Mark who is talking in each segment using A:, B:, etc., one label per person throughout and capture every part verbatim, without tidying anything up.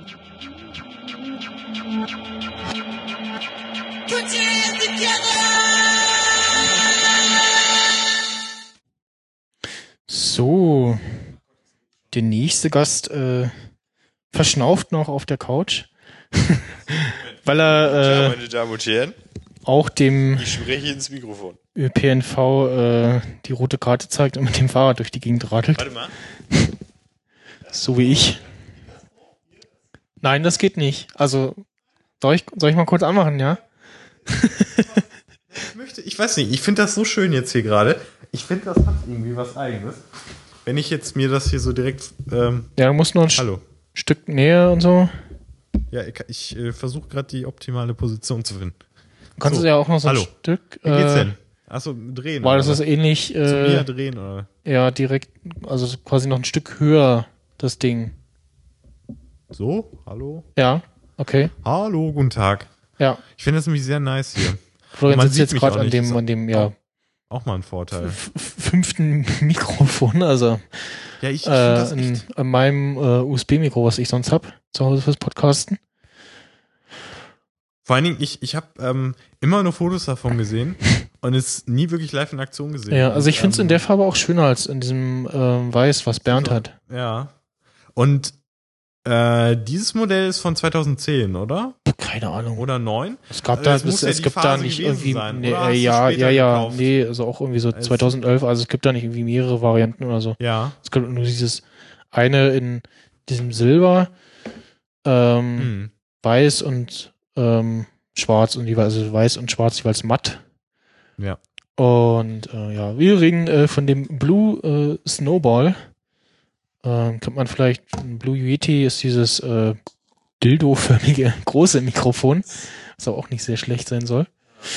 A: So, der nächste Gast äh, verschnauft noch auf der Couch, weil er äh,
B: meine Damen und Herren,
A: auch dem
B: ich spreche ins Mikrofon.
A: Ö P N V äh, die rote Karte zeigt und mit dem Fahrrad durch die Gegend radelt.
B: Warte mal.
A: So wie ich. Nein, das geht nicht. Also, soll ich, soll ich mal kurz anmachen, ja?
B: Ich möchte, ich weiß nicht, ich finde das so schön jetzt hier gerade. Ich finde, das hat irgendwie was Eigenes. Wenn ich jetzt mir das hier so direkt... Ähm,
A: Ja, du musst nur ein
B: hallo.
A: St- Stück näher und so.
B: Ja, ich, ich äh, versuche gerade die optimale Position zu finden.
A: Du kannst
B: So.
A: es ja auch noch so
B: Hallo.
A: ein Stück...
B: Wie geht's
A: äh,
B: denn? Achso, drehen.
A: Weil das
B: oder
A: ist
B: was?
A: ähnlich...
B: Zu mir
A: Äh,
B: drehen, oder?
A: ja, direkt, also quasi noch ein Stück höher, das Ding.
B: So, hallo?
A: Ja, okay.
B: Hallo, guten Tag.
A: Ja,
B: Ich finde das nämlich sehr nice hier.
A: Florian
B: Man
A: sitzt
B: sieht
A: jetzt
B: mich
A: gerade
B: auch
A: an
B: nicht,
A: dem,
B: ist
A: an dem, ja,
B: Auch mal ein Vorteil.
A: f- fünften Mikrofon, also
B: Ja, ich, ich
A: äh,
B: finde das
A: an,
B: echt...
A: an meinem äh, U S B-Mikro, was ich sonst hab, zu Hause fürs Podcasten.
B: Vor allen Dingen, ich, ich habe ähm, immer nur Fotos davon gesehen und es nie wirklich live in Aktion gesehen.
A: Ja, also ich finde es
B: ähm,
A: in der Farbe auch schöner als in diesem ähm, Weiß, was Bernd
B: so,
A: hat.
B: Ja. Und äh, dieses Modell ist von zweitauszehn, oder?
A: Keine Ahnung.
B: Oder neun?
A: Es gab
B: Also
A: da,
B: das muss
A: es,
B: ja
A: es
B: die
A: gibt da
B: Phase
A: nicht
B: gewesen
A: irgendwie,
B: sein,
A: nee,
B: oder
A: äh,
B: hast du
A: ja,
B: später
A: ja, ja,
B: gekauft?
A: nee, also auch irgendwie so
B: Also-
A: zweitausendelf, also es gibt da nicht irgendwie mehrere Varianten oder so.
B: Ja.
A: Es gibt nur dieses eine in diesem Silber, ähm,
B: Hm.
A: Weiß und ähm, Schwarz und jeweils, also Weiß und Schwarz jeweils matt.
B: Ja.
A: Und äh, ja, wir reden äh, von dem Blue äh, Snowball. Ähm, kennt man vielleicht, ein Blue Yeti ist dieses äh, Dildo-förmige große Mikrofon, was aber auch nicht sehr schlecht sein soll.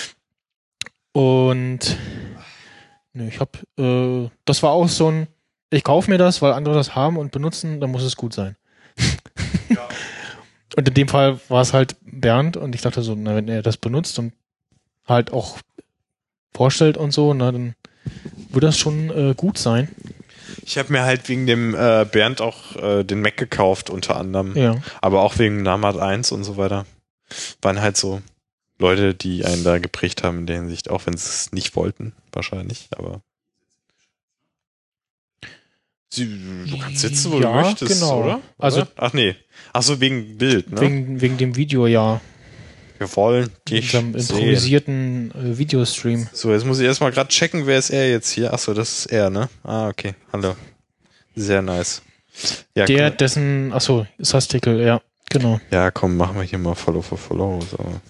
A: Und ne, ich hab, äh, das war auch so ein, ich kaufe mir das, weil andere das haben und benutzen, dann muss es gut sein.
B: Ja.
A: Und in dem Fall war es halt Bernd und ich dachte so, na, wenn er das benutzt und halt auch vorstellt und so, na, dann würde das schon äh, gut sein.
B: Ich habe mir halt wegen dem äh, Bernd auch äh, den Mac gekauft, unter anderem.
A: Ja.
B: Aber auch wegen Namat eins und so weiter. Waren halt so Leute, die einen da geprägt haben in der Hinsicht, auch wenn sie es nicht wollten, wahrscheinlich, aber Sie, du kannst sitzen, wo
A: Ja,
B: du möchtest,
A: genau.
B: oder?
A: Also-
B: oder? Ach nee. Ach so, wegen Bild, ne?
A: Wegen, wegen dem Video, ja.
B: Wir wollen dich
A: Unserem
B: sehen.
A: improvisierten äh, Videostream.
B: So, jetzt muss ich erstmal gerade checken, wer ist er jetzt hier? Ach so, das ist er, ne? Ah, okay. Hallo. Sehr nice. Ja,
A: Der,
B: komm,
A: dessen, achso, Sastikel, ja, genau.
B: ja, komm, machen wir hier mal Follow for Follow. So.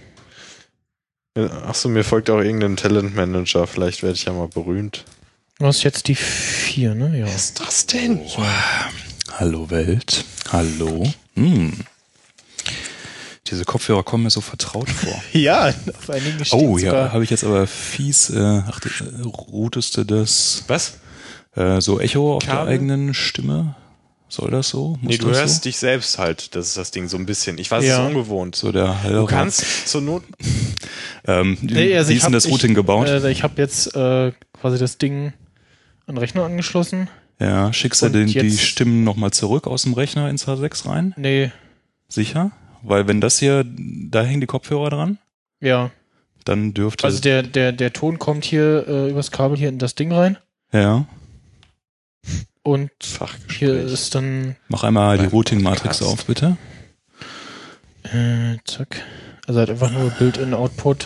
B: Ach so, mir folgt auch irgendein Talentmanager. Vielleicht werde ich ja mal berühmt.
A: Du hast jetzt die vier, ne? Ja.
B: Was ist das denn?
C: Oh, hallo Welt. Hallo. Hm. Diese Kopfhörer kommen mir so vertraut vor.
A: Ja, auf einigen steht
C: Oh ja,
A: sogar.
C: habe ich jetzt aber fies, äh, ach, äh, routest du das
B: Was?
C: äh, so Echo auf
B: Kabel?
C: der eigenen Stimme? Soll das so? Muss
B: Nee, du
C: das
B: hörst
C: so?
B: dich selbst halt. Das ist das Ding so ein bisschen. Ich weiß, es
A: Ja.
B: ist ungewohnt.
C: So der halbe.
B: Du kannst zur Not...
C: Ähm, wie
A: Nee, also
C: wie
A: ich
C: ist denn
A: hab-
C: das Routing
A: ich,
C: gebaut?
A: Äh, ich habe jetzt äh, quasi das Ding an den Rechner angeschlossen.
C: ja, schickst du
A: und
C: den, die
A: jetzt-
C: Stimmen nochmal zurück aus dem Rechner ins H sechs rein?
A: Nee,
C: Sicher? Weil wenn das hier, da hängen die Kopfhörer dran,
A: ja.
C: dann dürfte...
A: Also der, der, der Ton kommt hier äh, übers Kabel hier in das Ding rein.
C: ja.
A: Und
B: Fachgespräch.
A: hier ist dann,
C: Mach einmal die
B: Beim
C: Routing-Matrix
B: Podcast.
C: auf, bitte.
A: äh, zack. Also halt einfach nur Build-in-Output.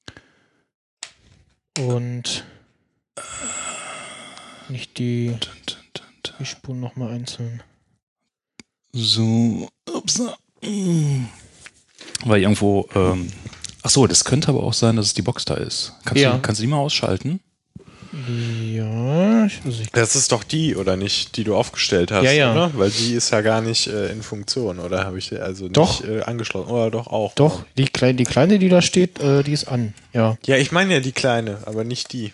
A: Und nicht die, die Spuren nochmal einzeln.
C: So, ups. mm. Weil irgendwo, ähm, ach so, das könnte aber auch sein, dass es die Box da ist. Kannst,
A: Ja.
C: du, kannst du die mal ausschalten?
A: Ja, ich, also ich,
B: Das ist doch die, oder nicht, die du aufgestellt hast,
A: Ja, ja.
B: oder? Weil die ist ja gar nicht äh, in Funktion, oder habe ich also nicht
A: Doch.
B: äh, angeschlossen? Oder doch auch?
A: doch, die kleine, die kleine, die da steht, äh, die ist an. Ja.
B: Ja, ich meine ja die kleine, aber nicht die.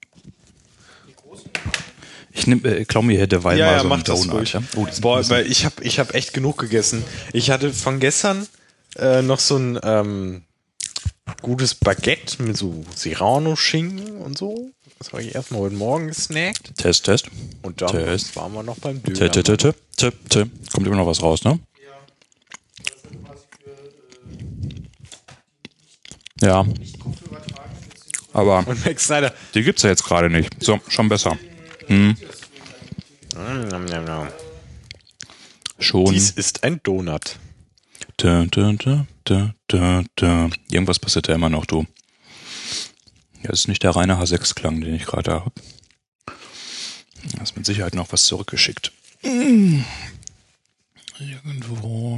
C: Ich nehm, äh, klau mir hier derweil
B: Ja,
C: mal
B: ja,
C: so
B: mach
C: einen
B: das
C: Donut.
B: ruhig.
C: Ja? Oh, die sind
B: Boah,
C: ein
B: weil ich habe ich hab echt genug gegessen. Ich hatte von gestern äh, noch so ein ähm, gutes Baguette mit so Serrano-Schinken und so. Das habe ich erstmal heute Morgen gesnackt.
C: Test, Test.
B: Und dann
C: Test.
B: waren wir noch beim Döner.
C: Tipp, tipp, tipp, tipp, tipp. Kommt immer noch was raus, ne? Ja. Aber
B: Und Max Snyder.
C: die gibt's ja jetzt gerade nicht. So, schon besser. Hm. Schon.
B: Dies ist ein Donut.
C: Da, da, da, da, da, da. Irgendwas passiert ja immer noch, du. Ja, das ist nicht der reine H sechs Klang, den ich gerade habe. Da ist mit Sicherheit noch was zurückgeschickt. Irgendwo.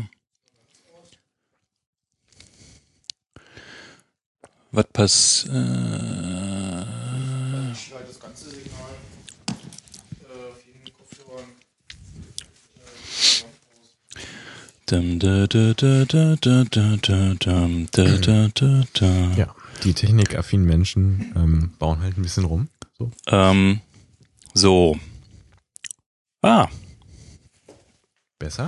C: Was passiert? Äh
A: Das ganze Signal auf jeden Kopfhörern.
C: Dum, da, da, da, da, da, da, dum, da, da, da, da.
B: Ja, die technikaffinen Menschen ähm, bauen halt ein bisschen rum. So.
C: Ähm, so. Ah,
B: Besser?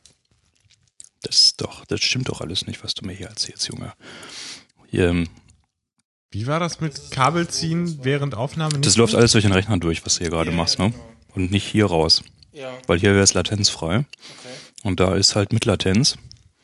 C: das ist doch, das stimmt doch alles nicht, was du mir hier erzählst, Junge. Hier, ähm,
B: Wie war das mit Kabel ziehen während Aufnahme?
C: das läuft alles durch den Rechner durch, was du hier gerade
A: Ja,
C: machst,
A: ja,
C: ne? Und nicht hier raus.
A: Ja,
C: Weil hier wäre es latenzfrei.
A: okay.
C: Und da ist halt mit Latenz.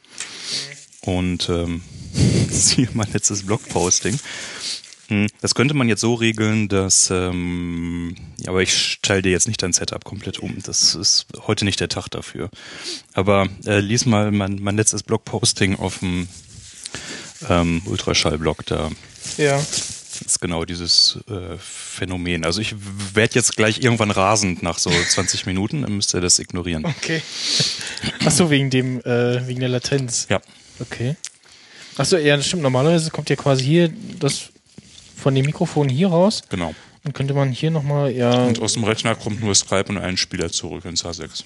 C: Und ähm, das ist hier mein letztes Blogposting. Hm, Das könnte man jetzt so regeln, dass, ähm, ja, aber ich stelle dir jetzt nicht dein Setup komplett um. Das ist heute nicht der Tag dafür. Aber äh, lies mal mein, mein letztes Blogposting auf dem ähm, Ultraschall-Blog. Da
A: Ja.
C: ist genau dieses äh, Phänomen. Also ich werde jetzt gleich irgendwann rasend nach so zwanzig Minuten, dann müsst ihr das ignorieren.
A: Okay. Achso, wegen dem, äh, wegen der Latenz.
C: Ja.
A: Okay. Achso, ja, das stimmt. Normalerweise kommt ja quasi hier das von dem Mikrofon hier raus.
C: Genau.
A: Dann könnte man hier nochmal, ja.
C: Und aus dem Rechner kommt nur Skype und ein Spieler zurück ins H sechs.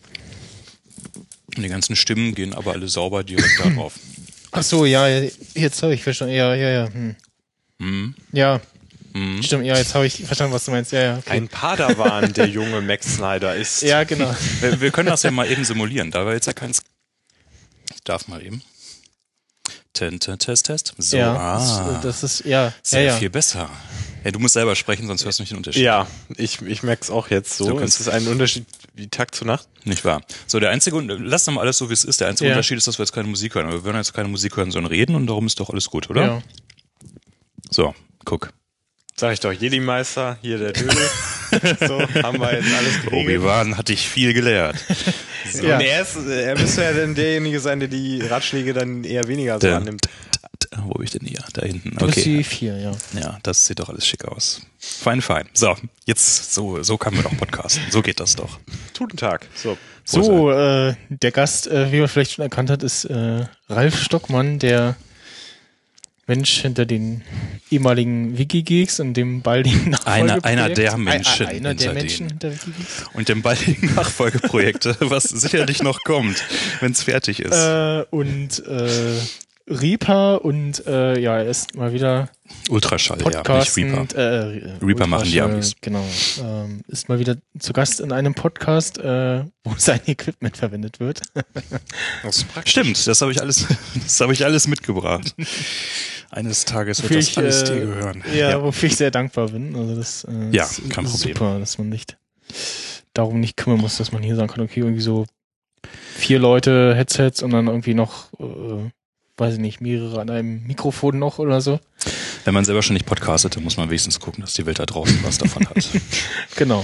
C: Und die ganzen Stimmen gehen aber alle sauber direkt darauf.
A: Achso, ja, jetzt habe ich verstanden. Ja, ja, ja. Hm.
C: Mhm.
A: Ja,
C: Mhm.
A: stimmt. Ja, jetzt habe ich verstanden, was du meinst. Ja, ja. Okay.
B: Ein Padawan, der junge Max Snyder ist.
A: Ja, genau.
C: Wir, wir können das ja mal eben simulieren. Da war jetzt ja kein... Sk- Ich darf mal eben. Test, Test, Test. So,
A: ja,
C: ah.
A: das, das ist, ja,
C: Sehr
A: ja, ja.
C: viel besser. Ja, du musst selber sprechen, sonst hörst du nicht den Unterschied.
B: Ja, ich, ich merke es auch jetzt so.
C: So
B: es ist ein Unterschied wie Tag zu Nacht.
C: Nicht wahr? So, der einzige, lass doch mal alles so, wie es ist. Der einzige
A: Ja.
C: Unterschied ist, dass wir jetzt keine Musik hören. Aber wir werden jetzt keine Musik hören, sondern reden und darum ist doch alles gut, oder?
A: Ja.
C: So, guck.
B: Sag ich doch, Jedi-Meister, hier der Dödel. So, haben wir jetzt alles geregelt.
C: Obi-Wan hat dich viel gelehrt.
B: So.
A: Ja.
B: Und er, ist, er müsste ja dann derjenige sein, der die Ratschläge dann eher weniger so
C: Der-
B: annimmt.
C: Wo bin ich denn hier? Da hinten.
A: Das ist
C: Okay.
A: die vier, ja.
C: Ja, das sieht doch alles schick aus. Fein, fein. So, jetzt, so, so kann man doch podcasten. So geht das doch.
B: Guten Tag. So.
A: So, äh, der Gast, äh, wie man vielleicht schon erkannt hat, ist äh, Ralf Stockmann, der Mensch hinter den ehemaligen Wikigeeks und dem baldigen Nachfolgeprojekt.
C: Einer- einer der Menschen
A: Ein, einer der
C: hinter
A: Menschen
C: denen.
A: hinter Wikigeeks.
C: Und dem baldigen Nachfolgeprojekte, was sicherlich noch kommt, wenn es fertig ist.
A: Äh, und äh, Reaper und äh, ja, er ist mal wieder
C: Ultraschall, ja, nicht
A: Podcasten.
C: Reaper.
A: Äh,
C: Reaper machen die
A: Ultraschall,
C: Amis.
A: Genau. Ähm, ist mal wieder zu Gast in einem Podcast, äh, wo sein Equipment verwendet wird.
B: Das ist praktisch.
C: Stimmt, das habe ich alles, das habe ich alles mitgebracht. Eines Tages wird
A: Wofür
C: das
A: ich,
C: alles
A: äh,
C: dir gehören.
A: Ja, wofür ich sehr dankbar bin. Also das äh,
C: Ja,
A: ist
C: kein Problem.
A: super, dass man nicht darum nicht kümmern muss, dass man hier sagen kann, okay, irgendwie so vier Leute, Headsets und dann irgendwie noch, äh, weiß ich nicht, mehrere an einem Mikrofon noch oder so.
C: Wenn man selber schon nicht podcastet, dann muss man wenigstens gucken, dass die Welt da draußen was davon hat.
A: Genau.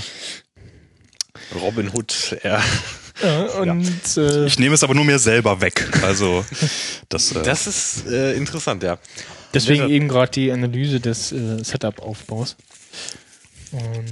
B: Robin Hood, er.
A: Ja, und Äh,
C: Ich nehme es aber nur mir selber weg. Also das, äh,
B: Das ist äh, interessant, ja.
A: deswegen
B: Ja.
A: eben gerade die Analyse des äh, Setup-Aufbaus. Und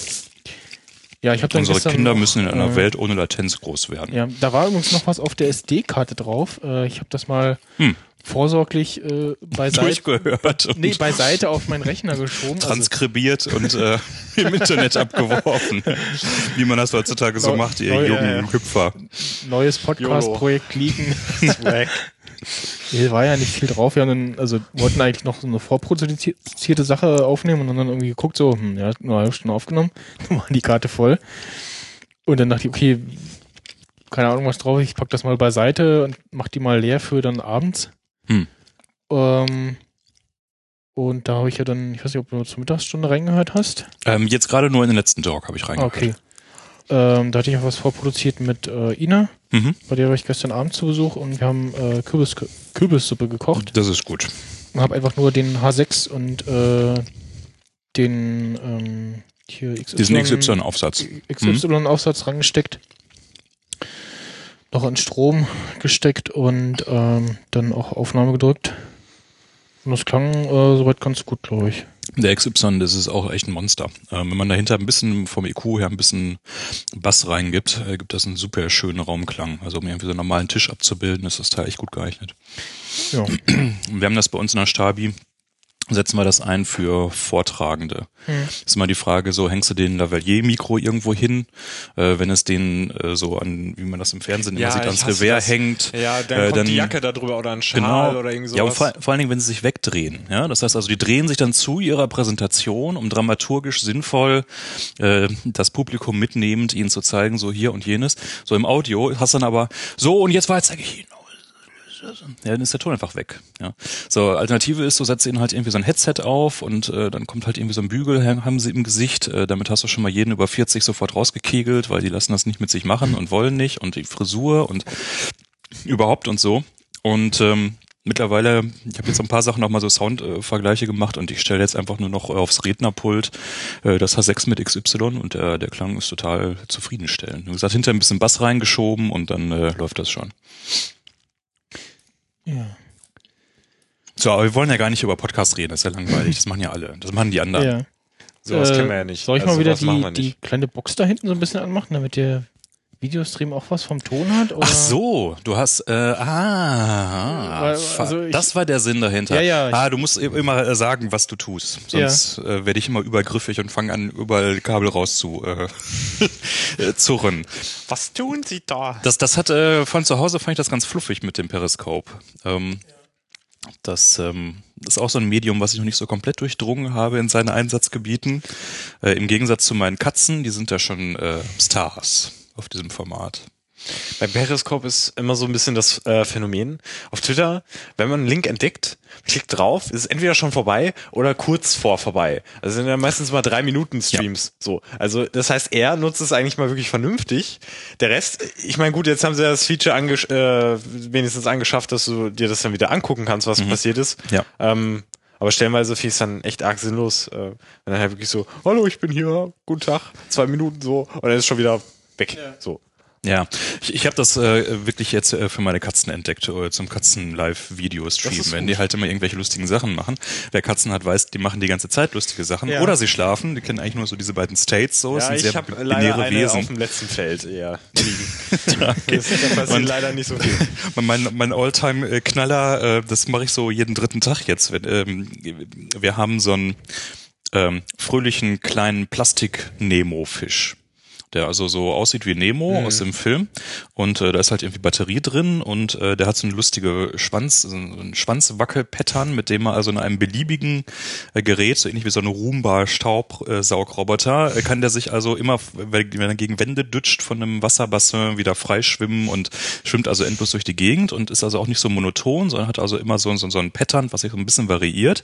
A: ja, ich habe dann
C: unsere
A: gestern
C: Kinder
A: noch,
C: müssen in einer
A: äh,
C: Welt ohne Latenz groß werden.
A: Ja, da war übrigens noch was auf der S D-Karte drauf. Äh, ich habe das mal
C: Hm.
A: vorsorglich äh, beiseite,
C: Durchgehört und
A: nee, beiseite auf meinen Rechner geschoben. Also,
C: transkribiert und äh, im Internet abgeworfen. Wie man das heutzutage so
A: Neu-
C: macht, ihr
A: neu-
C: jungen
B: äh,
C: Hüpfer.
A: neues Podcast-Projekt liegen.
B: Swag.
A: Hier war ja nicht viel drauf. Wir haben dann, also wollten eigentlich noch so eine vorproduzierte Sache aufnehmen und haben dann irgendwie geguckt, so, hm, ja, nur eine halbe Stunde aufgenommen, dann war die Karte voll. Und dann dachte ich, okay, keine Ahnung, was drauf ist, ich pack das mal beiseite und mach die mal leer für dann abends.
C: Hm.
A: Ähm, und da habe ich ja dann, ich weiß nicht, ob du zur Mittagsstunde reingehört hast.
C: Ähm, jetzt gerade nur in den letzten Talk habe ich reingehört.
A: Okay. Ähm, da hatte ich auch was vorproduziert mit äh, Ina,
C: Mhm.
A: bei der war ich gestern Abend zu Besuch und wir haben äh, Kürbis, Kürbissuppe gekocht.
C: Das ist gut.
A: habe einfach nur den H sechs und äh, den ähm, hier X Y,
C: diesen X Y-Aufsatz.
A: X Y-Aufsatz mhm. rangesteckt. Noch in Strom gesteckt und ähm, dann auch Aufnahme gedrückt. Und das klang äh, soweit ganz gut, glaube ich.
C: Der X Y, das ist auch echt ein Monster. Ähm, wenn man dahinter ein bisschen vom E Q her ein bisschen Bass reingibt, äh, gibt das einen super schönen Raumklang. Also um irgendwie so einen normalen Tisch abzubilden, ist das Teil echt gut geeignet.
A: Ja.
C: Wir haben das bei uns in der Stabi, setzen wir das ein für Vortragende. Hm. Ist immer die Frage, so hängst du den Lavalier-Mikro irgendwo hin, äh, wenn es den äh, so an, wie man das im Fernsehen
B: ja,
C: immer sieht, ans Revers hängt.
B: Ja, dann
C: äh,
B: kommt
C: dann,
B: die Jacke da drüber oder ein Schal
C: genau,
B: oder irgend sowas.
C: Ja, und vor, vor allen Dingen, wenn sie sich wegdrehen. Ja, das heißt also, die drehen sich dann zu ihrer Präsentation, um dramaturgisch sinnvoll äh, das Publikum mitnehmend ihnen zu zeigen, so hier und jenes. So im Audio hast du dann aber, so und jetzt war jetzt zeige ich Ihnen. Ja, dann ist der Ton einfach weg. Ja. So, Alternative ist, du setzt ihnen halt irgendwie so ein Headset auf und äh, dann kommt halt irgendwie so ein Bügel, haben sie im Gesicht. Äh, damit hast du schon mal jeden über vierzig sofort rausgekegelt, weil die lassen das nicht mit sich machen und wollen nicht und die Frisur und überhaupt und so. Und ähm, mittlerweile, ich habe jetzt ein paar Sachen nochmal so Soundvergleiche äh, gemacht und ich stelle jetzt einfach nur noch aufs Rednerpult äh, das H sechs mit X Y und äh, der Klang ist total zufriedenstellend. Wie gesagt, hinter ein bisschen Bass reingeschoben und dann äh, läuft das schon.
A: Ja.
C: So, aber wir wollen ja gar nicht über Podcast reden, das ist ja langweilig, das machen ja alle, das machen die anderen.
A: Ja.
B: So was
A: äh,
B: kennen wir ja nicht.
A: Soll ich
B: also
A: mal wieder die, die kleine Box da hinten so ein bisschen anmachen, damit der Videostream auch was vom Ton hat? Oder?
C: Ach so, du hast, äh, ah,
A: Weil, also ich,
C: das war der Sinn dahinter.
A: Ja, ja.
C: Ah, du musst immer sagen, was du tust, sonst ja. äh, werde ich immer übergriffig und fange an, überall Kabel raus zu äh, zurren.
B: Was tun sie da?
C: Das, das hat, äh, von zu Hause fand ich das ganz fluffig mit dem Periskop. Ähm, ja. Das, ähm, das ist auch so ein Medium, was ich noch nicht so komplett durchdrungen habe in seinen Einsatzgebieten. Äh, im Gegensatz zu meinen Katzen, die sind ja schon äh, Stars auf diesem Format.
B: Beim Periscope ist immer so ein bisschen das äh, Phänomen. Auf Twitter, wenn man einen Link entdeckt, klickt drauf, ist es entweder schon vorbei oder kurz vor vorbei. Also sind ja meistens mal drei Minuten Streams. Ja. So, also das heißt, er nutzt es eigentlich mal wirklich vernünftig. Der Rest, ich meine, gut, jetzt haben sie ja das Feature angesch- äh, wenigstens angeschafft, dass du dir das dann wieder angucken kannst, was mhm. passiert ist.
C: Ja.
B: Ähm, aber stellenweise finde ich es dann echt arg sinnlos, äh, wenn dann halt wirklich so, hallo, ich bin hier, guten Tag, zwei Minuten so, und dann ist schon wieder weg. Ja. So.
C: Ja, ich, ich habe das äh, wirklich jetzt äh, für meine Katzen entdeckt, äh, zum Katzen-Live-Video-Stream, wenn die halt immer irgendwelche lustigen Sachen machen. Wer Katzen hat, weiß, die machen die ganze Zeit lustige Sachen. Ja. Oder sie schlafen, die kennen eigentlich nur so diese beiden States, so.
B: Ja,
C: sind
B: ich
C: sehr
B: habe
C: b-
B: leider
C: binäre
B: eine
C: Wesen.
B: auf dem letzten Feld eher liegen.
C: Ja, okay.
B: Das, da passiert leider nicht so viel.
C: Mein, mein Alltime-Knaller, äh, das mache ich so jeden dritten Tag jetzt. Wenn, ähm, wir haben so einen ähm, fröhlichen kleinen Plastik-Nemo-Fisch, der also so aussieht wie Nemo mhm. aus dem Film und äh, da ist halt irgendwie Batterie drin und äh, der hat so eine lustige Schwanz, so ein Schwanzwackel-Pattern, mit dem man also in einem beliebigen äh, Gerät, so ähnlich wie so eine Roomba-Staubsaugroboter, äh, kann der sich also immer, wenn er gegen Wände dütscht, von einem Wasserbassin wieder freischwimmen und schwimmt also endlos durch die Gegend und ist also auch nicht so monoton, sondern hat also immer so, so, so ein Pattern, was sich so ein bisschen variiert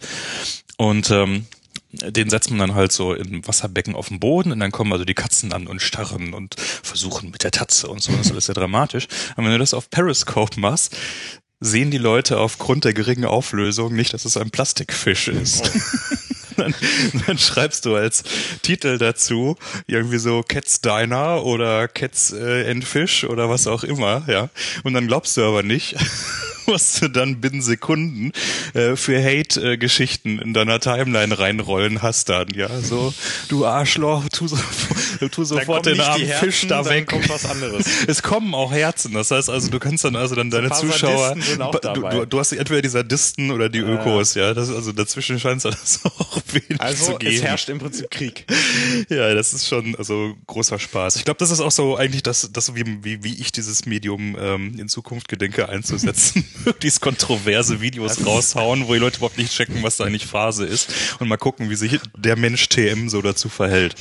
C: und ähm, den setzt man dann halt so im Wasserbecken auf den Boden und dann kommen also die Katzen an und starren und versuchen mit der Tatze und so. Das ist alles sehr dramatisch. Und wenn du das auf Periscope machst, sehen die Leute aufgrund der geringen Auflösung nicht, dass es ein Plastikfisch ist. Oh. Dann, dann schreibst du als Titel dazu irgendwie so Cats Diner oder Cats äh, and Fish oder was auch immer, ja. Und dann glaubst du aber nicht, was du dann binnen Sekunden äh, für Hate-Geschichten in deiner Timeline reinrollen hast dann, ja. So, du Arschloch, tu, so, tu sofort den armen
B: Herzen,
C: Fisch da weg.
B: Dann kommt was anderes.
C: Es kommen auch Herzen, das heißt also, du kannst dann also dann deine
B: so
C: Zuschauer,
B: sind auch
C: du,
B: dabei.
C: du, du hast entweder die Sadisten oder die Ökos, ja. Das, also dazwischen scheint es das auch wenig
B: also
C: zu geben.
B: Es herrscht im Prinzip Krieg.
C: Ja, das ist schon also großer Spaß. Ich glaube, das ist auch so eigentlich das, das wie, wie, wie ich dieses Medium ähm, in Zukunft gedenke einzusetzen. Dieses kontroverse Videos das raushauen, wo die Leute überhaupt nicht checken, was da eigentlich Phase ist und mal gucken, wie sich der Mensch T M so dazu verhält.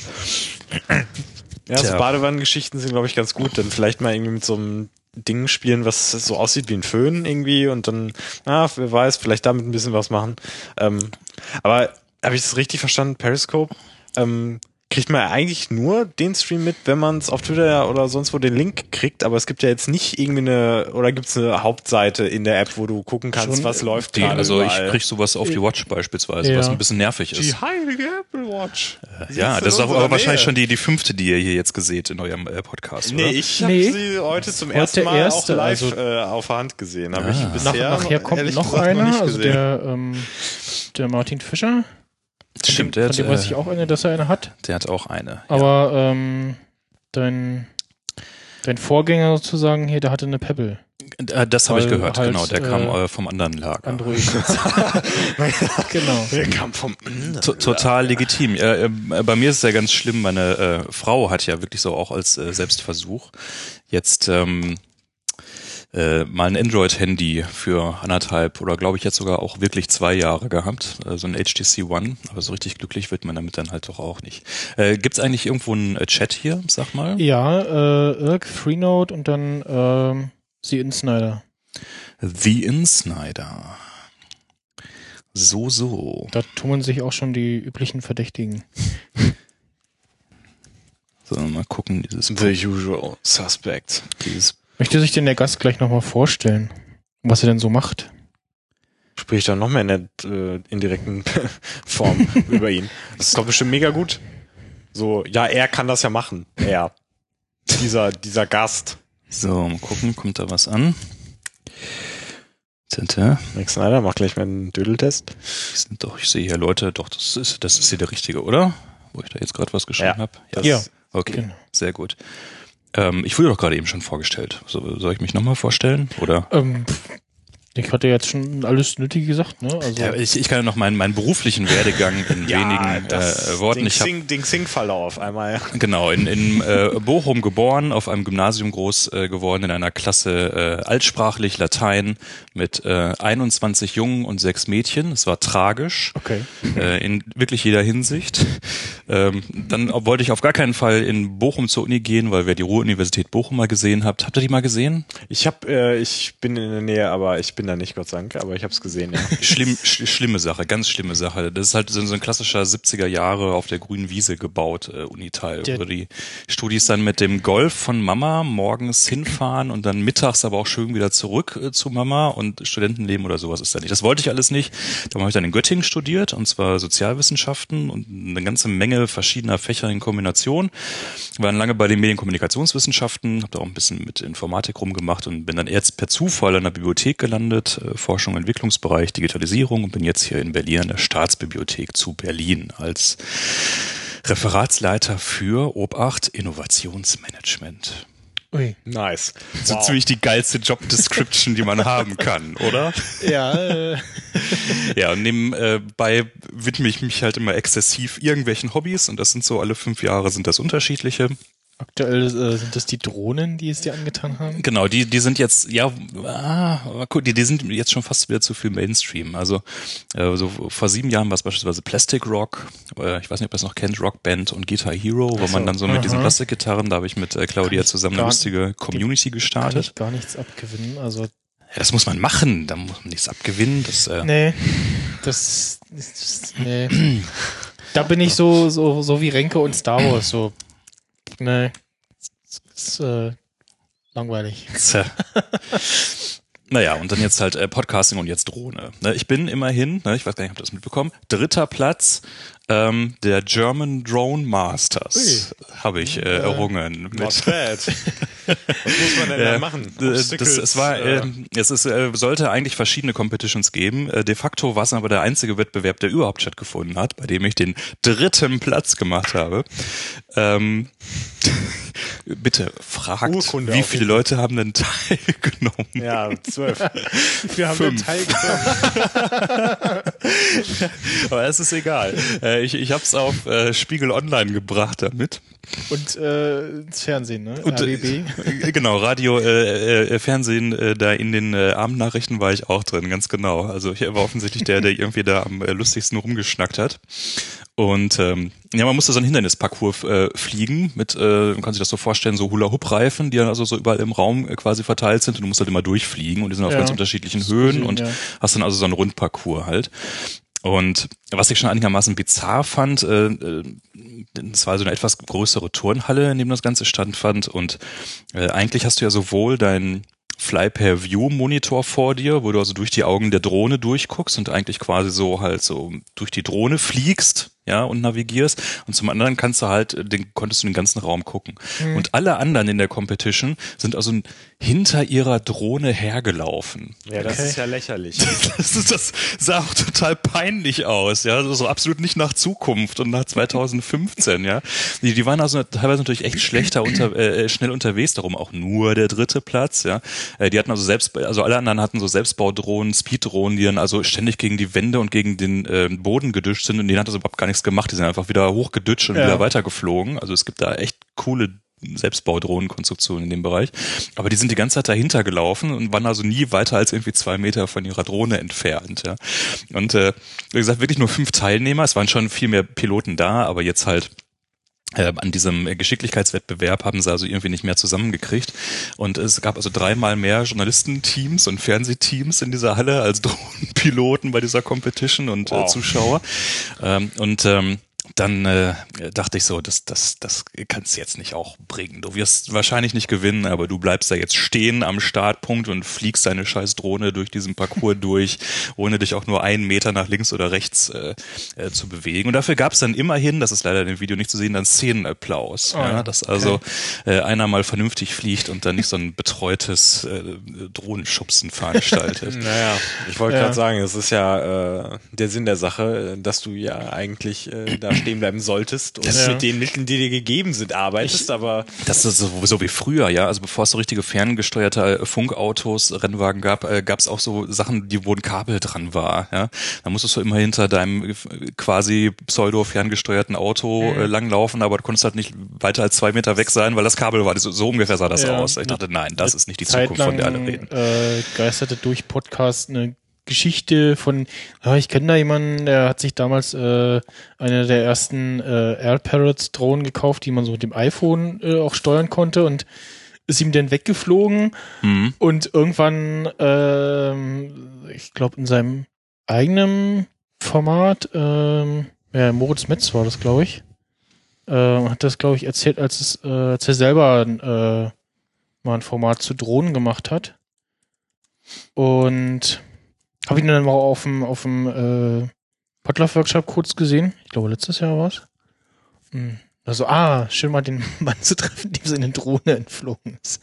B: Ja, so Badewannengeschichten sind, glaube ich, ganz gut. Dann vielleicht mal irgendwie mit so einem Ding spielen, was so aussieht wie ein Föhn irgendwie und dann, ah, wer weiß, vielleicht damit ein bisschen was machen. Ähm, aber habe ich das richtig verstanden? Periscope ähm, kriegt man ja eigentlich nur den Stream mit, wenn man es auf Twitter oder sonst wo den Link kriegt, aber es gibt ja jetzt nicht irgendwie eine, oder gibt es eine Hauptseite in der App, wo du gucken kannst,
A: Schon,
B: was läuft
C: Die,
B: gerade
C: also
B: überall.
C: ich krieg sowas auf die Watch beispielsweise,
A: Ja.
C: was ein bisschen nervig ist.
B: Die heilige Apple Watch.
C: Äh, ja, das ist auch aber wahrscheinlich schon die, die fünfte, die ihr hier jetzt geseht in eurem äh, Podcast, oder?
B: Nee, ich habe
A: Nee.
B: sie heute zum
A: Heute
B: ersten Mal
A: erste,
B: auch live
A: also-
B: äh, auf der Hand gesehen. Habe
C: Ah.
B: ich
A: Nach,
B: bisher
A: nachher kommt
B: ehrlich
A: noch
B: gesagt
A: einer,
B: nicht
A: also
B: gesehen.
A: der, ähm, der Martin Fischer.
C: Stimmt,
A: Von
C: der
A: dem,
C: hat,
A: von dem weiß ich
C: äh,
A: auch eine, dass er eine hat.
C: der hat auch eine.
A: Aber ähm, dein, dein Vorgänger sozusagen hier, der hatte eine Pebble.
C: Ja. Äh, Das habe ich
A: weil
C: gehört,
A: halt,
C: genau. Der
A: äh,
C: kam äh, vom anderen Lager.
A: Android. Genau.
B: Der kam vom
C: To- Total legitim. Äh, äh, bei mir ist es ja ganz schlimm. Meine äh, Frau hat ja wirklich so auch als äh, Selbstversuch jetzt ähm, äh, mal ein Android-Handy für anderthalb oder glaube ich jetzt sogar auch wirklich zwei Jahre gehabt. Äh, so ein H T C One. Aber so richtig glücklich wird man damit dann halt doch auch nicht. Äh, Gibt es eigentlich irgendwo einen äh, Chat hier, sag mal?
A: Ja, äh, Irk, Freenode und dann ähm, The Insnider.
C: The Insnider. So, so.
A: Da tummeln sich auch schon die üblichen Verdächtigen.
C: So, mal gucken, dieses,
B: The Usual Suspect.
C: dieses
A: Möchte sich denn der Gast gleich nochmal vorstellen, was er denn so macht?
B: Sprich dann noch mehr in der äh, indirekten Form über ihn. Das ist doch bestimmt mega gut. So, ja, er kann das ja machen. Er. Dieser, dieser Gast.
C: So, mal gucken, kommt da was an? Tinte.
B: Max Snyder macht gleich mal einen Dödeltest.
C: Die sind doch, ich sehe hier Leute, doch, das ist, das ist hier der richtige, oder? Wo ich da jetzt gerade was geschrieben
B: Ja.
C: habe.
B: Das-
A: Ja.
C: Okay,
A: Genau.
C: sehr gut. Ähm, ich wurde doch gerade eben schon vorgestellt. So, soll ich mich nochmal vorstellen? Oder?
A: Ähm, ich hatte jetzt schon alles Nötige gesagt, ne? Also
C: Ja, ich, ich kann ja noch meinen, meinen beruflichen Werdegang in wenigen
B: das,
C: äh, Worten.
B: Den
C: Ich habe
B: Xing, den Xing-Verlauf einmal.
C: genau in, in äh, Bochum geboren, auf einem Gymnasium groß äh, geworden, in einer Klasse äh, altsprachlich Latein mit äh, einundzwanzig Jungen und sechs Mädchen. Es war tragisch.
A: okay.
C: Äh, in wirklich jeder Hinsicht. Ähm, dann wollte ich auf gar keinen Fall in Bochum zur Uni gehen, weil wer die Ruhr-Universität Bochum mal gesehen habt. Habt ihr die mal gesehen?
B: Ich hab, äh, ich bin in der Nähe, aber ich bin da nicht, Gott sei Dank, aber ich hab's gesehen, ja.
C: Schlimm, sch schlimme Sache, ganz schlimme Sache. Das ist halt so, so ein klassischer siebziger Jahre auf der grünen Wiese gebaut, äh, Uniteil.
A: Der-
C: Wo die Studis dann mit dem Golf von Mama morgens hinfahren und dann mittags aber auch schön wieder zurück äh, zu Mama und Studentenleben oder sowas ist da nicht. Das wollte ich alles nicht. Darum habe ich dann in Göttingen studiert, und zwar Sozialwissenschaften und eine ganze Menge verschiedener Fächer in Kombination. War dann lange bei den Medienkommunikationswissenschaften, habe da auch ein bisschen mit Informatik rumgemacht und bin dann erst per Zufall in der Bibliothek gelandet, äh, Forschung, Entwicklungsbereich, Digitalisierung, und bin jetzt hier in Berlin in der Staatsbibliothek zu Berlin als Referatsleiter für Obacht Innovationsmanagement.
A: Ui.
B: Nice.
C: So
B: Wow.
C: ziemlich die geilste Job Description, die man haben kann, oder?
A: Ja, äh,
C: Ja, und nebenbei widme ich mich halt immer exzessiv irgendwelchen Hobbys, und das sind so alle fünf Jahre sind das unterschiedliche.
A: aktuell äh, sind das die Drohnen, die es dir angetan haben?
C: Genau, die die sind jetzt, ja, ah, aber gut, die, die sind jetzt schon fast wieder zu viel Mainstream. Also äh, so vor sieben Jahren war es beispielsweise Plastic Rock, äh, ich weiß nicht, ob ihr es noch kennt, Rockband und Guitar Hero, wo
B: Ach so,
C: man dann so mit
A: aha.
C: diesen Plastikgitarren, da habe ich mit äh, Claudia
A: Kann ich
C: zusammen
A: gar-
C: eine lustige Community
A: Kann
C: gestartet.
A: ich gar nichts abgewinnen. Also,
C: Ja, das muss man machen, da muss man nichts abgewinnen. Das, äh,
A: nee, das, das nee. Da bin ich so, so, so wie Renke und Star Wars, so, nee, das ist äh, langweilig.
C: Tja. Naja, und dann jetzt halt äh, Podcasting und jetzt Drohne. Ne, ich bin immerhin, ne, ich weiß gar nicht, ob ihr das mitbekommen, dritter Platz ähm, der German Drone Masters habe ich äh, errungen.
B: Not
C: Mit,
B: bad. Was muss man denn
C: äh,
B: da machen?
C: das, es war,
B: äh,
C: äh, es ist, äh, sollte eigentlich verschiedene Competitions geben. Äh, de facto war es aber der einzige Wettbewerb, der überhaupt stattgefunden hat, bei dem ich den dritten Platz gemacht habe. Ähm, bitte fragt,
B: Urkunde
C: wie
B: auf
C: viele
B: jeden
C: Leute haben denn teilgenommen?
B: ja, zwölf.
A: Wir haben
C: Fünf.
A: den teilgenommen.
C: Aber es ist egal. Äh, ich ich habe es auf äh, Spiegel Online gebracht damit.
A: Und äh, das Fernsehen, ne?
C: Und,
A: R B B.
C: äh, genau, Radio, äh, äh, Fernsehen, äh, da in den äh, Abendnachrichten war ich auch drin, ganz genau. Also ich war offensichtlich der, der irgendwie da am äh, lustigsten rumgeschnackt hat. Und ähm, ja, man musste so einen Hindernisparcours äh, fliegen mit, äh, man kann sich das so vorstellen, so Hula-Hoop-Reifen, die dann also so überall im Raum äh, quasi verteilt sind, und du musst halt immer durchfliegen, und die sind auf
A: Ja,
C: ganz unterschiedlichen
A: das
C: Höhen
A: gesehen,
C: und
A: ja.
C: hast dann also so einen Rundparcours halt. Und was ich schon einigermaßen bizarr fand, äh, das war so eine etwas größere Turnhalle, in dem das Ganze stattfand. Und äh, eigentlich hast du ja sowohl deinen Fly-per-View-Monitor vor dir, wo du also durch die Augen der Drohne durchguckst und eigentlich quasi so halt so durch die Drohne fliegst, ja, und navigierst. Und zum anderen kannst du halt, den, konntest du den ganzen Raum gucken. Mhm. Und alle anderen in der Competition sind also hinter ihrer Drohne hergelaufen.
B: Ja, das okay. ist ja lächerlich.
C: Das, ist, das sah auch total peinlich aus, ja, so absolut nicht nach Zukunft und nach zweitausendfünfzehn, ja. Die, die waren also teilweise natürlich echt schlechter unter, äh, schnell unterwegs, darum auch nur der dritte Platz, ja. Äh, die hatten also selbst, also alle anderen hatten so Selbstbaudrohnen, Speeddrohnen, die dann also ständig gegen die Wände und gegen den äh, Boden gedüscht sind und denen hat das überhaupt gar nichts gemacht, die sind einfach wieder hochgedütscht und ja. wieder weitergeflogen. Also es gibt da echt coole Selbstbaudrohnenkonstruktionen in dem Bereich. Aber die sind die ganze Zeit dahinter gelaufen und waren also nie weiter als irgendwie zwei Meter von ihrer Drohne entfernt. Ja. Und äh, wie gesagt, wirklich nur fünf Teilnehmer. Es waren schon viel mehr Piloten da, aber jetzt halt Äh, an diesem Geschicklichkeitswettbewerb haben sie also irgendwie nicht mehr zusammengekriegt. Und es gab also dreimal mehr Journalistenteams und Fernsehteams in dieser Halle als Drohnenpiloten bei dieser Competition und wow. äh, Zuschauer. Ähm, und ähm, dann äh, dachte ich so, das, das, das kannst du jetzt nicht auch bringen. Du wirst wahrscheinlich nicht gewinnen, aber du bleibst da jetzt stehen am Startpunkt und fliegst deine scheiß Drohne durch diesen Parcours durch, ohne dich auch nur einen Meter nach links oder rechts äh, äh, zu bewegen. Und dafür gab es dann immerhin, das ist leider in dem Video nicht zu sehen, dann Szenenapplaus. Oh, ja, dass also okay. äh, einer mal vernünftig fliegt und dann nicht so ein betreutes äh, Drohnenschubsen veranstaltet.
B: Naja, ich wollte ja. gerade sagen, es ist ja äh, der Sinn der Sache, dass du ja eigentlich äh, da stehen bleiben solltest und ja. mit den Mitteln, die dir gegeben sind, arbeitest, ich, aber...
C: Das ist so, so wie früher, ja, also bevor es so richtige ferngesteuerte Funkautos, Rennwagen gab, äh, gab es auch so Sachen, die wo ein Kabel dran war, ja. Da musstest du immer hinter deinem quasi pseudo-ferngesteuerten Auto mhm. äh, langlaufen, aber du konntest halt nicht weiter als zwei Meter weg sein, weil das Kabel war, so, so ungefähr sah das ja. aus. Ich dachte, nein, das ist nicht die Zeit Zukunft, lang, von der alle reden.
A: Äh, geisterte durch Podcast eine Geschichte von, ja, ich kenne da jemanden, der hat sich damals äh, eine der ersten äh, Air Parrots Drohnen gekauft, die man so mit dem iPhone äh, auch steuern konnte und ist ihm dann weggeflogen mhm. und irgendwann, ähm, ich glaube in seinem eigenen Format, ähm, ja, Moritz Metz war das, glaube ich, äh, hat das, glaube ich, erzählt, als es, äh, als er selber äh, mal ein Format zu Drohnen gemacht hat. Und habe ihn dann mal auf dem auf dem äh, Potluck-Workshop kurz gesehen. Ich glaube, letztes Jahr war es. Hm. Also, ah, schön mal den Mann zu treffen, dem so eine Drohne entflogen ist.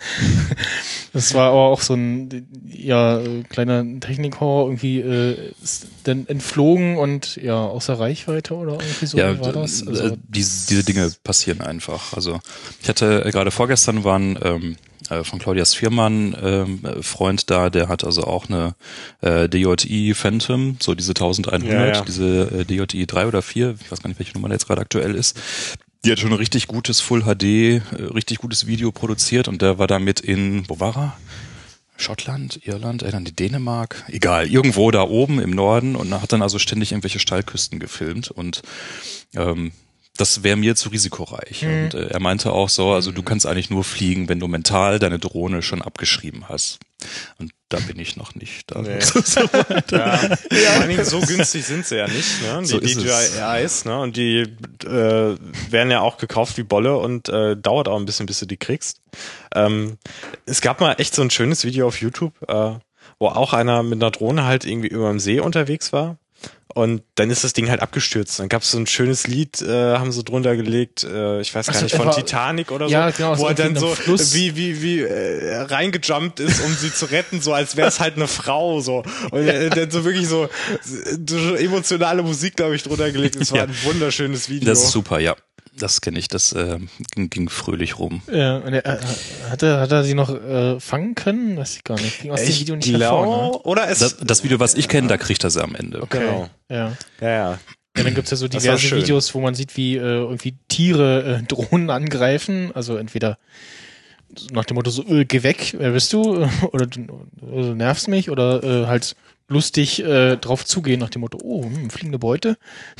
A: Das war aber auch so ein, ja, kleiner Technikhorror, irgendwie äh, ist dann entflogen und ja, außer Reichweite oder irgendwie so
C: ja,
A: war das. Also,
C: äh, diese, diese Dinge passieren einfach. Also ich hatte äh, gerade vorgestern waren ähm, äh, von Claudias Firmann ähm, Freund da, der hat also auch eine äh, D J I Phantom, so diese elfhundert, ja, ja. diese äh, D J I drei oder vier, ich weiß gar nicht, welche Nummer da jetzt gerade aktuell ist. Die hat schon ein richtig gutes Full H D, richtig gutes Video produziert und der war damit in, wo war er? Schottland, Irland, äh, dann die Dänemark, egal, irgendwo da oben im Norden und hat dann also ständig irgendwelche Steilküsten gefilmt und ähm, das wäre mir zu risikoreich. Mhm. Und äh, er meinte auch so, also du kannst eigentlich nur fliegen, wenn du mental deine Drohne schon abgeschrieben hast. Und da bin ich noch nicht. Da nee.
B: ja. Ja. Vor allem so günstig sind sie ja nicht, ne? Die so D J Is, ne? Und die äh, werden ja auch gekauft wie Bolle und äh, dauert auch ein bisschen, bis du die kriegst. Ähm, es gab mal echt so ein schönes Video auf YouTube, äh, wo auch einer mit einer Drohne halt irgendwie über dem See unterwegs war. Und dann ist das Ding halt abgestürzt. Dann gab es so ein schönes Lied, äh, haben sie drunter gelegt, äh, ich weiß gar also nicht, von war, Titanic oder
A: ja,
B: so,
A: genau,
B: wo er dann so Fluss. wie wie wie äh, reingejumpt ist, um sie zu retten, so als wäre es halt eine Frau so. Und äh, dann so wirklich so, so emotionale Musik, glaube ich, drunter gelegt. Es war ja. ein wunderschönes Video.
C: Das ist super, ja. Das kenne ich, das äh, ging, ging fröhlich rum.
A: Ja, und er, äh, hat, er, hat er sie noch äh, fangen können? Das ich gar nicht. Ging aus
B: ich
A: dem Video nicht
B: glaube,
A: hervor, ne?
B: Oder es
C: das, das Video, was ich kenne, da kriegt er sie am Ende.
A: Okay. Genau. Ja.
B: Ja, ja.
A: Ja, dann gibt's ja so diverse Videos, wo man sieht, wie äh, irgendwie Tiere äh, Drohnen angreifen. Also entweder nach dem Motto so, äh, geh weg, wer bist du? Oder du, oder du nervst mich. Oder äh, halt lustig äh, drauf zugehen nach dem Motto, oh, hm, fliegende Beute.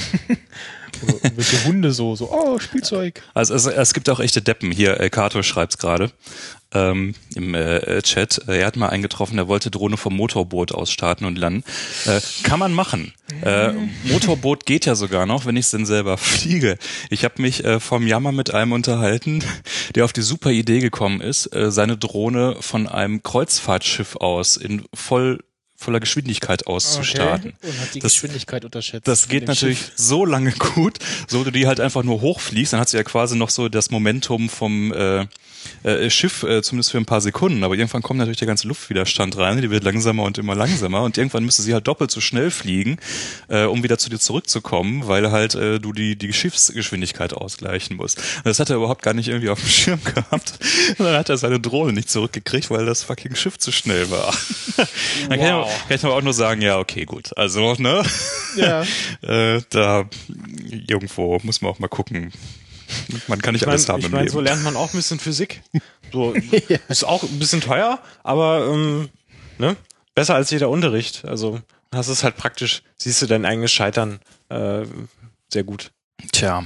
A: Oder irgendwelche Hunde so, so, oh, Spielzeug.
C: Also es, es gibt auch echte Deppen. Hier, äh, Kato schreibt's gerade. ähm, im äh, Chat. Er hat mal einen getroffen, der wollte Drohne vom Motorboot aus starten und landen. Äh, kann man machen. Äh, Motorboot geht ja sogar noch, wenn ich es denn selber fliege. Ich habe mich äh, vom Jammer mit einem unterhalten, der auf die super Idee gekommen ist, äh, seine Drohne von einem Kreuzfahrtschiff aus in voll voller Geschwindigkeit auszustarten.
A: Okay. Und hat die
C: das,
A: Geschwindigkeit unterschätzt.
C: Das geht natürlich Schiff. so lange gut, so du die halt einfach nur hochfliegst, dann hat sie ja quasi noch so das Momentum vom äh, äh, Schiff, äh, zumindest für ein paar Sekunden, aber irgendwann kommt natürlich der ganze Luftwiderstand rein, die wird langsamer und immer langsamer und irgendwann müsste sie halt doppelt so schnell fliegen, äh, um wieder zu dir zurückzukommen, weil halt äh, du die die Schiffsgeschwindigkeit ausgleichen musst. Und das hat er überhaupt gar nicht irgendwie auf dem Schirm gehabt. Und dann hat er seine Drohne nicht zurückgekriegt, weil das fucking Schiff zu schnell war. Dann kann wow. ich, kann ich aber auch nur sagen, ja, okay, gut. Also, ne?
A: Ja.
C: äh, da irgendwo muss man auch mal gucken. Man kann nicht ich mein, alles haben
B: ich
C: im
B: mein,
C: Leben.
B: So lernt man auch ein bisschen Physik. So, ja. Ist auch ein bisschen teuer, aber ähm, ne? Besser als jeder Unterricht. Also hast es halt praktisch, siehst du dein eigenes Scheitern äh, sehr gut.
C: Tja.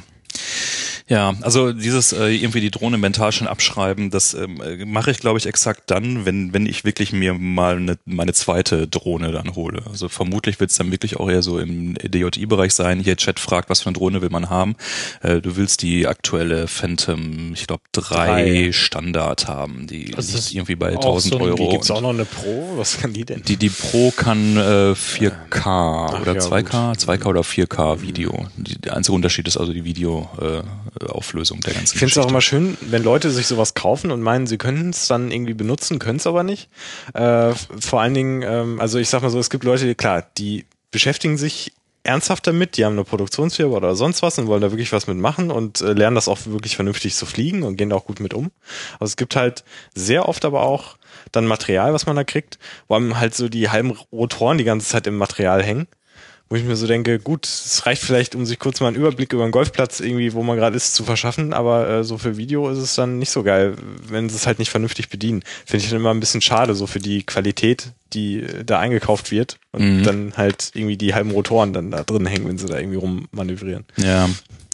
C: Ja, also dieses äh, irgendwie die Drohne mental schon abschreiben, das ähm, mache ich, glaube ich, exakt dann, wenn wenn ich wirklich mir mal eine, meine zweite Drohne dann hole. Also vermutlich wird es dann wirklich auch eher so im D J I-Bereich sein. Hier Chat fragt, was für eine Drohne will man haben. Äh, du willst die aktuelle Phantom, ich glaube, drei Standard haben. Die
A: also
C: liegt irgendwie bei tausend
B: so
C: Euro.
B: Gibt's auch noch eine Pro? Was kann die denn?
C: Die die Pro kann äh, vier K
B: Ach,
C: oder
B: ja,
C: zwei K,
B: gut.
C: zwei K oder vier K Video. Die, der einzige Unterschied ist also die Video äh, Auflösung der ganzen
B: Ich finde es auch
C: Geschichte.
B: immer schön, wenn Leute sich sowas kaufen und meinen, sie können es dann irgendwie benutzen, können es aber nicht. Äh, vor allen Dingen, ähm, also ich sag mal so, es gibt Leute, die, klar, die beschäftigen sich ernsthaft damit, die haben eine Produktionsfirma oder sonst was und wollen da wirklich was mitmachen und äh, lernen das auch wirklich vernünftig zu fliegen und gehen da auch gut mit um. Also es gibt halt sehr oft aber auch dann Material, was man da kriegt, wo einem halt so die halben Rotoren die ganze Zeit im Material hängen. Wo ich mir so denke, gut, es reicht vielleicht, um sich kurz mal einen Überblick über den Golfplatz irgendwie, wo man gerade ist, zu verschaffen, aber äh, so für Video ist es dann nicht so geil, wenn sie es halt nicht vernünftig bedienen. Finde ich dann immer ein bisschen schade, so für die Qualität, die äh, da eingekauft wird und
C: Mhm.
B: dann halt irgendwie die halben Rotoren dann da drin hängen, wenn sie da irgendwie rummanövrieren.
C: Ja.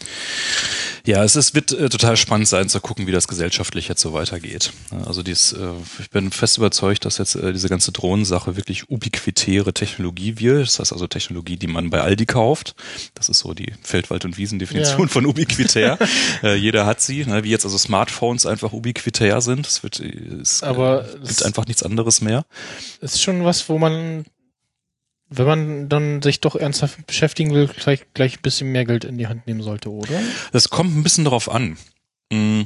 C: Ja, es ist, wird äh, total spannend sein zu gucken, wie das gesellschaftlich jetzt so weitergeht. Also dies, äh, ich bin fest überzeugt, dass jetzt äh, diese ganze Drohnensache wirklich ubiquitäre Technologie wird. Das heißt also Technologie, die man bei Aldi kauft. Das ist so die Feldwald- und Wiesendefinition
A: Ja.
C: von ubiquitär. äh, jeder hat sie, ne? Wie jetzt also Smartphones einfach ubiquitär sind. Es wird, es
A: Aber
C: äh, gibt
A: es
C: einfach nichts anderes mehr.
A: ist schon was, wo man, wenn man dann sich doch ernsthaft beschäftigen will, gleich, gleich ein bisschen mehr Geld in die Hand nehmen sollte, oder?
C: Das kommt ein bisschen darauf an. Mm.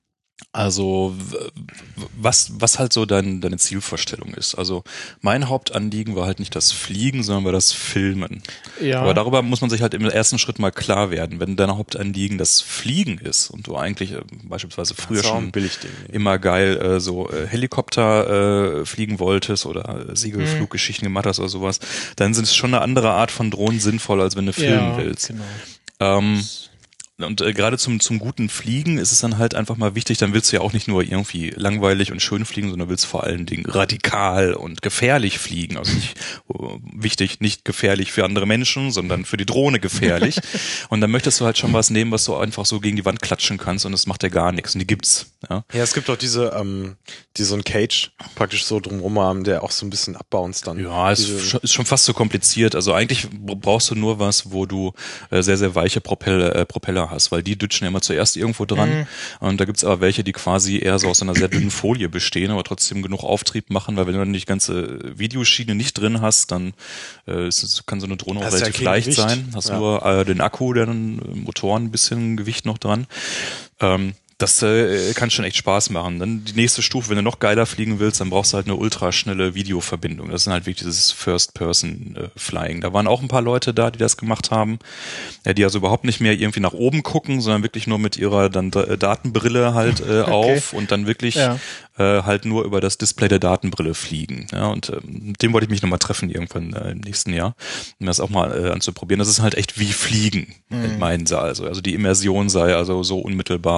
C: Also w- was was halt so dein, deine Zielvorstellung ist. Also mein Hauptanliegen war halt nicht das Fliegen, sondern war das Filmen.
A: Ja.
C: Aber darüber muss man sich halt im ersten Schritt mal klar werden. Wenn dein Hauptanliegen das Fliegen ist und du eigentlich äh, beispielsweise früher
B: Das ist auch ein
C: schon
B: Billigding.
C: immer geil äh, so äh, Helikopter äh, fliegen wolltest oder äh, Segelfluggeschichten gemacht hast oder sowas, dann sind es schon eine andere Art von Drohnen sinnvoll, als wenn du filmen
A: ja,
C: willst.
A: genau.
C: Ähm, Und äh, gerade zum zum guten Fliegen ist es dann halt einfach mal wichtig, dann willst du ja auch nicht nur irgendwie langweilig und schön fliegen, sondern willst vor allen Dingen radikal und gefährlich fliegen. Also nicht uh, wichtig, nicht gefährlich für andere Menschen, sondern für die Drohne gefährlich. Und dann möchtest du halt schon was nehmen, was du einfach so gegen die Wand klatschen kannst und das macht ja gar nichts. Und die gibt's. Ja,
B: Ja, es gibt auch diese, ähm, die so ein Cage praktisch so drumrum haben, der auch so ein bisschen abbounce dann.
C: ja ist,
B: Diese-
C: schon- ist schon fast so kompliziert. Also eigentlich brauchst du nur was, wo du äh, sehr, sehr weiche Propeller, äh, Propeller hast, weil die dütschen ja immer zuerst irgendwo dran.
A: Mhm.
C: Und da gibt's aber welche, die quasi eher so aus einer sehr dünnen Folie bestehen, aber trotzdem genug Auftrieb machen, weil wenn du dann die ganze Videoschiene nicht drin hast, dann äh, ist, es- kann so eine Drohne auch
B: Hast ja
C: relativ
B: kein
C: leicht
B: Gewicht.
C: sein. Hast
B: Ja.
C: nur äh, den Akku, der dann äh, Motoren ein bisschen Gewicht noch dran. Ähm, Das äh, kann schon echt Spaß machen. Dann die nächste Stufe, wenn du noch geiler fliegen willst, dann brauchst du halt eine ultraschnelle Videoverbindung. Das ist halt wirklich dieses First-Person-Flying. Da waren auch ein paar Leute da, die das gemacht haben, ja, die also überhaupt nicht mehr irgendwie nach oben gucken, sondern wirklich nur mit ihrer dann äh, Datenbrille halt äh, auf und dann wirklich
A: Ja.
C: äh, halt nur über das Display der Datenbrille fliegen. Ja, und äh, mit dem wollte ich mich nochmal treffen irgendwann äh, im nächsten Jahr, um das auch mal äh, anzuprobieren. Das ist halt echt wie Fliegen,
A: Mhm.
C: meinen sie also. Also die Immersion sei also so unmittelbar und so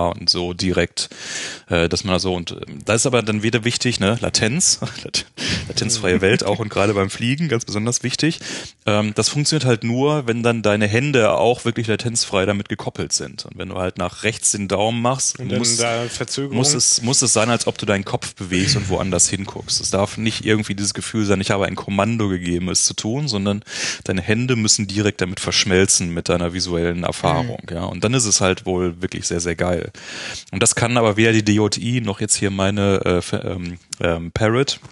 C: so direkt, äh, dass man also, und äh, da ist aber dann wieder wichtig, ne, Latenz, latenzfreie Welt auch und gerade beim Fliegen ganz besonders wichtig. Ähm, das funktioniert halt nur, wenn dann deine Hände auch wirklich latenzfrei damit gekoppelt sind. Und wenn du halt nach rechts den Daumen machst,
B: und
C: muss,
B: da Verzögerung.
C: muss es muss es sein, als ob du deinen Kopf bewegst und woanders hinguckst. Es darf nicht irgendwie dieses Gefühl sein, ich habe ein Kommando gegeben, es zu tun, sondern deine Hände müssen direkt damit verschmelzen mit deiner visuellen Erfahrung. Mhm. Ja, und dann ist es halt wohl wirklich sehr, sehr geil. Und das kann aber weder die D J I noch jetzt hier meine äh, ähm, ähm, Parrot,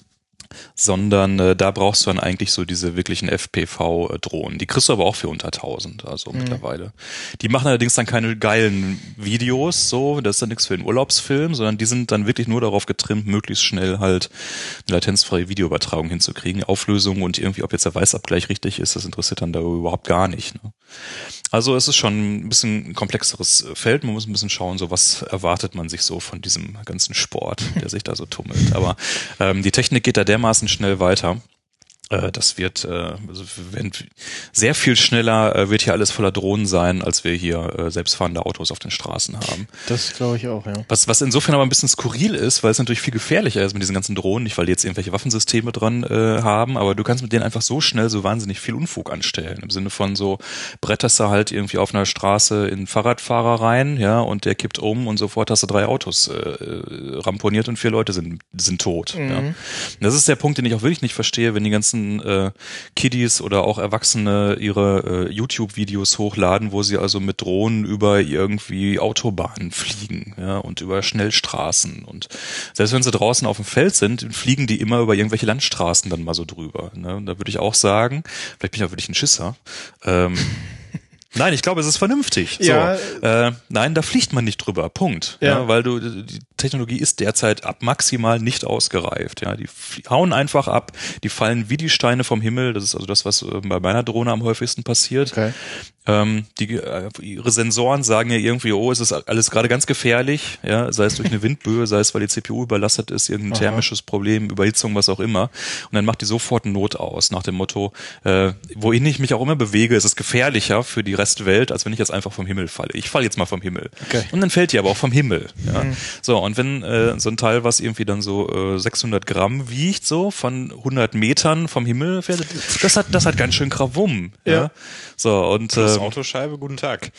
C: sondern äh, da brauchst du dann eigentlich so diese wirklichen F P V-Drohnen. Die kriegst du aber auch für unter tausend, also mhm. mittlerweile. Die machen allerdings dann keine geilen Videos, so, das ist dann nichts für den Urlaubsfilm, sondern die sind dann wirklich nur darauf getrimmt, möglichst schnell halt eine latenzfreie Videoübertragung hinzukriegen. Auflösung und irgendwie, ob jetzt der Weißabgleich richtig ist, das interessiert dann da überhaupt gar nicht. Ne? Also es ist schon ein bisschen ein komplexeres Feld. Man muss ein bisschen schauen, so was erwartet man sich so von diesem ganzen Sport, der sich da so tummelt. Aber ähm, die Technik geht da dermaßen schnell weiter. Äh, das wird äh, also wenn, sehr viel schneller äh, wird hier alles voller Drohnen sein, als wir hier äh, selbstfahrende Autos auf den Straßen haben.
A: Das glaube ich auch, ja.
C: Was, was insofern aber ein bisschen skurril ist, weil es natürlich viel gefährlicher ist mit diesen ganzen Drohnen, nicht weil die jetzt irgendwelche Waffensysteme dran äh, haben, aber du kannst mit denen einfach so schnell so wahnsinnig viel Unfug anstellen. Im Sinne von so, bretterst du halt irgendwie auf einer Straße in einen Fahrradfahrer rein, ja, und der kippt um und sofort hast du drei Autos äh, ramponiert und vier Leute sind sind tot. Mhm. Ja. Und das ist der Punkt, den ich auch wirklich nicht verstehe, wenn die ganzen Äh, Kiddies oder auch Erwachsene ihre äh, YouTube-Videos hochladen, wo sie also mit Drohnen über irgendwie Autobahnen fliegen, ja, und über Schnellstraßen. Und selbst wenn sie draußen auf dem Feld sind, fliegen die immer über irgendwelche Landstraßen dann mal so drüber. Ne? Und da würde ich auch sagen, vielleicht bin ich auch wirklich ein Schisser, ähm, nein, ich glaube, es ist vernünftig.
A: Ja.
C: So, äh, nein, da fliegt man nicht drüber. Punkt. Ja. Ja, weil du die Technologie ist derzeit ab maximal nicht ausgereift. Ja, die hauen einfach ab, die fallen wie die Steine vom Himmel. Das ist also das, was bei meiner Drohne am häufigsten passiert. Okay. Ähm, die, äh, ihre Sensoren sagen ja irgendwie, oh, es ist alles gerade ganz gefährlich, ja, sei es durch eine Windböe, sei es, weil die C P U überlastet ist, irgendein Aha. thermisches Problem, Überhitzung, was auch immer. Und dann macht die sofort eine Not aus, nach dem Motto, äh, wohin ich mich auch immer bewege, ist es gefährlicher für die Restwelt, als wenn ich jetzt einfach vom Himmel falle. Ich falle jetzt mal vom Himmel. Okay. Und dann fällt die aber auch vom Himmel. Ja. Mhm. So, und wenn äh, so ein Teil, was irgendwie dann so äh, sechshundert Gramm wiegt, so von hundert Metern vom Himmel fällt, das hat, das hat ganz schön Krawum. Ja. ja. So, und
B: äh, Autoscheibe, guten Tag.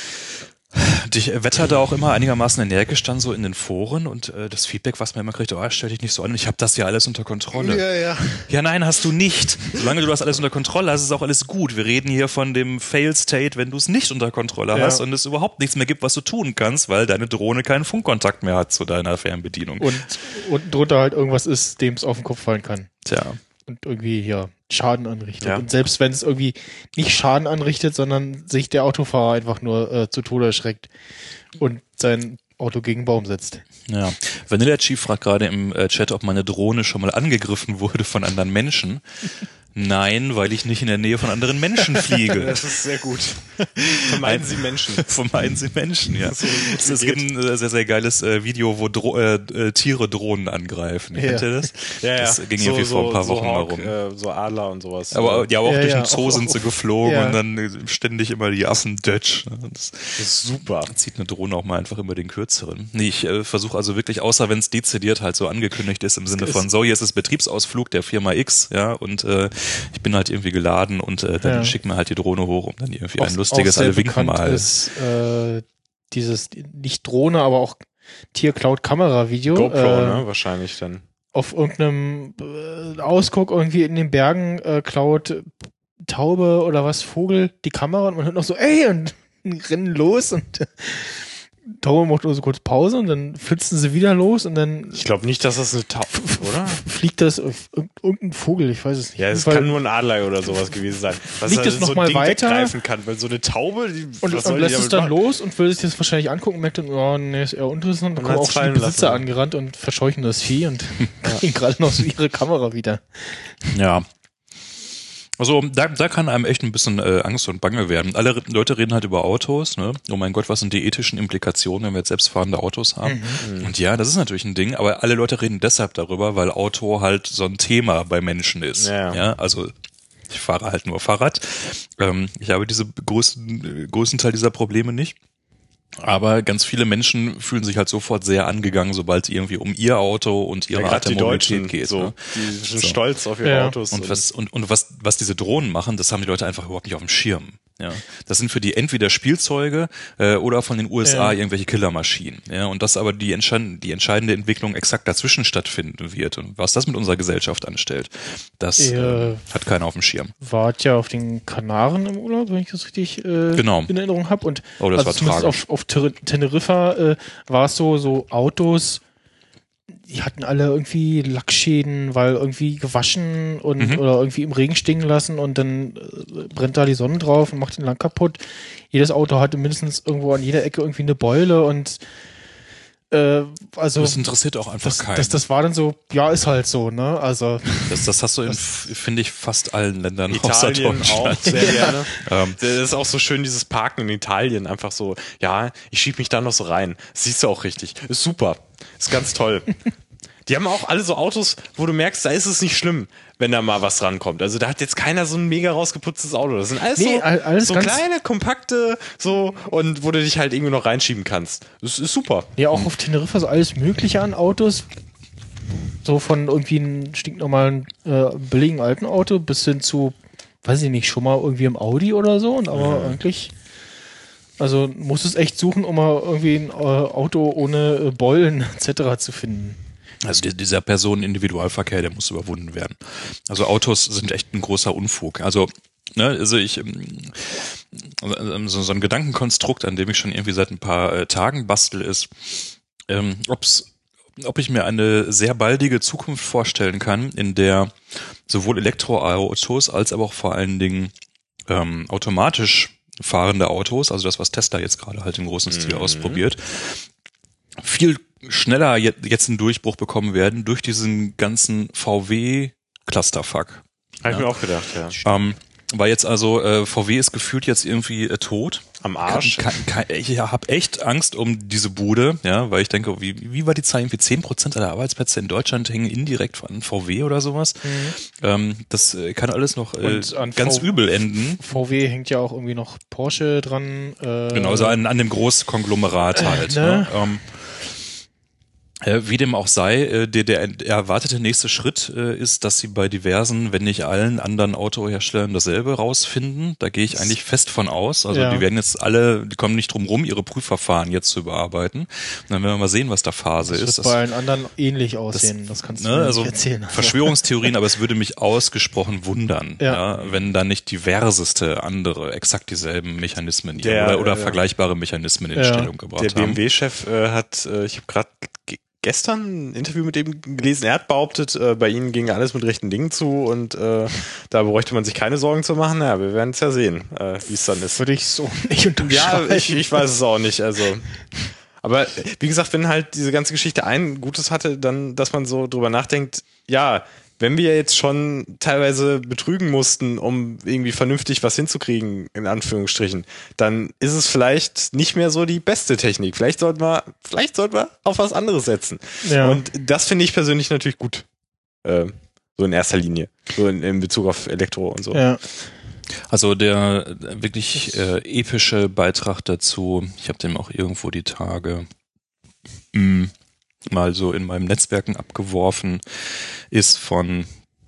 C: Ich wetter da auch immer einigermaßen energisch dann so in den Foren und äh, das Feedback, was man immer kriegt, oh, stell dich nicht so an, ich habe das ja alles unter Kontrolle.
B: Ja, ja.
C: Ja, nein, hast du nicht. Solange du das alles unter Kontrolle hast, ist auch alles gut. Wir reden hier von dem Fail-State, wenn du es nicht unter Kontrolle ja. hast und es überhaupt nichts mehr gibt, was du tun kannst, weil deine Drohne keinen Funkkontakt mehr hat zu deiner Fernbedienung.
A: Und unten drunter halt irgendwas ist, dem es auf den Kopf fallen kann.
C: Tja.
A: Und irgendwie hier Schaden anrichtet.
C: Ja.
A: Und selbst wenn es irgendwie nicht Schaden anrichtet, sondern sich der Autofahrer einfach nur äh, zu Tode erschreckt und sein Auto gegen einen Baum setzt.
C: Ja. Vanilla Chief fragt gerade im äh, Chat, ob meine Drohne schon mal angegriffen wurde von anderen Menschen. Nein, weil ich nicht in der Nähe von anderen Menschen fliege.
B: Das ist sehr gut. Vermeiden Sie Menschen.
C: Vermeiden Sie Menschen, ja. So, es gibt ein äh, sehr, sehr geiles äh, Video, wo Dro äh, äh, Tiere Drohnen angreifen. Ja. Kennt ihr das?
B: Ja, ja.
C: Das ging
B: so,
C: irgendwie
B: so,
C: vor ein paar
B: so
C: Wochen
B: Hawk,
C: herum.
B: Äh, so Adler und sowas.
C: Aber ja, aber auch
A: ja,
C: durch
A: ja.
C: den Zoo
A: auch,
C: sind
A: auch,
C: sie geflogen
A: ja.
C: und dann äh, ständig immer die Affen Dutch. Das,
B: das ist super.
C: Dann zieht eine Drohne auch mal einfach immer den kürzeren. Nee, ich äh, versuche also wirklich, außer wenn es dezidiert halt so angekündigt ist, im Sinne von, so, hier ist das Betriebsausflug der Firma X, ja, und äh, ich bin halt irgendwie geladen und äh, dann ja. schickt man halt die Drohne hoch, um dann irgendwie auch, ein lustiges alle winken mal.
A: Ist, äh, dieses, nicht Drohne, aber auch Tier-Cloud-Kamera-Video.
B: GoPro,
A: äh,
B: ne, wahrscheinlich dann.
A: Auf irgendeinem äh, Ausguck irgendwie in den Bergen äh, klaut Taube oder was, Vogel, die Kamera und man hört noch so, ey, und rennen los und Taube macht nur so kurz Pause und dann flitzen sie wieder los und dann...
B: Ich glaube nicht, dass das eine Taube, oder?
A: Fliegt das auf irgendein Vogel, ich weiß es nicht.
B: Ja, es kann nur ein Adler oder sowas gewesen sein. Was
A: fliegt es nochmal
B: so
A: weiter
B: weggreifen kann, weil so eine Taube... Die,
A: und
B: was
A: und
B: soll
A: lässt
B: die
A: es dann
B: machen?
A: los und will sich das wahrscheinlich angucken und merkt dann, oh, nee, ist eher uninteressant. Dann
B: Und
A: kommen
B: hat's
A: auch schon die
B: fallen
A: Besitzer
B: lassen.
A: angerannt und verscheuchen das Vieh und kriegen gerade noch so ihre Kamera wieder.
C: Ja. Also da, da kann einem echt ein bisschen äh, Angst und Bange werden. Alle Leute reden halt über Autos, ne? Oh mein Gott, was sind die ethischen Implikationen, wenn wir jetzt selbstfahrende Autos haben? Mhm. Und ja, das ist natürlich ein Ding, aber alle Leute reden deshalb darüber, weil Auto halt so ein Thema bei Menschen ist.
B: Ja,
C: ja also ich fahre halt nur Fahrrad. Ähm, ich habe diese größten, größten Teil dieser Probleme nicht. Aber ganz viele Menschen fühlen sich halt sofort sehr angegangen, sobald es irgendwie um ihr Auto und ihre
B: Ja,
C: Art der
B: die
C: Mobilität
B: Deutschen,
C: geht.
B: so,
C: Ne?
B: die sind
C: So.
B: stolz auf ihre
A: Ja.
B: Autos.
C: Und was, und, und was, was diese Drohnen machen, das haben die Leute einfach überhaupt nicht auf dem Schirm. Ja, das sind für die entweder Spielzeuge äh, oder von den U S A
A: Ja.
C: irgendwelche Killermaschinen. Ja, und dass aber die, entscheid die entscheidende Entwicklung exakt dazwischen stattfinden wird und was das mit unserer Gesellschaft anstellt, das
A: Ja.
C: äh, hat keiner auf dem Schirm.
A: Wart ja auf den Kanaren im Urlaub, wenn ich das richtig äh,
C: Genau.
A: in Erinnerung habe. Und
C: Oh, das war
A: zumindest
C: tragisch.
A: auf, auf Ter- Teneriffa äh, war es so, so Autos, die hatten alle irgendwie Lackschäden, weil irgendwie gewaschen und
C: Mhm.
A: oder irgendwie im Regen stehen lassen und dann äh, brennt da die Sonne drauf und macht den Lack kaputt. Jedes Auto hatte mindestens irgendwo an jeder Ecke irgendwie eine Beule und äh, also
C: Das interessiert auch einfach
A: das,
C: keinen.
A: das, das war dann so, ja, ist halt so, ne? Also
C: Das, das hast du in, finde ich, fast allen Ländern
B: Italien
C: außer
B: auch
C: Deutschland.
B: sehr gerne.
C: Ähm.
B: Das ist auch so schön, dieses Parken in Italien. Einfach so, ja, ich schieb mich da noch so rein. Das siehst du auch richtig. Ist super. Ist ganz toll. Die haben auch alle so Autos, wo du merkst, da ist es nicht schlimm, wenn da mal was rankommt. Also da hat jetzt keiner so ein mega rausgeputztes Auto. Das sind alles
A: Nee,
B: so,
A: all- alles
B: so
A: ganz-
B: kleine, kompakte, so, und wo du dich halt irgendwie noch reinschieben kannst. Das ist super.
A: ja, auch auf Teneriffa so alles Mögliche an Autos. So von irgendwie einem stinknormalen, äh, billigen alten Auto bis hin zu, weiß ich nicht, schon mal irgendwie im Audi oder so. Und aber eigentlich, also musst du es echt suchen, um mal irgendwie ein äh, Auto ohne äh, Beulen et cetera zu finden.
C: Also die- dieser Personenindividualverkehr, der muss überwunden werden. Also Autos sind echt ein großer Unfug. Also, ne, also ich ähm, so, so ein Gedankenkonstrukt, an dem ich schon irgendwie seit ein paar äh, Tagen bastel, ist, ähm, ob's, ob ich mir eine sehr baldige Zukunft vorstellen kann, in der sowohl Elektroautos als aber auch vor allen Dingen ähm, automatisch fahrende Autos, also das, was Tesla jetzt gerade halt im großen Stil
B: Mhm.
C: ausprobiert, viel schneller je- jetzt einen Durchbruch bekommen werden durch diesen ganzen V W-Clusterfuck.
B: Habe ich mir auch gedacht, ja.
C: Ähm, weil jetzt also äh, V W ist gefühlt jetzt irgendwie äh, tot.
B: Am Arsch.
C: Kann, kann, kann, ich habe echt Angst um diese Bude, ja, weil ich denke, wie, wie war die Zahl? Irgendwie zehn Prozent aller Arbeitsplätze in Deutschland hängen indirekt an V W oder sowas. Ähm, das äh, kann alles noch äh,
A: Und an
C: ganz
A: V-
C: übel enden.
A: V W hängt ja auch irgendwie noch Porsche dran. Äh,
C: Genau, so an, an dem Großkonglomerat halt.
A: ne?
C: Ne? Ähm, äh, wie dem auch sei, äh, der, der erwartete nächste Schritt äh, ist, dass sie bei diversen, wenn nicht allen anderen Autoherstellern dasselbe rausfinden. Da gehe ich eigentlich fest von aus. Also
A: Ja.
C: die werden jetzt alle, die kommen nicht drum rum, ihre Prüfverfahren jetzt zu überarbeiten. Und dann werden wir mal sehen, was da Phase
A: das
C: ist.
A: wird bei allen anderen ähnlich aussehen. Das, kannst du
C: Ne,
A: mir
C: also
A: nicht erzählen.
C: Verschwörungstheorien, aber es würde mich ausgesprochen wundern,
A: Ja.
C: ja. wenn da nicht diverseste andere exakt dieselben Mechanismen
B: Der,
C: oder, oder
B: äh,
C: vergleichbare Mechanismen in
A: Ja.
C: Stellung gebracht
B: Der B M
C: haben.
B: W-Chef äh, hat, äh, ich habe gerade gestern ein Interview mit ihm gelesen, er hat behauptet, äh, bei ihnen ging alles mit rechten Dingen zu und äh, da bräuchte man sich keine Sorgen zu machen. Ja, wir werden es ja sehen, äh, wie es dann ist.
A: Würde ich so nicht
B: Ja,
A: unterschreiben.
B: ich, ich weiß es auch nicht. Also, aber wie gesagt, wenn halt diese ganze Geschichte ein Gutes hatte, dann, dass man so drüber nachdenkt, ja, wenn wir jetzt schon teilweise betrügen mussten, um irgendwie vernünftig was hinzukriegen, in Anführungsstrichen, dann ist es vielleicht nicht mehr so die beste Technik. Vielleicht sollten wir, vielleicht sollten wir auf was anderes setzen.
A: Ja.
B: Und das finde ich persönlich natürlich gut. Äh, so in erster Linie. So in, in Bezug auf Elektro und so.
A: Ja.
C: Also der wirklich äh, epische Beitrag dazu, ich habe dem auch irgendwo die Tage mh, mal so in meinem Netzwerken abgeworfen, ist von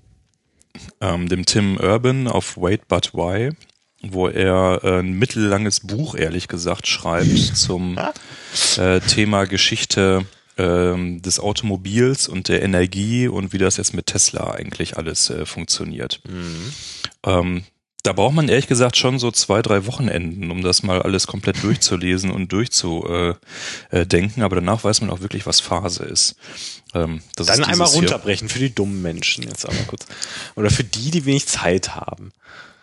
C: ähm, dem Tim Urban auf Wait But Why, wo er äh, ein mittellanges Buch, ehrlich gesagt, schreibt zum äh, Thema Geschichte ähm, des Automobils und der Energie und wie das jetzt mit Tesla eigentlich alles äh, funktioniert. Ähm, da braucht man ehrlich gesagt schon so zwei, drei Wochenenden, um das mal alles komplett durchzulesen und durchzudenken, aber danach weiß man auch wirklich, was Phase ist. Ähm, das
B: Dann
C: ist
B: einmal
C: dieses hier.
B: runterbrechen für die dummen Menschen jetzt aber kurz. Oder für die, die wenig Zeit haben.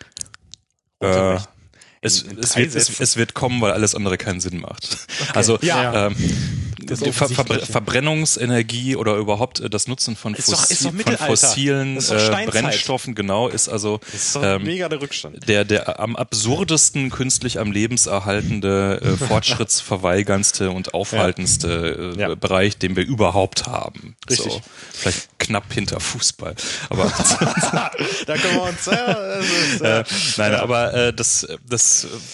C: Äh,
B: In-
C: es,
B: in
C: es,
B: drei
C: wird, es,
B: Sätzen.
C: es wird kommen, weil alles andere keinen Sinn macht. Also
B: Ja.
C: ähm,
A: Das
C: die Ver Ver
A: Offensichtliche.
C: Verbrennungsenergie oder überhaupt äh, das Nutzen von,
B: Ist doch- ist
C: Fossi
B: doch
C: von
B: Mittelalter.
C: fossilen
B: Das ist doch
C: äh,
B: Steinzeit.
C: Brennstoffen, genau, ist also
B: Das ist doch
C: ähm,
B: mega der Rückstand.
C: der, der am absurdesten künstlich am lebenserhaltende, äh, fortschrittsverweigerndste und aufhaltendste äh,
B: Ja.
C: Bereich, den wir überhaupt haben.
B: Richtig.
C: So, vielleicht knapp hinter Fußball. Aber
B: Da können wir uns, ja, das ist,
C: äh,
B: äh,
C: nein, aber äh, das, das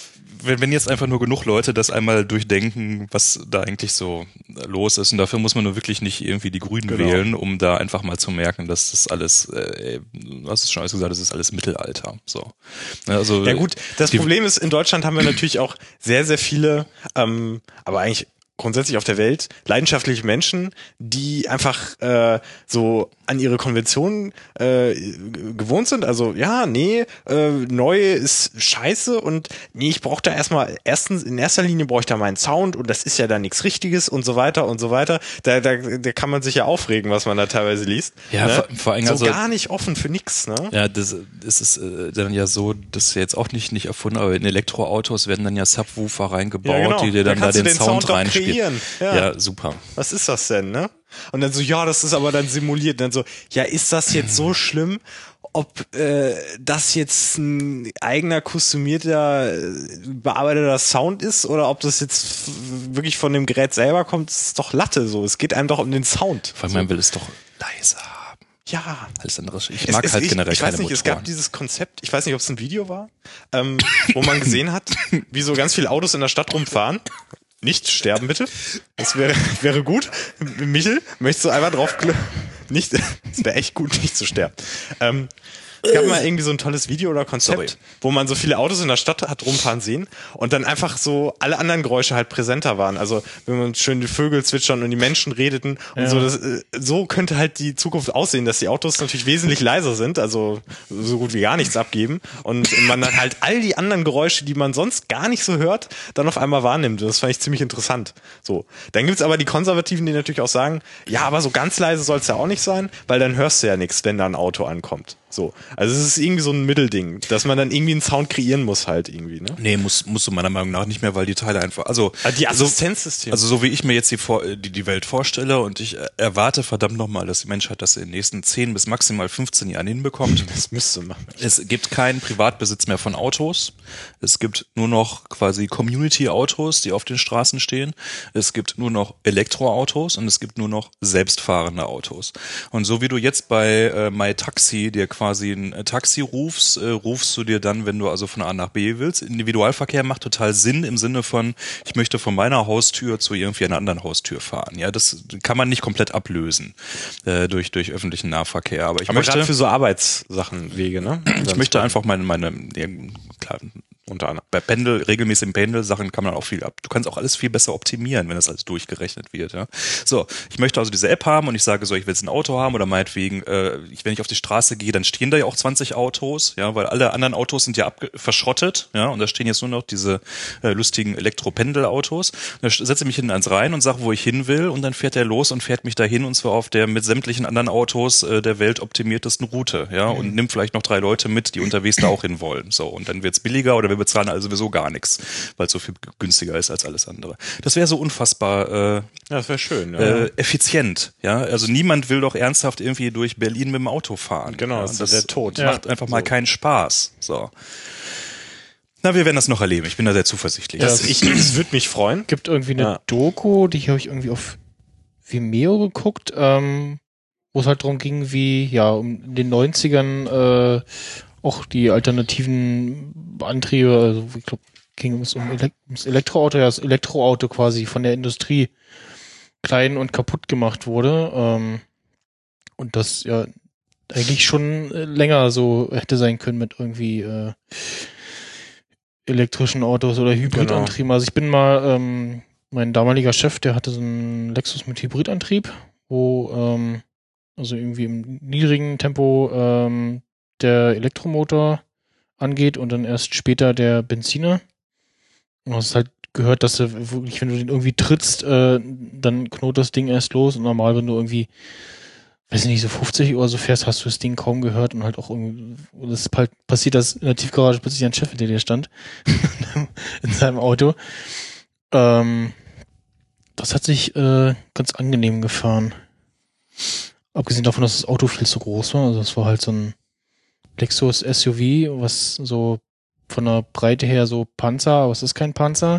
C: wenn, wenn jetzt einfach nur genug Leute das einmal durchdenken, was da eigentlich so los ist, und dafür muss man nur wirklich nicht irgendwie die Grünen
B: Genau.
C: wählen, um da einfach mal zu merken, dass das alles, äh, du hast es schon alles gesagt, das ist alles Mittelalter. So. Also,
B: Ja gut, das
C: die,
B: Problem ist, in Deutschland haben wir natürlich auch sehr, sehr viele, ähm, aber eigentlich grundsätzlich auf der Welt, leidenschaftliche Menschen, die einfach äh, so an ihre Konventionen äh, gewohnt sind. Also ja, nee, äh, neu ist scheiße und nee, ich brauche da erstmal, erstens, in erster Linie brauche ich da meinen Sound und das ist ja da nichts Richtiges und so weiter und so weiter. Da, da, da kann man sich ja aufregen, was man da teilweise liest.
C: Ja,
B: ne?
C: vor, vor allem
B: so
C: also,
B: gar nicht offen für nix, ne?
C: Ja, das, das ist äh, dann ja so, das ist jetzt auch nicht, nicht erfunden, aber in Elektroautos werden dann ja Subwoofer reingebaut,
B: Ja, genau.
C: die dir dann
B: Da
C: da
B: kannst du
C: den,
B: den
C: Sound,
B: Sound doch
C: reinspielen.
B: kreieren. Ja.
C: Ja, super.
B: Was ist das denn, ne? Und dann so, ja, das ist aber dann simuliert. Und dann so, ja, ist das jetzt so schlimm, ob äh, das jetzt ein eigener, kostümierter, äh, bearbeiteter Sound ist oder ob das jetzt f- wirklich von dem Gerät selber kommt, ist doch Latte so. Es geht einem doch um den Sound.
C: Vor allem, man will es doch leise haben.
B: Ja.
C: Alles andere. Ich
B: Es-
C: mag
B: es,
C: halt
B: ich,
C: generell
B: ich weiß
C: keine
B: nicht, es
C: Motoren.
B: gab dieses Konzept, ich weiß nicht, ob es ein Video war, ähm, wo man gesehen hat, wie so ganz viele Autos in der Stadt rumfahren. Nicht sterben, bitte. Das wäre, wäre gut. Michel, möchtest du einmal drauf, kl- nicht, es wäre echt gut, nicht zu sterben. Ähm, es gab mal irgendwie so ein tolles Video oder Konzept,
C: Sorry.
B: wo man so viele Autos in der Stadt hat rumfahren sehen und dann einfach so alle anderen Geräusche halt präsenter waren. Also wenn man schön die Vögel zwitschern und die Menschen redeten und
A: Ja.
B: so. Das, äh, so könnte halt die Zukunft aussehen, dass die Autos natürlich wesentlich leiser sind, also so gut wie gar nichts abgeben und man dann halt all die anderen Geräusche, die man sonst gar nicht so hört, dann auf einmal wahrnimmt. Das fand ich ziemlich interessant. So, dann gibt's aber die Konservativen, die natürlich auch sagen, ja, aber so ganz leise soll's ja auch nicht sein, weil dann hörst du ja nichts, wenn da ein Auto ankommt. So, also es ist irgendwie so ein Mittelding, dass man dann irgendwie einen Sound kreieren muss halt irgendwie, ne?
C: Nee, muss, musst du meiner Meinung nach nicht mehr, weil die Teile einfach, also,
B: Also die
C: also,
B: Assistenzsysteme.
C: also so wie ich mir jetzt die, Vor- die, die Welt vorstelle und ich äh, erwarte verdammt nochmal, dass die Menschheit das in den nächsten zehn bis maximal fünfzehn Jahren hinbekommt.
B: das müsste man.
C: Es gibt keinen Privatbesitz mehr von Autos. Es gibt nur noch quasi Community-Autos, die auf den Straßen stehen. Es gibt nur noch Elektroautos und es gibt nur noch selbstfahrende Autos. Und so wie du jetzt bei äh, MyTaxi dir quasi ein äh, Taxi rufst, äh, rufst du dir dann, wenn du also von A nach B willst. Individualverkehr macht total Sinn im Sinne von, ich möchte von meiner Haustür zu irgendwie einer anderen Haustür fahren. Ja, das kann man nicht komplett ablösen äh, durch durch öffentlichen Nahverkehr. Aber ich
B: Aber
C: möchte
B: gerade für so Arbeitssachen, Wege, ne?
C: ich möchte einfach meine, meine, ja, klar,
B: unter anderem.
C: bei Pendel, regelmäßigen Pendelsachen kann man auch viel ab. Du kannst auch alles viel besser optimieren, wenn das alles durchgerechnet wird, ja. So, ich möchte also diese App haben und ich sage so, ich will jetzt ein Auto haben oder meinetwegen, äh, ich, wenn ich auf die Straße gehe, dann stehen da ja auch zwanzig Autos, ja, weil alle anderen Autos sind ja abge- verschrottet, ja, und da stehen jetzt nur noch diese äh, lustigen Elektropendelautos. Da setze ich mich hinten ans Rein und sage, wo ich hin will und dann fährt er los und fährt mich dahin und zwar auf der mit sämtlichen anderen Autos äh, der Welt optimiertesten Route, ja,
B: Mhm.
C: und nimmt vielleicht noch drei Leute mit, die unterwegs da auch hin wollen. So, und dann wird's billiger oder wir bezahlen also sowieso gar nichts, weil es so viel günstiger ist als alles andere. Das wäre so unfassbar äh,
B: Ja, das wäre schön, ja.
C: äh, effizient, ja. Also niemand will doch ernsthaft irgendwie durch Berlin mit dem Auto fahren.
B: Genau,
C: ja?
B: das ist
C: das
B: der Tod.
C: macht
B: Ja.
C: einfach mal
B: So.
C: keinen Spaß. So. Na, wir werden das noch erleben. Ich bin da sehr zuversichtlich.
B: Das, ich, es würde mich freuen.
A: Gibt irgendwie eine
B: Ja.
A: Doku, die habe ich irgendwie auf Vimeo geguckt, ähm, wo es halt darum ging, wie, ja, um in den neunzigern äh, auch die alternativen Antriebe, also ich glaube, ging es um Elek ums Elektroauto, ja, das Elektroauto quasi von der Industrie klein und kaputt gemacht wurde. Ähm, und das ja eigentlich schon äh, länger so hätte sein können mit irgendwie äh, elektrischen Autos oder Hybridantrieben. Also ich bin mal, ähm, mein damaliger Chef, der hatte so einen Lexus mit Hybridantrieb, wo ähm, also irgendwie im niedrigen Tempo ähm, der Elektromotor angeht und dann erst später der Benziner. Und du hast halt gehört, dass du wirklich, wenn du den irgendwie trittst, äh, dann knurrt das Ding erst los und normal, wenn du irgendwie, weiß ich nicht, so fünfzig oder so fährst, hast du das Ding kaum gehört und halt auch irgendwie, das ist halt passiert, dass in der Tiefgarage plötzlich ein Chef hinter dir stand in seinem Auto. Ähm, das hat sich äh, ganz angenehm gefahren. Abgesehen davon, dass das Auto viel zu groß war. Also es war halt so ein Lexus S U V, was so von der Breite her so Panzer, aber es ist kein Panzer.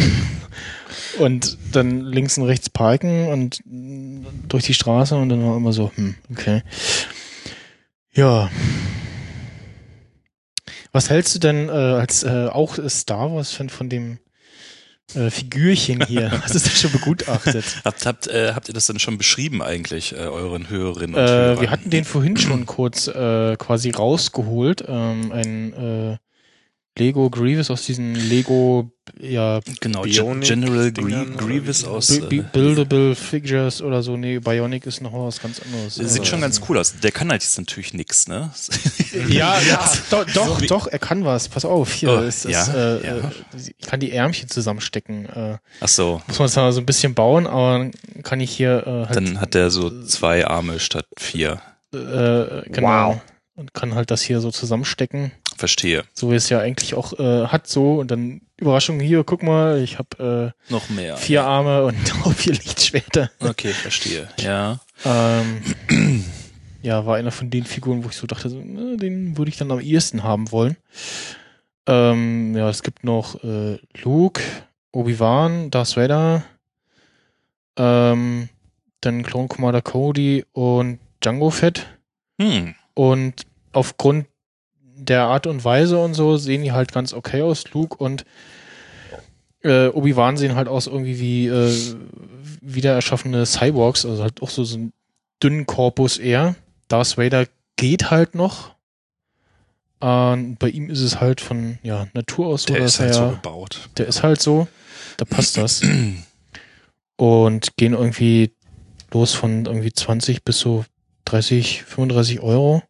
A: Und dann links und rechts parken und durch die Straße und dann war immer so, hm, okay. Ja. Was hältst du denn äh, als äh, auch Star Wars-Fan von dem äh, Figürchen hier? Hast du das schon begutachtet?
C: habt, habt, äh, habt ihr das denn schon beschrieben eigentlich, äh, euren Hörerinnen und
A: Äh,
C: Hörern?
A: wir hatten den vorhin schon kurz äh, quasi rausgeholt. Ähm, ein äh, Lego Grievous aus diesen Lego, ja,
C: Genau,
B: Bionic
C: General
B: Dingern
C: Grie Grievous
B: oder wie?
C: aus...
A: B- B-
C: Äh,
A: Buildable Figures oder so. Nee, Bionic ist noch was ganz anderes.
C: sieht
A: Also,
C: schon ganz cool aus. Der kann halt jetzt natürlich nix, ne?
A: Ja, ja, doch, doch,
C: So wie-
A: doch, er kann was. Pass auf, hier
C: Oh,
A: ist das,
C: ja,
A: äh,
C: ja.
A: äh, ich kann die Ärmchen zusammenstecken. Äh,
C: Ach so,
A: muss man zwar so ein bisschen bauen, aber dann kann ich hier äh, halt,
C: dann hat der so zwei Arme statt vier.
A: äh, genau,
B: Wow.
A: und kann halt das hier so zusammenstecken,
C: Verstehe.
A: so wie es ja eigentlich auch äh, hat so und dann Überraschung hier, guck mal, ich habe äh,
C: Noch mehr.
A: vier Arme und auch vier Lichtschwerter.
C: Okay, verstehe. Ja.
A: Ähm, ja, war einer von den Figuren, wo ich so dachte, so, ne, den würde ich dann am ehesten haben wollen. Ähm, ja, es gibt noch äh, Luke, Obi-Wan, Darth Vader, ähm, dann Clone Commander Cody und Jango Fett.
C: Hm.
A: Und aufgrund der Art und Weise und so sehen die halt ganz okay aus. Luke und äh, Obi-Wan sehen halt aus irgendwie wie äh, wieder erschaffene Cyborgs, also halt auch so, so einen dünnen Korpus eher. Darth Vader geht halt noch. Und bei ihm ist es halt von ja, Natur aus so,
C: Der
A: dass
C: ist halt
A: er,
C: so gebaut.
A: der ist halt so, da passt das. Und gehen irgendwie los von irgendwie zwanzig bis so dreißig, fünfunddreißig Euro.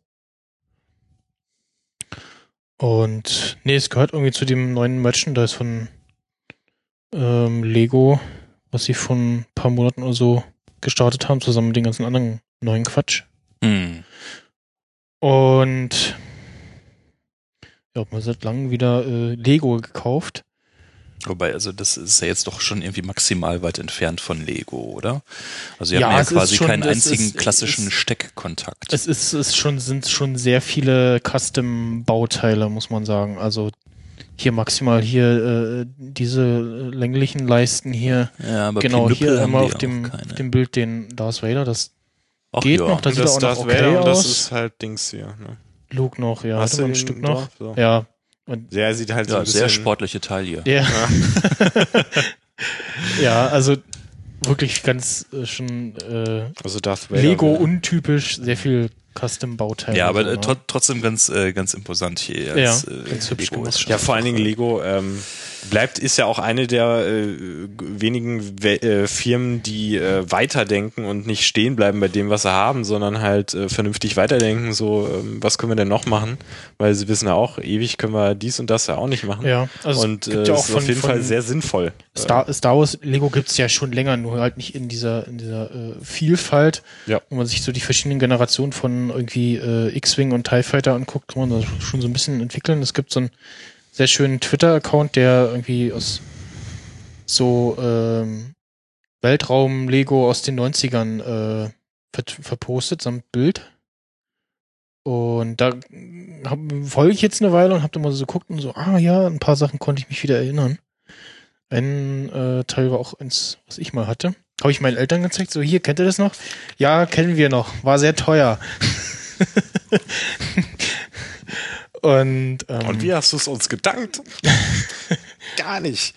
A: Und nee, es gehört irgendwie zu dem neuen Merchandise von ähm, Lego, was sie vor ein paar Monaten oder so gestartet haben, zusammen mit den ganzen anderen neuen Quatsch.
C: Hm.
A: Und ja, man hat seit langem wieder äh, Lego gekauft.
C: Wobei, also das ist ja jetzt doch schon irgendwie maximal weit entfernt von Lego, oder? Also ihr
A: Ja,
C: habt ja
A: es ist
C: quasi
A: schon-
C: keinen
A: das
C: einzigen
A: ist-
C: klassischen
A: es-
C: Steckkontakt.
A: Es ist, es schon, sind schon sehr viele Custom-Bauteile, muss man sagen. Also hier maximal hier äh, diese äh, länglichen Leisten hier.
C: Ja, aber
A: Genau,
C: Pinüppel
A: hier
C: haben
A: einmal
C: die
A: auf
C: auch
A: dem,
C: keine.
A: auf dem Bild den Darth Vader, das
C: Ach
A: geht
C: ja.
A: noch, das
B: Und
A: sieht
B: das
A: auch noch
B: Darth
A: okay
B: Vader und das
A: aus.
B: ist halt Dings hier. Ne?
A: Luke noch, ja,
B: Hast
A: hatte
B: du
A: man ein
B: den
A: Stück noch.
B: drauf? So.
A: Ja. Und
B: Der sieht halt so
C: Ja,
B: ein
C: sehr
B: bisschen...
C: sportliche Taille.
A: ja. Ja, also wirklich ganz äh, schon äh,
B: Also Darth Vader.
A: Lego
B: wäre-
A: untypisch, sehr viel Custom-Bauteile.
C: Ja, aber
A: so,
C: äh,
A: ne?
C: tr trotzdem ganz, äh, ganz imposant hier.
A: Ja,
C: Als, äh,
A: ganz hübsch
C: Lego
A: gemacht.
C: ist schon
B: Ja, vor allen Dingen
C: einfach,
B: Lego ähm, bleibt, ist ja auch eine der äh, wenigen We äh, Firmen, die äh, weiterdenken und nicht stehen bleiben bei dem, was sie haben, sondern halt äh, vernünftig weiterdenken, so, ähm, was können wir denn noch machen? Weil sie wissen ja auch, ewig können wir dies und das ja auch nicht machen.
A: Ja, also es
B: und
A: gibt
B: äh,
A: ja auch
B: ist
A: von-
B: auf jeden
A: von-
B: Fall sehr sinnvoll.
A: Star, Star Wars Lego gibt's ja schon länger, nur halt nicht in dieser in dieser äh, Vielfalt.
B: Ja.
A: Wenn man sich so die verschiedenen Generationen von irgendwie äh, X-Wing und TIE Fighter anguckt, kann man das schon so ein bisschen entwickeln. Es gibt so einen sehr schönen Twitter-Account, der irgendwie aus so ähm, Weltraum-Lego aus den neunzigern äh, ver verpostet, samt Bild. Und da hab, folge ich jetzt eine Weile und hab da mal so geguckt und so, ah ja, ein paar Sachen konnte ich mich wieder erinnern. Ein äh, Teil war auch eins, was ich mal hatte. Habe ich meinen Eltern gezeigt, so hier, kennt ihr das noch? Ja, kennen wir noch. War sehr teuer. und, ähm,
B: Und wie hast du es uns gedankt? Gar nicht.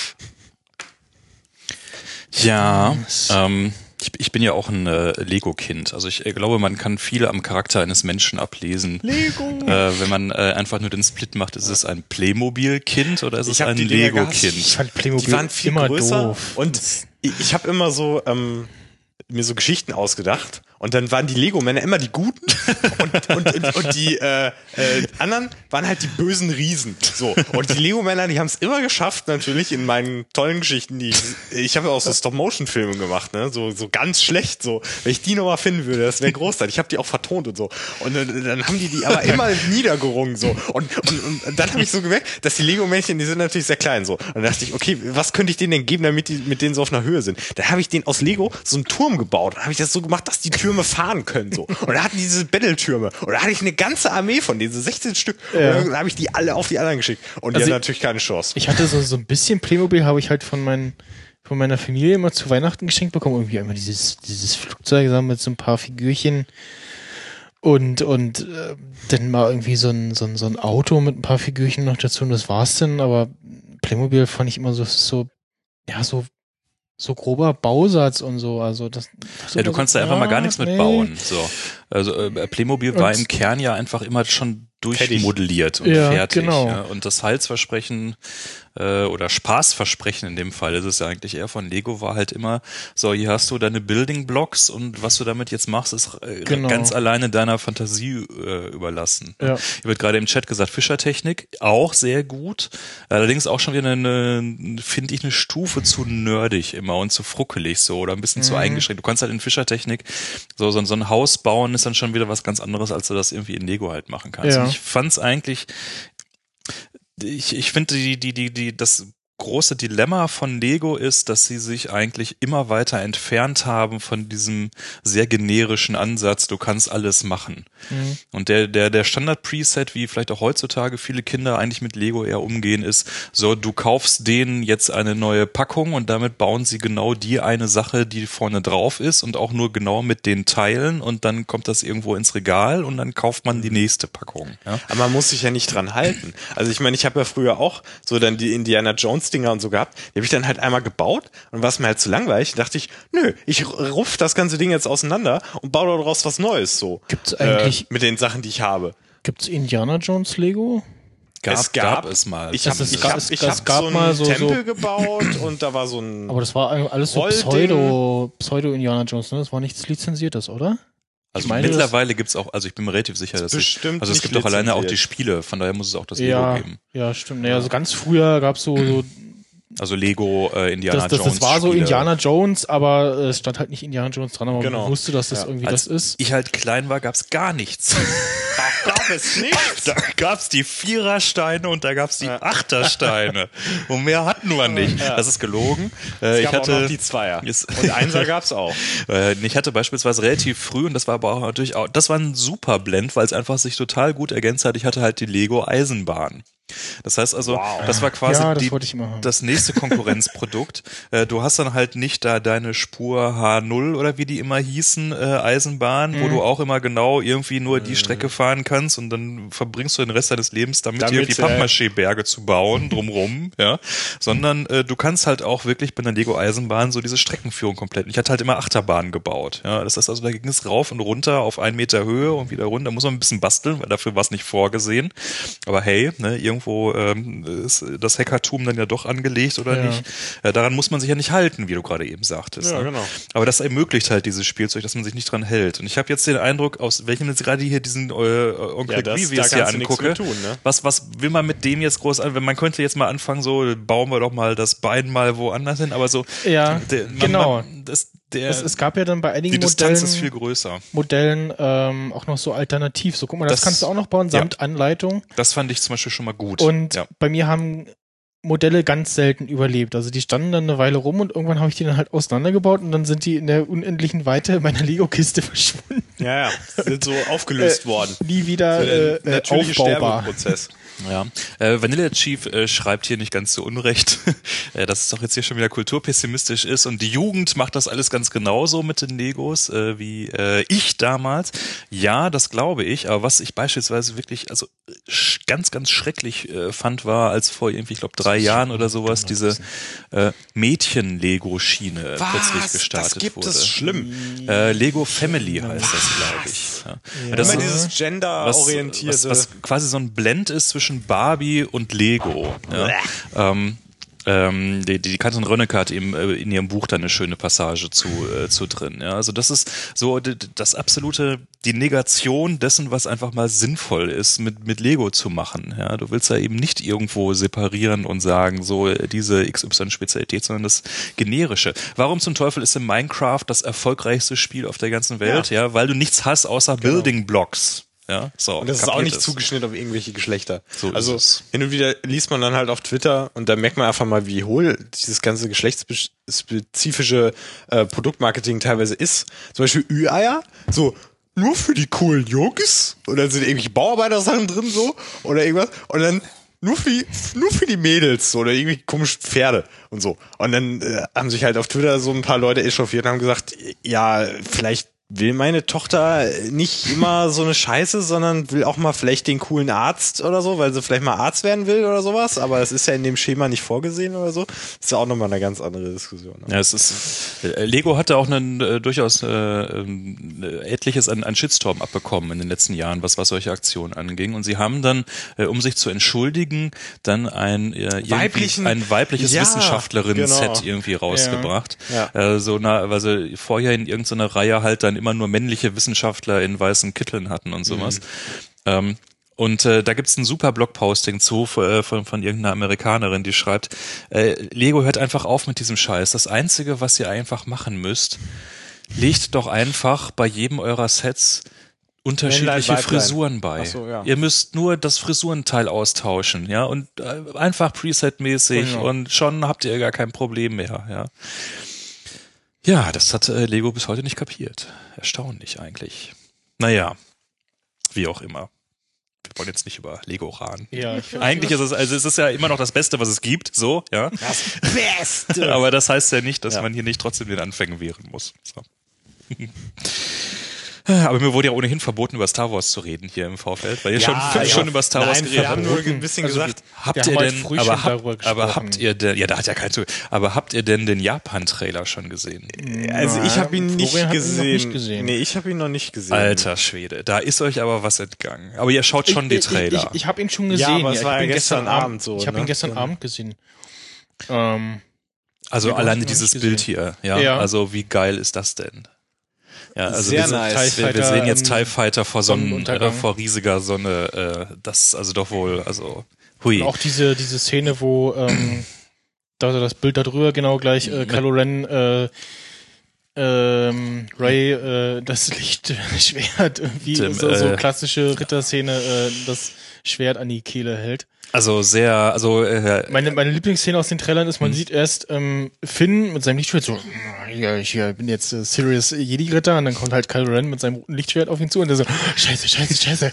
C: Ja, ähm, ich, ich bin ja auch ein äh, Lego-Kind. Also ich äh, glaube, man kann viel am Charakter eines Menschen ablesen.
B: Lego!
C: Äh, wenn man äh, einfach nur den Split macht, ist es ein Playmobil-Kind oder ist
B: Ich
C: es
B: hab
C: ein
B: die Dinger gehasst.
A: ich
C: Lego-Kind?
A: fand Playmobil
B: Die waren viel
A: immer
B: größer
A: doof.
B: und ich, ich habe immer so ähm, mir so Geschichten ausgedacht und dann waren die Lego-Männer immer die Guten und, und, und, und die äh, äh, anderen waren halt die bösen Riesen. So. Und die Lego-Männer, die haben es immer geschafft, natürlich in meinen tollen Geschichten, die ich habe ja auch so Stop-Motion-Filme gemacht, ne, so so ganz schlecht, so. Wenn ich die nochmal finden würde, das wäre großartig. Ich habe die auch vertont und so. Und dann, dann haben die die aber immer niedergerungen so. Und, und, und dann habe ich so gemerkt, dass die Lego-Männchen, die sind natürlich sehr klein so. Und dann dachte ich, okay, was könnte ich denen denn geben, damit die mit denen so auf einer Höhe sind? Dann habe ich denen aus Lego so einen Turm gebaut. Dann habe ich das so gemacht, dass die Türme fahren können so. Und da hatten die diese Battle-Türme. Und da hatte ich eine ganze Armee von denen, so sechzehn Stück.
A: Ja.
B: Und dann habe ich die alle auf die anderen geschickt. Und die
A: Also
B: hatten
A: ich-
B: natürlich keine Chance.
A: Ich hatte so, so ein bisschen Playmobil, habe ich halt von meinen von meiner Familie immer zu Weihnachten geschenkt bekommen. Irgendwie einmal dieses, dieses Flugzeug zusammen mit so ein paar Figürchen. Und, und äh, dann mal irgendwie so ein, so, ein, so ein Auto mit ein paar Figürchen noch dazu und das war's dann, aber Playmobil fand ich immer so, so ja, so so grober Bausatz und so, also das. das
C: ja, du
A: so,
C: konntest da einfach
A: ja,
C: mal gar nichts
A: nee.
C: mitbauen. So, also äh, Playmobil
A: Und
C: war im Kern ja einfach immer schon
B: Fertig.
C: durchmodelliert und
A: Ja,
C: fertig.
A: genau.
C: Ja. Und das Heilsversprechen äh, oder Spaßversprechen in dem Fall ist es ja eigentlich eher von Lego, war halt immer, so, hier hast du deine Building Blocks und was du damit jetzt machst, ist äh,
A: Genau.
C: ganz alleine deiner Fantasie äh, überlassen.
A: Ja.
C: Hier wird gerade im Chat gesagt, Fischertechnik, auch sehr gut. Allerdings auch schon wieder eine, eine finde ich, eine Stufe zu nerdig immer und zu fruckelig so oder ein bisschen
A: Mhm.
C: zu eingeschränkt. Du kannst halt in Fischertechnik so, so, so ein Haus bauen, ist dann schon wieder was ganz anderes, als du das irgendwie in Lego halt machen kannst.
A: Ja.
C: Und ich fand's eigentlich, ich, ich finde die, die, die, die, das große Dilemma von Lego ist, dass sie sich eigentlich immer weiter entfernt haben von diesem sehr generischen Ansatz, du kannst alles machen.
A: Mhm.
C: Und der, der, der Standard-Preset, wie vielleicht auch heutzutage viele Kinder eigentlich mit Lego eher umgehen, ist so, du kaufst denen jetzt eine neue Packung und damit bauen sie genau die eine Sache, die vorne drauf ist und auch nur genau mit den Teilen und dann kommt das irgendwo ins Regal und dann kauft man die nächste Packung. Ja?
B: Aber man muss sich ja nicht dran halten. Also ich meine, ich habe ja früher auch so dann die Indiana Jones Dinger und so gehabt. Die habe ich dann halt einmal gebaut und war es mir halt zu langweilig. Da dachte ich, nö, ich ruff das ganze Ding jetzt auseinander und baue daraus was Neues so.
A: Gibt's eigentlich,
B: Äh, mit den Sachen, die ich habe.
A: gibt's Indiana Jones Lego?
C: Gab,
B: es gab,
C: gab es mal.
B: Ich habe
A: Es
B: ich
A: gab-
B: hab,
A: es
B: ich
A: gab-
B: hab
A: es gab
B: so einen
A: mal so-
B: Tempel
A: so-
B: gebaut und da war so ein
A: Aber das war alles so
B: Rollding.
A: Pseudo, Pseudo-Indiana Jones, ne? Das war nichts Lizenziertes, oder?
C: Also
A: Ich meine,
C: mittlerweile gibt's auch, also ich bin mir relativ sicher, dass es,
B: bestimmt
C: also es
B: nicht
C: gibt auch alleine auch die
B: lizenziert.
C: Spiele, von daher muss es auch das Lego
A: Ja,
C: geben.
A: ja, stimmt. Naja, also ganz früher gab's so, so
C: Also Lego, äh, Indiana
A: das, das,
C: Jones.
A: das war so
C: Spiele.
A: Indiana Jones, aber äh, es stand halt nicht Indiana Jones dran, aber
B: Genau.
A: man wusste, dass das
B: Ja.
A: irgendwie
C: Als
A: das ist.
C: ich halt klein war, gab's gar nichts.
B: Da gab es nichts.
C: Da gab's die Vierersteine und da gab's die
B: Ja.
C: Achtersteine. Und mehr hatten wir nicht.
B: Ja.
C: Das ist gelogen. Äh,
B: Es
C: ich
B: gab
C: hatte
B: auch noch die Zweier.
C: Jetzt-
B: Und Einser gab's auch.
C: Äh, ich hatte beispielsweise relativ früh, und das war aber auch natürlich auch, das war ein super Blend, weil es einfach sich total gut ergänzt hat. Ich hatte halt die Lego Eisenbahn. Das heißt also,
B: Wow.
C: das war quasi
A: Ja, das
C: die,
A: wollte ich immer haben.
C: das nächste Konkurrenzprodukt. äh, du hast dann halt nicht da deine Spur H null oder wie die immer hießen, äh, Eisenbahn, wo du auch immer genau irgendwie nur die Strecke fahren kannst und dann verbringst du den Rest deines Lebens damit,
B: Damit,
C: irgendwie
B: äh,
C: Pappmaché-Berge zu bauen, drumrum, ja. Sondern äh, du kannst halt auch wirklich bei einer Lego Eisenbahn so diese Streckenführung komplett. Ich hatte halt immer Achterbahnen gebaut, ja. Das heißt also, da ging es rauf und runter auf einen Meter Höhe und wieder runter. Da muss man ein bisschen basteln, weil dafür war es nicht vorgesehen. Aber hey, ne, irgendwo ähm, ist das Hackertum dann ja doch angelegt oder
A: Ja.
C: nicht. Äh, daran muss man sich ja nicht halten, wie du gerade eben sagtest.
B: Ja,
C: ne?
B: genau.
C: Aber das ermöglicht halt dieses Spielzeug, dass man sich nicht dran hält. Und ich habe jetzt den Eindruck, aus welchem jetzt gerade hier diesen äh, Onkel
B: Ja, das-
C: Grievous
B: da
C: hier
B: kannst du nichts
C: angucke,
B: mit tun, ne?
C: was, was will man mit dem jetzt groß an? Wenn man könnte jetzt mal anfangen, so bauen wir doch mal das Bein mal woanders hin, aber so
A: Ja,
C: der, man,
A: genau.
C: Man, das, der,
A: Es, es gab ja dann bei einigen
C: die Distanz
A: Modellen,
C: ist viel größer.
A: Modellen ähm, auch noch so alternativ. So, guck mal, das,
C: Das-
A: kannst du auch noch bauen, samt Anleitung.
C: Das fand ich zum Beispiel schon mal gut.
A: Und
C: ja.
A: bei mir haben Modelle ganz selten überlebt. Also die standen dann eine Weile rum und irgendwann habe ich die dann halt auseinandergebaut und dann sind die in der unendlichen Weite meiner Lego-Kiste verschwunden.
B: Ja, ja. Sind so aufgelöst
A: Äh,
B: worden.
A: Nie wieder äh,
B: Der
A: äh,
B: natürliche
A: aufbaubar.
B: Sterbeprozess.
C: Ja, äh, Vanilla Chief äh, schreibt hier nicht ganz so unrecht, äh, dass es doch jetzt hier schon wieder kulturpessimistisch ist und die Jugend macht das alles ganz genauso mit den Legos äh, wie äh, ich damals. Ja, das glaube ich, aber was ich beispielsweise wirklich also sch ganz, ganz schrecklich äh, fand, war, als vor irgendwie, ich glaube, drei Jahren oder sowas diese äh, Mädchen-Lego-Schiene plötzlich gestartet
B: das gibt
C: wurde.
B: es schlimm.
C: Äh, Lego Family heißt das, glaube ich. Ja.
A: Ja.
C: Das
B: Immer
C: ist-
B: dieses
C: was,
B: genderorientierte.
C: was, was quasi so ein Blend ist zwischen Barbie und Lego. Ja. Ähm, ähm, die, die Katrin Rönnecke hat eben äh, in ihrem Buch da eine schöne Passage zu, äh, zu drin. Ja. Also das ist so d- d- das absolute, die Negation dessen, was einfach mal sinnvoll ist, mit, mit Lego zu machen. Ja. Du willst ja eben nicht irgendwo separieren und sagen, so äh, diese X Y-Spezialität, sondern das Generische. Warum zum Teufel ist in Minecraft das erfolgreichste Spiel auf der ganzen Welt? Ja, weil du nichts hast außer Building Blocks. Ja, so.
B: Und das ist auch
C: kapiert
B: nicht
C: es.
B: zugeschnitten auf irgendwelche Geschlechter.
C: So ist
B: also
C: es.
B: hin und wieder liest man dann halt auf Twitter und da merkt man einfach mal, wie hohl dieses ganze geschlechtsspezifische äh, Produktmarketing teilweise ist. Zum Beispiel Ü-Eier, so nur für die coolen Jungs und dann sind irgendwelche Bauarbeiter-Sachen drin so oder irgendwas und dann nur für die, nur für die Mädels oder irgendwie komische Pferde und so. Und dann äh, haben sich halt auf Twitter so ein paar Leute echauffiert und haben gesagt, ja, vielleicht will meine Tochter nicht immer so eine Scheiße, sondern will auch mal vielleicht den coolen Arzt oder so, weil sie vielleicht mal Arzt werden will oder sowas, aber es ist ja in dem Schema nicht vorgesehen oder so. Das ist ja auch nochmal eine ganz andere Diskussion.
C: Ja, es ist, Lego hatte auch einen, äh, durchaus äh, äh, etliches an, an Shitstorm abbekommen in den letzten Jahren, was, was solche Aktionen anging. Und sie haben dann, äh, um sich zu entschuldigen, dann ein, äh,
B: Weiblichen,
C: ein weibliches
B: ja,
C: Wissenschaftlerin-Set
B: genau.
C: irgendwie rausgebracht.
B: Ja.
C: Äh, so na, weil sie vorher in irgendeiner Reihe halt dann immer nur männliche Wissenschaftler in weißen Kitteln hatten und sowas. Mhm. Ähm, Und äh, da gibt's ein super Blogposting zu äh, von, von irgendeiner Amerikanerin, die schreibt, äh, Lego hört einfach auf mit diesem Scheiß. Das Einzige, was ihr einfach machen müsst, legt doch einfach bei jedem eurer Sets unterschiedliche
B: Männlein,
C: Frisuren bei.
B: Ach so, ja.
C: Ihr müsst nur das Frisurenteil austauschen, ja, und äh, einfach Preset-mäßig
B: Genau.
C: und schon habt ihr gar kein Problem mehr, ja. Ja, das hat äh, Lego bis heute nicht kapiert. Erstaunlich eigentlich. Naja, wie auch immer. Wir wollen jetzt nicht über Lego raten.
A: Ja, ich
C: Eigentlich ist es, also es ist ja immer noch das Beste, was es gibt, so, ja.
B: Das Beste!
C: Aber das heißt ja nicht, dass
B: Ja.
C: man hier nicht trotzdem den Anfängen wehren muss. So. Aber mir wurde ja ohnehin verboten, über Star Wars zu reden hier im Vorfeld, weil ihr
B: Ja,
C: schon fünf
B: ja.
C: Stunden über Star Wars
B: Nein,
C: geredet
B: wir haben
C: habt.
B: nur ein bisschen
A: Also
B: gesagt,
C: Habt
A: Wir
C: ihr
A: haben halt
C: denn,
A: früh
C: aber,
A: schon
C: hab,
A: darüber
C: aber
A: gesprochen.
C: habt ihr denn, ja, da hat ja kein Zugriff, aber habt ihr denn den Japan-Trailer schon gesehen?
B: also ich habe ihn nicht
A: Florian hat ihn noch
B: gesehen.
A: nicht gesehen.
B: Nee, ich habe ihn noch nicht gesehen.
C: Alter Schwede, da ist euch aber was entgangen. Aber ihr schaut schon die
A: ich,
C: Trailer.
A: Ich, ich, ich habe ihn schon
B: Ja,
A: gesehen.
B: aber es
A: ich
B: war
A: hab
B: ja
A: ihn
B: gestern Abend so,
A: Ich habe
B: ne?
A: ihn gestern
B: Ja.
A: Abend gesehen. Ähm,
C: Also
A: Ja,
C: alleine
A: hab ich noch
C: dieses
A: nicht
C: Bild
A: gesehen.
C: hier, ja?
A: Ja.
C: Also wie geil ist das denn? Ja, also
B: Sehr
C: wir, sind-
B: nice.
C: wir, wir sehen jetzt
A: TIE
C: TIE Fighter vor Sonnen, äh,
A: Sonnenuntergang.
C: vor riesiger Sonne, äh, das ist also doch wohl, also hui.
A: und auch diese, diese Szene, wo ähm, da das Bild da drüber genau gleich äh, Kylo Ren äh, ähm, Ray äh, das Lichtschwert irgendwie
C: Dem,
A: so, so
C: äh,
A: klassische Ritterszene äh, das Schwert an die Kehle hält.
C: Also sehr, also äh,
A: Meine, meine Lieblingsszene aus den Trailern ist, man sieht erst ähm, Finn mit seinem Lichtschwert so, ja, ich äh, bin jetzt äh, Serious Jedi-Ritter, und dann kommt halt Kylo Ren mit seinem roten Lichtschwert auf ihn zu und der so, scheiße, scheiße, scheiße.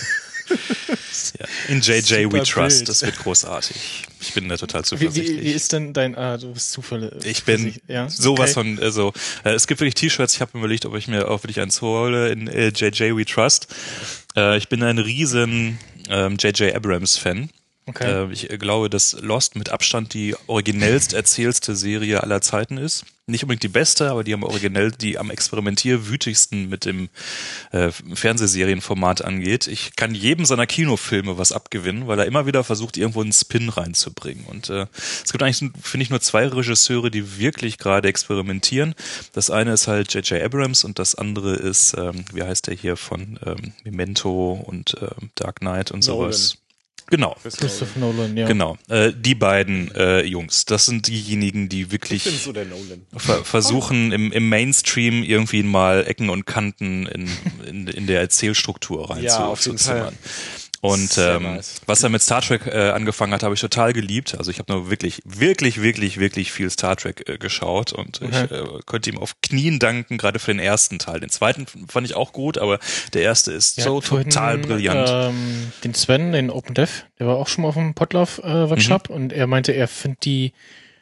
C: ja, in J J We
A: Super
C: Trust,
A: Bild.
C: das wird großartig. Ich bin da total
A: Wie,
C: zuversichtlich.
A: wie, wie ist denn dein, ah, du bist Zufälle.
C: Ich bin
A: ja?
C: sowas
A: okay.
C: von, also äh, es gibt wirklich T-Shirts, ich habe mir überlegt, ob ich mir auch wirklich eins hole in äh, J J We Trust. Äh, ich bin ein riesen ähm, J J Abrams Fan.
A: Okay.
C: Äh, ich glaube, dass Lost mit Abstand die originellst erzählste Serie aller Zeiten ist. Nicht unbedingt die beste, aber die am originell, die am experimentierwütigsten mit dem äh, Fernsehserienformat angeht. Ich kann jedem seiner Kinofilme was abgewinnen, weil er immer wieder versucht, irgendwo einen Spin reinzubringen. Und äh, es gibt eigentlich, finde ich, nur zwei Regisseure, die wirklich gerade experimentieren. Das eine ist halt J J Abrams und das andere ist, ähm, wie heißt der hier von ähm, Memento und ähm, Dark Knight und
B: Nolan.
C: sowas. Genau.
A: Christopher Nolan, ja.
C: Genau, äh, die beiden äh, Jungs, das sind diejenigen, die wirklich
B: Ich bin so der Nolan.
C: ver versuchen, im, im Mainstream irgendwie mal Ecken und Kanten in, in, in der Erzählstruktur rein
B: Ja,
C: zu,
B: auf jeden
C: zu zimmern.
B: Fall.
C: Und
B: Sehr
C: ähm,
B: nice.
C: was er mit Star Trek äh, angefangen hat, habe ich total geliebt. Also ich habe nur wirklich, wirklich, wirklich, wirklich viel Star Trek äh, geschaut und
A: Mhm.
C: ich äh, könnte ihm auf Knien danken, gerade für den ersten Teil. Den zweiten fand ich auch gut, aber der erste ist
A: Wir
C: so
A: hatten vorhin,
C: total brillant.
A: Ähm, den Sven, den Open Dev, der war auch schon mal auf dem Podlove-Workshop
C: Mhm.
A: und er meinte, er findet die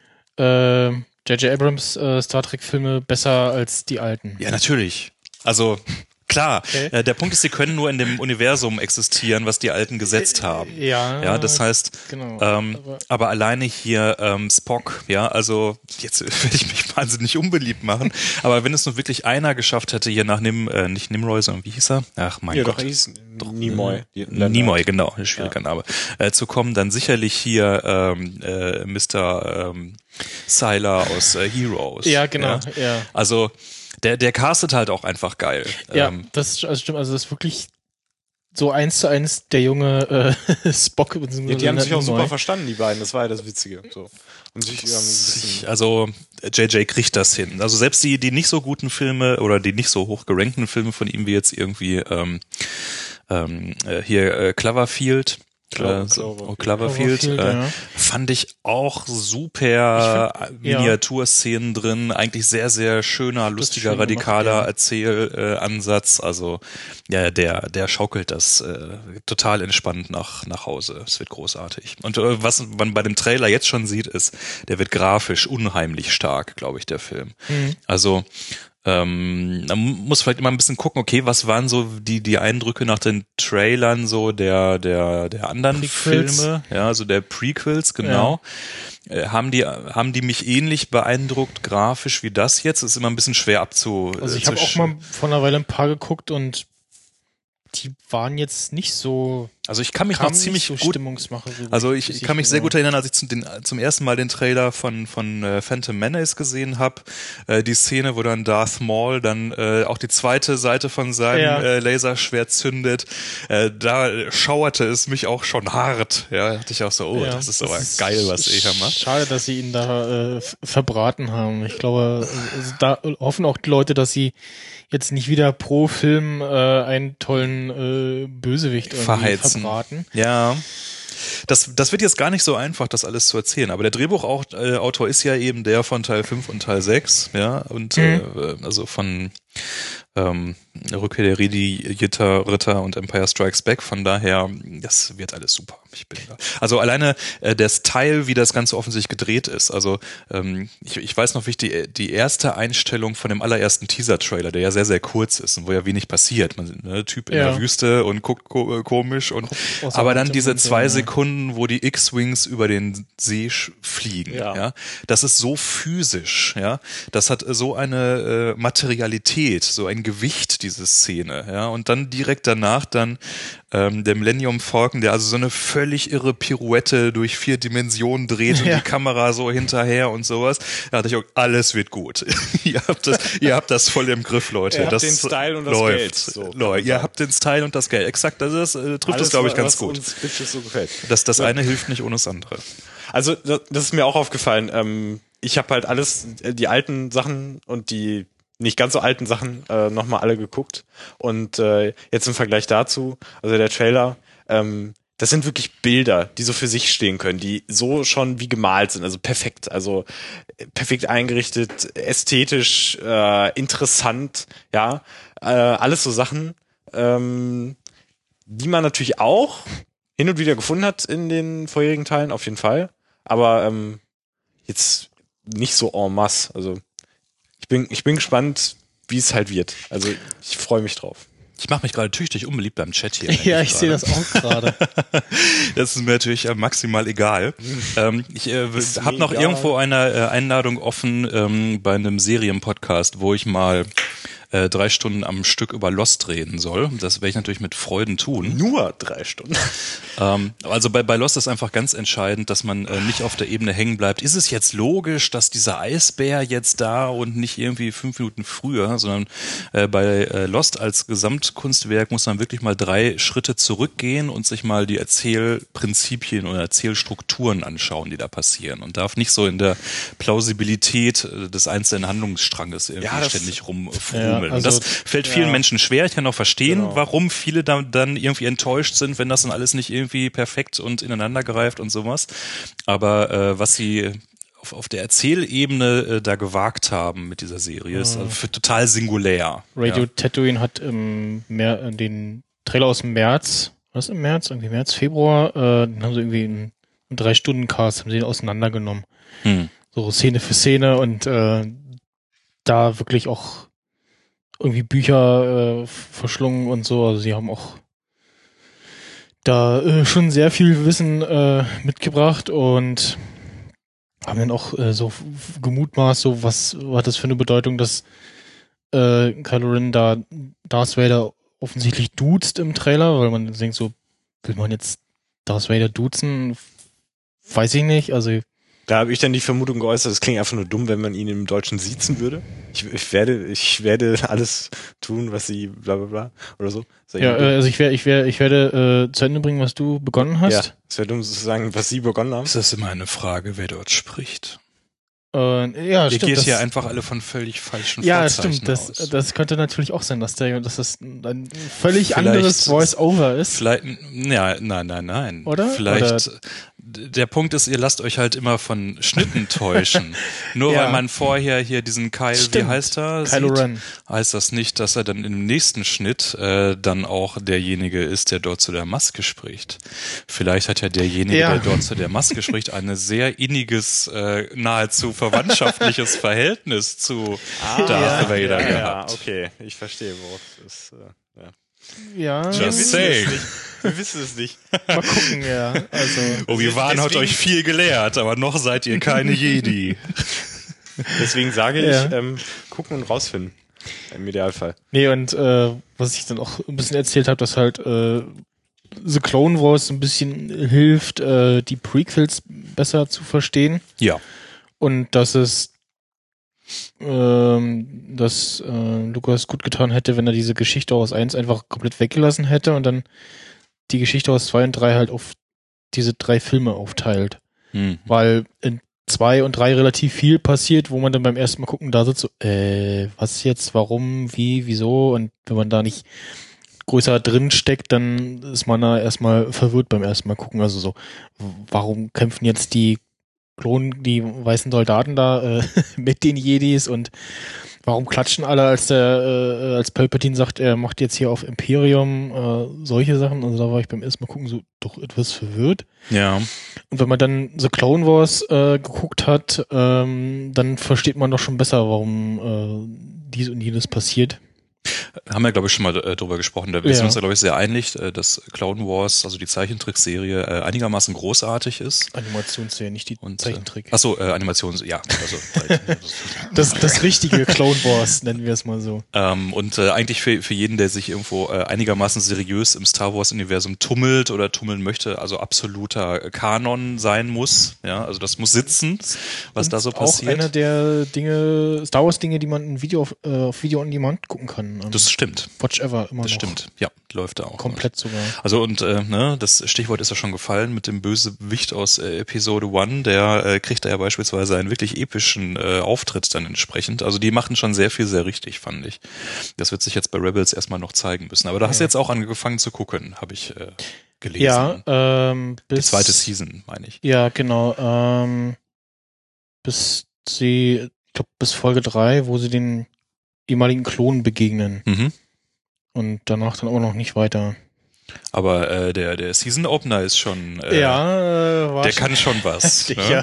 A: äh, J J Abrams äh, Star Trek-Filme besser als die alten.
C: Ja, natürlich. Also klar,
A: Okay.
C: äh, der Punkt ist, sie können nur in dem Universum existieren, was die Alten gesetzt haben.
A: Ja,
C: Ja, das heißt,
A: genau.
C: ähm,
A: Aber-
C: aber, alleine hier ähm, Spock, ja, also jetzt werde ich mich wahnsinnig unbeliebt machen, aber wenn es nur wirklich einer geschafft hätte, hier nach Nim, äh, nicht Nimroy, sondern wie hieß er? Ach mein
B: Ja,
C: Gott.
B: doch, hieß Nimoy.
C: Nimoy, genau, ein schwieriger Name, äh, zu kommen, dann sicherlich hier ähm, äh, Mister Ähm, Sylar aus äh, Heroes.
A: Ja, genau, ja.
C: Also der, der castet halt auch einfach geil.
A: Ja,
C: Ähm,
A: das also stimmt. Also das ist wirklich so eins zu eins der junge äh, Spock.
B: Ja, die haben sich auch super
A: Nimoy.
B: verstanden, die beiden. Das war ja das Witzige. So. Und sich ähm, ein bisschen
C: Also J J kriegt das hin. Also selbst die die nicht so guten Filme oder die nicht so hoch gerankten Filme von ihm wie jetzt irgendwie ähm, ähm, äh, hier äh, Cloverfield.
B: Clover-
C: äh, so,
B: Cloverfield.
C: oh, Cloverfield,
A: Cloverfield,
C: äh,
A: ja.
C: fand ich auch super
A: Ich find- ja.
C: Miniaturszenen drin, eigentlich sehr, sehr schöner, lustiger,
A: schön gemacht,
C: radikaler
A: ja.
C: Erzählansatz. Äh, Ansatz. Also ja, der, der schaukelt das äh, total entspannt nach, nach Hause. Es wird großartig. Und äh, was man bei dem Trailer jetzt schon sieht, ist, der wird grafisch unheimlich stark, glaube ich, der Film.
A: Mhm.
C: Also Ähm, man muss vielleicht immer ein bisschen gucken, okay, was waren so die die Eindrücke nach den Trailern so der der der anderen
A: Prequels.
C: Filme, ja, also der Prequels, genau. Ja. Äh, haben die haben die mich ähnlich beeindruckt grafisch wie das jetzt? Das ist immer ein bisschen schwer abzu.
A: Also ich
C: zu
A: habe auch mal vor einer Weile ein paar geguckt und die waren jetzt nicht so.
C: Also ich kann mich noch ziemlich
A: so
C: gut.
A: Stimmungsmache, so
C: Also ich, ich kann mich sehr gut
A: erinnern.
C: erinnern, als ich zum, den, zum ersten Mal den Trailer von von äh, Phantom Menace gesehen habe. Äh, die Szene, wo dann Darth Maul dann äh, auch die zweite Seite von seinem
A: Ja.
C: äh, Laserschwert zündet. Äh, da schauerte es mich auch schon hart. Ja, da dachte ich auch so, oh,
A: Ja,
C: das ist aber geil, was er hier macht.
A: Schade, dass sie ihn da äh, f- verbraten haben. Ich glaube, also da hoffen auch die Leute, dass sie jetzt nicht wieder pro Film äh, einen tollen äh, Bösewicht irgendwie
C: Verheizen.
A: verbraten.
C: Ja. Das, das wird jetzt gar nicht so einfach, das alles zu erzählen. Aber der Drehbuchautor ist ja eben der von Teil fünf und Teil sechs, ja, und
A: Mhm.
C: äh, also von ähm, Rückkehr der Jedi-Ritter Ritter und Empire Strikes Back. Von daher, das wird alles super. Ich bin da. Also alleine äh, der Style, wie das Ganze offensichtlich gedreht ist. Also ähm, ich, ich weiß noch, wie ich die, die erste Einstellung von dem allerersten Teaser-Trailer, der ja sehr, sehr kurz ist und wo ja wenig passiert. Man ne, Typ in
A: Ja.
C: der Wüste und guckt ko komisch und
A: außer
C: aber
A: Hand
C: dann
A: im
C: diese
A: Mund,
C: zwei
A: ja.
C: Sekunden, wo die X-Wings über den See sch- fliegen, ja.
B: Ja.
C: Das ist so physisch, ja. Das hat so eine äh, Materialität, so ein Gewicht, diese Szene, ja. Und dann direkt danach dann ähm, der Millennium Falcon, der also so eine völlig irre Pirouette durch vier Dimensionen dreht
A: Ja.
C: und die Kamera so hinterher und sowas. Da dachte ich auch, alles wird gut. ihr habt das, ihr habt das voll im Griff, Leute.
B: Ihr habt
C: das
B: den Style und das
C: läuft.
B: Geld, so kann man
C: Läuft. Ihr
B: sagen.
C: habt den Style und das Geld. Exakt, das ist, äh, trifft das, glaube ich, ganz
B: was
C: gut.
B: uns Bitches so gefällt.
C: Das, das eine hilft nicht ohne das andere.
B: Also das, das ist mir auch aufgefallen. Ähm, ich habe halt alles, äh, die alten Sachen und die nicht ganz so alten Sachen äh, nochmal alle geguckt. Und äh, jetzt im Vergleich dazu, also der Trailer, ähm, das sind wirklich Bilder, die so für sich stehen können, die so schon wie gemalt sind, also perfekt, also äh, perfekt eingerichtet, ästhetisch, äh, interessant, ja, äh, alles so Sachen, ähm, die man natürlich auch hin und wieder gefunden hat in den vorherigen Teilen, auf jeden Fall. Aber ähm, jetzt nicht so en masse. Also ich bin, ich bin gespannt, wie es halt wird. Also ich freue mich drauf.
C: Ich mache mich gerade tüchtig unbeliebt beim Chat hier.
A: Ja, ich sehe das auch gerade.
C: Das ist mir natürlich äh, maximal egal. ähm, ich äh,
B: Ist
C: habe
B: mir
C: noch
B: egal.
C: irgendwo eine äh, Einladung offen ähm, bei einem Serienpodcast, wo ich mal äh, drei Stunden am Stück über Lost reden soll. Das werde ich natürlich mit Freuden tun.
B: Nur drei Stunden.
C: Ähm, also bei, bei Lost ist einfach ganz entscheidend, dass man äh, nicht auf der Ebene hängen bleibt. Ist es jetzt logisch, dass dieser Eisbär jetzt da und nicht irgendwie fünf Minuten früher, sondern äh, bei äh, Lost als Gesamtkunstwerk muss man wirklich mal drei Schritte zurückgehen und sich mal die Erzählprinzipien oder Erzählstrukturen anschauen, die da passieren und darf nicht so in der Plausibilität äh, des einzelnen Handlungsstranges irgendwie
B: Ja, das-
C: ständig rumfrumeln.
A: Ja,
C: und
A: also-
C: das fällt vielen
B: ja.
C: Menschen schwer. Ich kann auch verstehen,
B: Genau.
C: warum viele dann, dann irgendwie enttäuscht sind, wenn das dann alles nicht irgendwie perfekt und ineinander greift und sowas. Aber äh, was sie auf, auf der Erzählebene äh, da gewagt haben mit dieser Serie, ist also für total singulär.
A: Radio
C: Ja.
A: Tatooine hat im Mer äh, den Trailer aus dem März, was im März? Irgendwie März, Februar, äh, den haben sie irgendwie in, in drei Stunden Cast, haben sie den auseinandergenommen.
C: Hm.
A: So Szene für Szene und äh, da wirklich auch irgendwie Bücher äh, verschlungen und so. Also sie haben auch da äh, schon sehr viel Wissen äh, mitgebracht und haben dann auch äh, so f- gemutmaßt, so was hat das für eine Bedeutung, dass äh, Kylo Ren da Darth Vader offensichtlich duzt im Trailer, weil man denkt so, will man jetzt Darth Vader duzen? Weiß ich nicht, also
B: Da habe ich dann die Vermutung geäußert, es klingt einfach nur dumm, wenn man ihn im Deutschen siezen würde. Ich, ich werde, ich werde alles tun, was sie bla bla bla oder so. Sag ich
A: ja,
B: mal,
A: äh, also ich werde, ich werde, ich werde äh, zu Ende bringen, was du begonnen hast.
B: ja, es wäre dumm zu sagen, was sie begonnen haben.
C: Ist das immer eine Frage, wer dort spricht?
A: Äh, ja,
C: Ihr
A: stimmt.
C: geht
A: Das,
C: hier einfach alle von völlig falschen
A: ja,
C: Vorzeichen
A: stimmt. Das,
C: aus.
A: das könnte natürlich auch sein, dass der, dass das ein völlig
C: Vielleicht-
A: anderes Voice-Over ist.
C: Vielleicht, ja, nein, nein, nein, nein.
A: Oder?
C: Vielleicht,
A: Oder-
C: Der Punkt ist, ihr lasst euch halt immer von Schnitten täuschen. Nur
A: Ja.
C: weil man vorher hier diesen Kyle, wie
A: Stimmt.
C: heißt er,
A: Kylo
C: sieht,
A: Ren.
C: heißt das nicht, dass er dann im nächsten Schnitt äh, dann auch derjenige ist, der dort zu der Maske spricht. Vielleicht hat ja derjenige,
A: Ja.
C: der dort zu der Maske spricht, ein sehr inniges, äh, nahezu verwandtschaftliches Verhältnis zu Darth
A: ja.
C: Vader
B: ja,
C: gehabt.
B: Ja, okay, ich verstehe, worauf es, äh, ja.
A: Ja,
C: Just
B: Wir wissen
C: saying.
B: es nicht. Wir wissen es nicht.
A: mal gucken, ja. Also,
C: Obi-Wan hat
B: Deswegen-
C: euch viel gelehrt, aber noch seid ihr keine Jedi.
B: Deswegen sage
A: Ja.
B: ich, ähm, gucken und rausfinden. Im Idealfall.
A: nee, und äh, was ich dann auch ein bisschen erzählt habe, dass halt äh, The Clone Wars ein bisschen hilft, äh, die Prequels besser zu verstehen.
C: Ja.
A: Und dass es ähm, dass äh, Lukas gut getan hätte, wenn er diese Geschichte aus eins einfach komplett weggelassen hätte und dann die Geschichte aus zwei und drei halt auf diese drei Filme aufteilt.
C: Hm.
A: Weil in zwei und drei relativ viel passiert, wo man dann beim ersten Mal gucken da sitzt, so, äh, was jetzt, warum, wie, wieso, und wenn man da nicht größer drin steckt, dann ist man da erstmal verwirrt beim ersten Mal gucken. Also so, warum kämpfen jetzt die Klonen, die weißen Soldaten da äh, mit den Jedis und warum klatschen alle, als der, äh, als Palpatine sagt, er macht jetzt hier auf Imperium äh, solche Sachen. Also da war ich beim ersten Mal gucken so doch etwas verwirrt.
C: Ja.
A: Und wenn man dann The Clone Wars äh, geguckt hat, ähm, dann versteht man doch schon besser, warum äh, dies und jenes passiert.
C: Haben wir, glaube ich, schon mal äh, drüber gesprochen. Da wir
A: Ja.
C: sind uns da, glaube ich, sehr einig, äh, dass Clone Wars, also die Zeichentrickserie, äh, einigermaßen großartig ist.
A: Animationsserie, nicht die
C: Und,
A: Zeichentrick.
C: Äh, achso, äh, Animation, ja. Also,
A: Das, das richtige Clone Wars, nennen wir es mal so.
C: ähm, und äh, eigentlich für, für jeden, der sich irgendwo äh, einigermaßen seriös im Star Wars-Universum tummelt oder tummeln möchte, also absoluter Kanon sein muss. Ja, also das muss sitzen, was
A: Und
C: da so
A: auch
C: passiert.
A: einer der Dinge, Star Wars Dinge, die man in Video auf, äh, auf Video on Demand gucken kann. Ähm,
C: Das stimmt.
A: Watch Ever immer
C: Das
A: noch.
C: stimmt. Ja, läuft da auch.
A: Komplett sogar.
C: Also und äh, ne, das Stichwort ist ja schon gefallen mit dem Bösewicht aus äh, Episode eins, der äh, kriegt da ja beispielsweise einen wirklich epischen äh, Auftritt dann entsprechend. Also die machen schon sehr viel sehr richtig, fand ich. Das wird sich jetzt bei Rebels erstmal noch zeigen müssen. Aber da hast du
A: Ja.
C: jetzt auch angefangen zu gucken, habe ich äh, gelesen.
A: Ja, ähm, bis
C: Die zweite Season, meine ich.
A: Ja, genau. Ähm, bis sie, ich glaube, bis Folge drei, wo sie den ehemaligen Klonen begegnen.
C: Mhm.
A: Und danach dann aber noch nicht weiter.
C: Aber äh, der der Season Opener ist schon äh,
A: ja, äh, war
C: der
A: schon
C: kann schon was.
A: heftig,
C: Ne?
A: ja.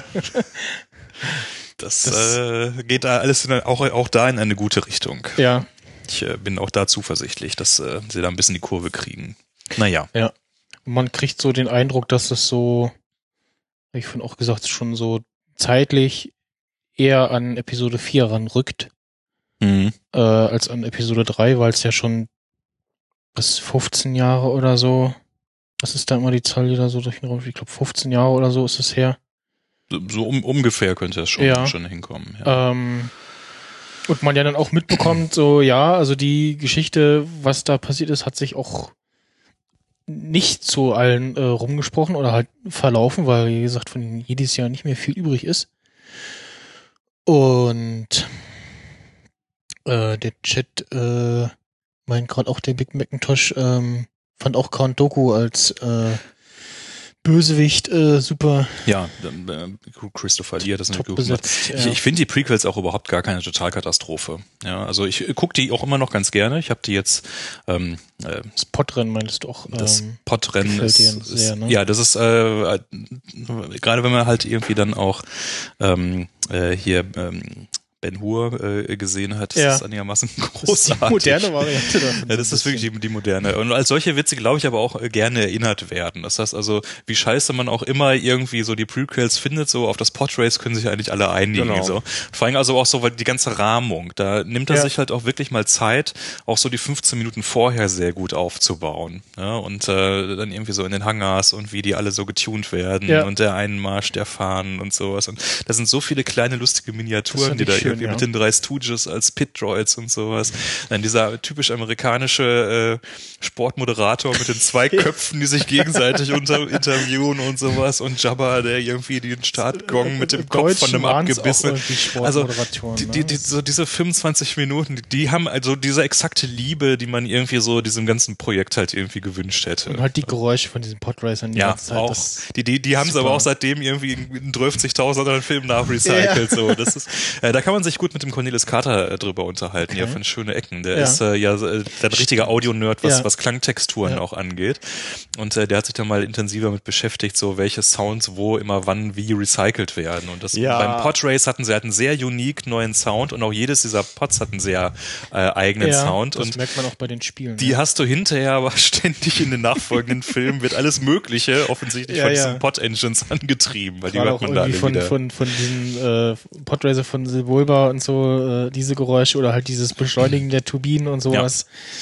C: Das,
A: Das-
C: äh, geht da alles in, auch auch da in eine gute Richtung.
A: Ja,
C: Ich äh, bin auch da zuversichtlich, dass äh, sie da ein bisschen die Kurve kriegen. Naja.
A: ja. Und man kriegt so den Eindruck, dass es so, hab ich vorhin auch gesagt, schon so zeitlich eher an Episode vier ranrückt,
C: Mhm.
A: äh, als an Episode drei, weil es ja schon bis fünfzehn Jahre oder so, was ist da immer die Zahl, die da so durch den Raum, ich glaube fünfzehn Jahre oder so ist es her.
C: So, so um, ungefähr könnte das schon,
A: Ja.
C: schon hinkommen. Ja.
A: Ähm, und man ja dann auch mitbekommt, so, ja, also die Geschichte, was da passiert ist, hat sich auch nicht zu allen äh, rumgesprochen oder halt verlaufen, weil, wie gesagt, von den Jedis ja nicht mehr viel übrig ist. Und äh, der Chat äh, meint gerade auch, der Big Macintosh ähm, fand auch Count Dooku als äh, Bösewicht äh, super
C: Ja, dann, äh, Christopher Lee hat das
A: top
C: natürlich gut gemacht.
A: besetzt.
C: Ich,
A: Ja.
C: ich finde die Prequels auch überhaupt gar keine Totalkatastrophe. Ja, also ich gucke die auch immer noch ganz gerne. Ich habe die jetzt ähm, äh,
A: Das Podrennen meintest du auch.
C: das
A: Ähm,
C: Podrennen
A: gefällt
C: ist,
A: dir
C: ist
A: sehr, ne?
C: ja, das ist äh, äh, gerade wenn man halt irgendwie dann auch ähm, äh, hier ähm, Ben Hur äh, gesehen hat,
A: Ja.
C: ist das einigermaßen
A: das ist
C: großartig.
A: die moderne Variante davon.
C: Ja, das ist wirklich die, die moderne. Und als solche Witze, glaube ich, aber auch äh, gerne erinnert werden. Das heißt also, wie scheiße man auch immer irgendwie so die Prequels findet, so auf das Podrace können sich eigentlich alle einigen.
B: Genau.
C: So. Vor allem also auch so, weil die ganze Rahmung, da nimmt er
A: Ja.
C: sich halt auch wirklich mal Zeit, auch so die fünfzehn Minuten vorher sehr gut aufzubauen. Ja, und äh, dann irgendwie so in den Hangars und wie die alle so getuned werden
A: Ja.
C: und der Einmarsch der Fahnen und sowas. Und da sind so viele kleine lustige
A: Das
C: Miniaturen,
A: fand
C: die
A: ich
C: da
A: schön, schön,
C: irgendwie
A: ja.
C: mit den drei Stooges als Pit-Droids und sowas. Dann dieser typisch amerikanische äh, Sportmoderator mit den zwei Köpfen, die sich gegenseitig unter interviewen und sowas und Jabba, der irgendwie den Startgong mit dem
A: Im
C: Kopf von
A: Deutschen
C: einem
A: waren's auch
C: abgebissen.
A: irgendwie
C: Also
A: Sportmoderatoren,
C: die,
A: ne?
C: die, die, so diese fünfundzwanzig Minuten, die, die haben also diese exakte Liebe, die man irgendwie so diesem ganzen Projekt halt irgendwie gewünscht hätte.
A: Und halt die Geräusche von diesen Podracern die
C: Ja,
A: ganze Zeit.
C: auch.
A: Das,
C: Die, die, die haben sie
A: super.
C: aber auch seitdem irgendwie in dreißigtausend anderen Filmen nachrecycelt.
A: Ja.
C: So, das ist, äh, da kann man sich gut mit dem Cornelis Carter äh, drüber unterhalten.
A: Okay.
C: Ja, von Schöne Ecken. Der
A: Ja.
C: ist äh, ja äh, ein richtiger Audio-Nerd, was,
A: Ja.
C: was Klangtexturen
A: Ja.
C: auch angeht. Und äh, der hat sich dann mal intensiver mit beschäftigt, so welche Sounds wo immer wann wie recycelt werden. Und das
B: Ja.
C: beim Podrace hatten sie halt einen sehr unique neuen Sound und auch jedes dieser Pods hat einen sehr äh, eigenen
A: ja,
C: Sound.
A: das
C: Und
A: merkt man auch bei den Spielen.
C: die
A: ne?
C: hast du hinterher aber ständig in den nachfolgenden Filmen, wird alles Mögliche offensichtlich
A: Ja,
C: von
A: ja.
C: diesen Pod-Engines angetrieben, weil die
A: Gerade
C: hört
A: auch
C: man da
A: irgendwie
C: alle
A: von,
C: wieder.
A: von, von diesen äh, Podracer von Sebulba und so, äh, diese Geräusche oder halt dieses Beschleunigen der Turbinen und sowas.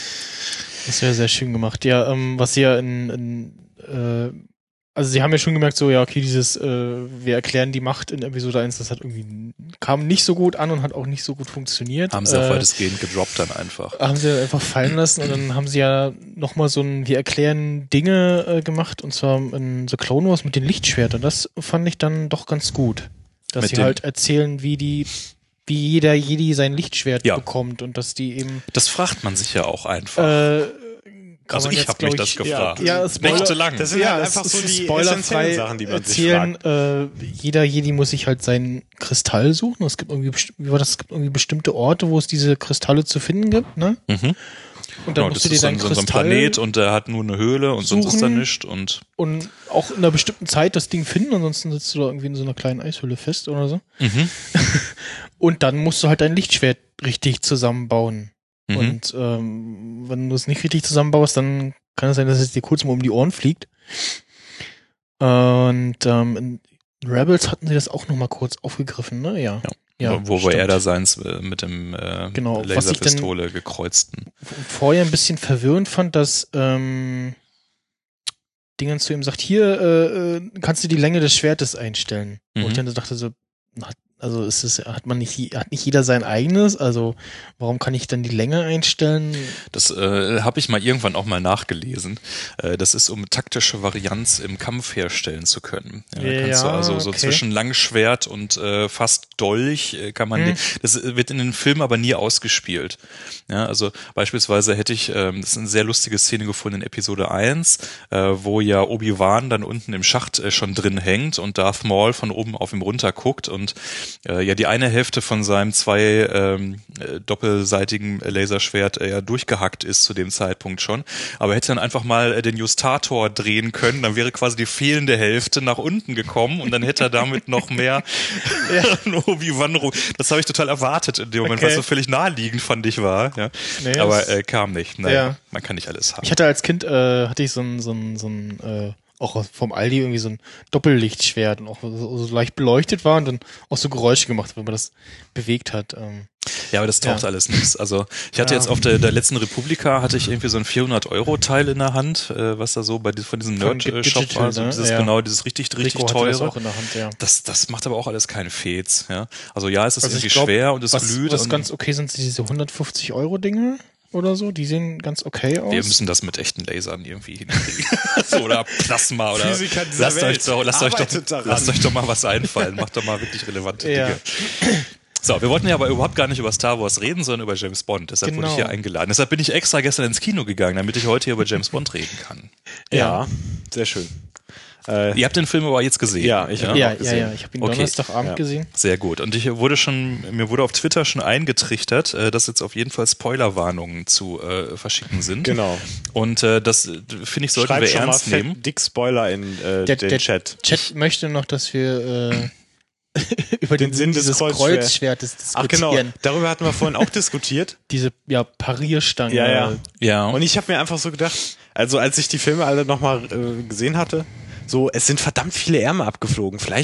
A: Das wäre sehr schön gemacht. Ja, ähm, was sie ja in, in äh, also sie haben ja schon gemerkt, so, ja, okay, dieses, äh, wir erklären die Macht in Episode eins, das hat irgendwie, kam nicht so gut an und hat auch nicht so gut funktioniert.
C: Haben sie auch
A: äh,
C: weitestgehend gedroppt dann einfach.
A: haben sie einfach fallen lassen und dann haben sie ja nochmal so ein, wir erklären Dinge äh, gemacht und zwar in The Clone Wars mit den Lichtschwertern. Das fand ich dann doch ganz gut. Dass
C: Mit
A: sie
C: dem-
A: halt erzählen, wie die, wie jeder Jedi sein Lichtschwert
C: Ja.
A: bekommt und dass die eben
C: Das fragt man sich ja auch einfach.
A: äh, kann
C: Also
A: man
C: ich
A: jetzt,
C: hab mich
A: glaub
C: das
A: ich,
C: gefragt.
A: Ja, ja, Spoiler,
C: Nächtelang.
B: Das sind
A: ja,
B: halt
A: es
B: einfach so
A: ist
B: die
A: spoilerfrei
B: essentiellen Sachen, die man
A: erzählen.
B: sich fragt.
A: Äh, jeder Jedi muss sich halt seinen Kristall suchen. Es gibt irgendwie, besti- wie war das? Es gibt irgendwie bestimmte Orte, wo es diese Kristalle zu finden gibt, ne?
C: Mhm.
A: Und dann
C: Genau,
A: musst
C: das
A: du dir
C: ist so ein,
A: deinen
C: so ein
A: Kristall
C: Planet und der hat nur eine Höhle und sonst ist da
A: suchen.
C: nichts und
A: und auch in einer bestimmten Zeit das Ding finden, ansonsten sitzt du da irgendwie in so einer kleinen Eishöhle fest oder so.
C: mhm.
A: Und dann musst du halt dein Lichtschwert richtig zusammenbauen.
C: Mhm.
A: Und ähm, wenn du es nicht richtig zusammenbaust, dann kann es sein, dass es dir kurz mal um die Ohren fliegt. Und ähm, in Rebels hatten sie das auch noch mal kurz aufgegriffen, ne? Ja.
C: Ja.
A: Ja,
C: wo, wo
A: stimmt.
C: er da seins äh, mit dem äh,
A: Genau, was ich
C: Laserpistole gekreuzten.
A: Vorher ein bisschen verwirrend fand, dass ähm, Dingens zu ihm sagt, hier äh, äh, kannst du die Länge des Schwertes einstellen.
C: Mhm.
A: Und ich dann so dachte so, na, also ist es, hat man nicht, hat nicht jeder sein eigenes? Also warum kann ich dann die Länge einstellen?
C: Das äh, habe ich mal irgendwann auch mal nachgelesen. Äh, das ist, um taktische Varianz im Kampf herstellen zu können. Ja, da kannst du
A: Ja,
C: also so
A: okay.
C: zwischen Langschwert und äh, fast Dolch äh, kann man,
A: Hm.
C: den, das wird in den Filmen aber nie ausgespielt. Ja, also beispielsweise hätte ich, ähm, das ist eine sehr lustige Szene gefunden in Episode eins, äh, wo ja Obi-Wan dann unten im Schacht äh, schon drin hängt und Darth Maul von oben auf ihm runter guckt und äh, ja die eine Hälfte von seinem zwei ähm, äh, doppelseitigen Laserschwert äh, ja durchgehackt ist zu dem Zeitpunkt schon, aber hätte dann einfach mal äh, den Justator drehen können, dann wäre quasi die fehlende Hälfte nach unten gekommen und dann hätte er damit noch mehr Obi-Wan. Das habe ich total erwartet in dem Moment,
A: Okay.
C: was so völlig naheliegend fand ich war. Ja.
A: Nee,
C: aber
A: das-
C: äh, kam nicht. Naja,
A: Ja.
C: man kann nicht alles haben.
A: Ich hatte als Kind, äh, hatte ich so ein, so ein, so ein, äh, auch vom Aldi irgendwie so ein Doppellichtschwert und auch so, so leicht beleuchtet war und dann auch so Geräusche gemacht hat, wenn man das bewegt hat. Ähm.
C: Ja, aber das taucht
A: Ja.
C: alles nichts. Also ich hatte
A: Ja.
C: jetzt auf der, der letzten Republika hatte ich irgendwie so ein vierhundert-Euro-Teil in der Hand, äh, was da so bei von diesem
A: Von
C: Nerd-Shop
A: Digital,
C: war. So
A: ne?
C: dieses,
A: Ja.
C: Genau, dieses richtig, richtig
A: Rico hatte das
C: teure.
A: auch in der Hand, ja.
C: Das, das macht aber auch alles keinen Fets. Ja. Also ja, es ist
A: Also ich
C: irgendwie
A: glaub,
C: schwer und es
A: was,
C: glüht.
A: Was
C: und
A: ganz okay sind, sind diese hundertfünfzig Euro Dinge oder so. Die sehen ganz okay aus.
C: wir müssen das mit echten Lasern irgendwie hinkriegen. so, oder Plasma oder
B: Physiker dieser
C: lasst euch
B: Welt
C: doch, lasst euch
B: arbeitet
C: doch,
B: daran.
C: lasst euch doch mal was einfallen. Macht doch mal wirklich relevante
A: Ja.
C: Dinge. So, wir wollten ja aber überhaupt gar nicht über Star Wars reden, sondern über James Bond. Deshalb wurde ich
A: Genau.
C: hier eingeladen. Deshalb bin ich extra gestern ins Kino gegangen, damit ich heute hier über James Bond reden kann.
B: Ja, sehr schön. Äh,
C: Ihr habt den Film aber jetzt gesehen.
B: Ja, ich hab ihn
A: ja,
B: auch
A: ja,
B: gesehen.
A: ja. Ich habe ihn
C: Okay.
A: Donnerstagabend
B: Ja.
A: gesehen.
C: Sehr gut. Und ich wurde schon, mir wurde auf Twitter schon eingetrichtert, äh, dass jetzt auf jeden Fall Spoilerwarnungen zu äh, verschicken sind.
B: Genau.
C: Und äh, das äh, finde ich, sollten
B: Schreib
C: wir
B: schon
C: ernst
B: mal fett
C: nehmen.
B: dick Spoiler in äh,
A: Der,
B: den
A: der
B: Chat.
A: Chat möchte noch, dass wir äh, über
B: Den
A: den,
B: Sinn
A: Sinn
B: des
A: dieses
B: Kreuzschwer-
A: Kreuzschwertes
B: Ach genau,
A: diskutieren.
B: darüber hatten wir vorhin auch diskutiert.
A: Diese ja, Parierstange.
B: Ja, ja.
C: Ja.
B: Und ich habe mir einfach so gedacht, also als ich die Filme alle nochmal äh, gesehen hatte, so, es sind verdammt viele Ärmel abgeflogen. Vielleicht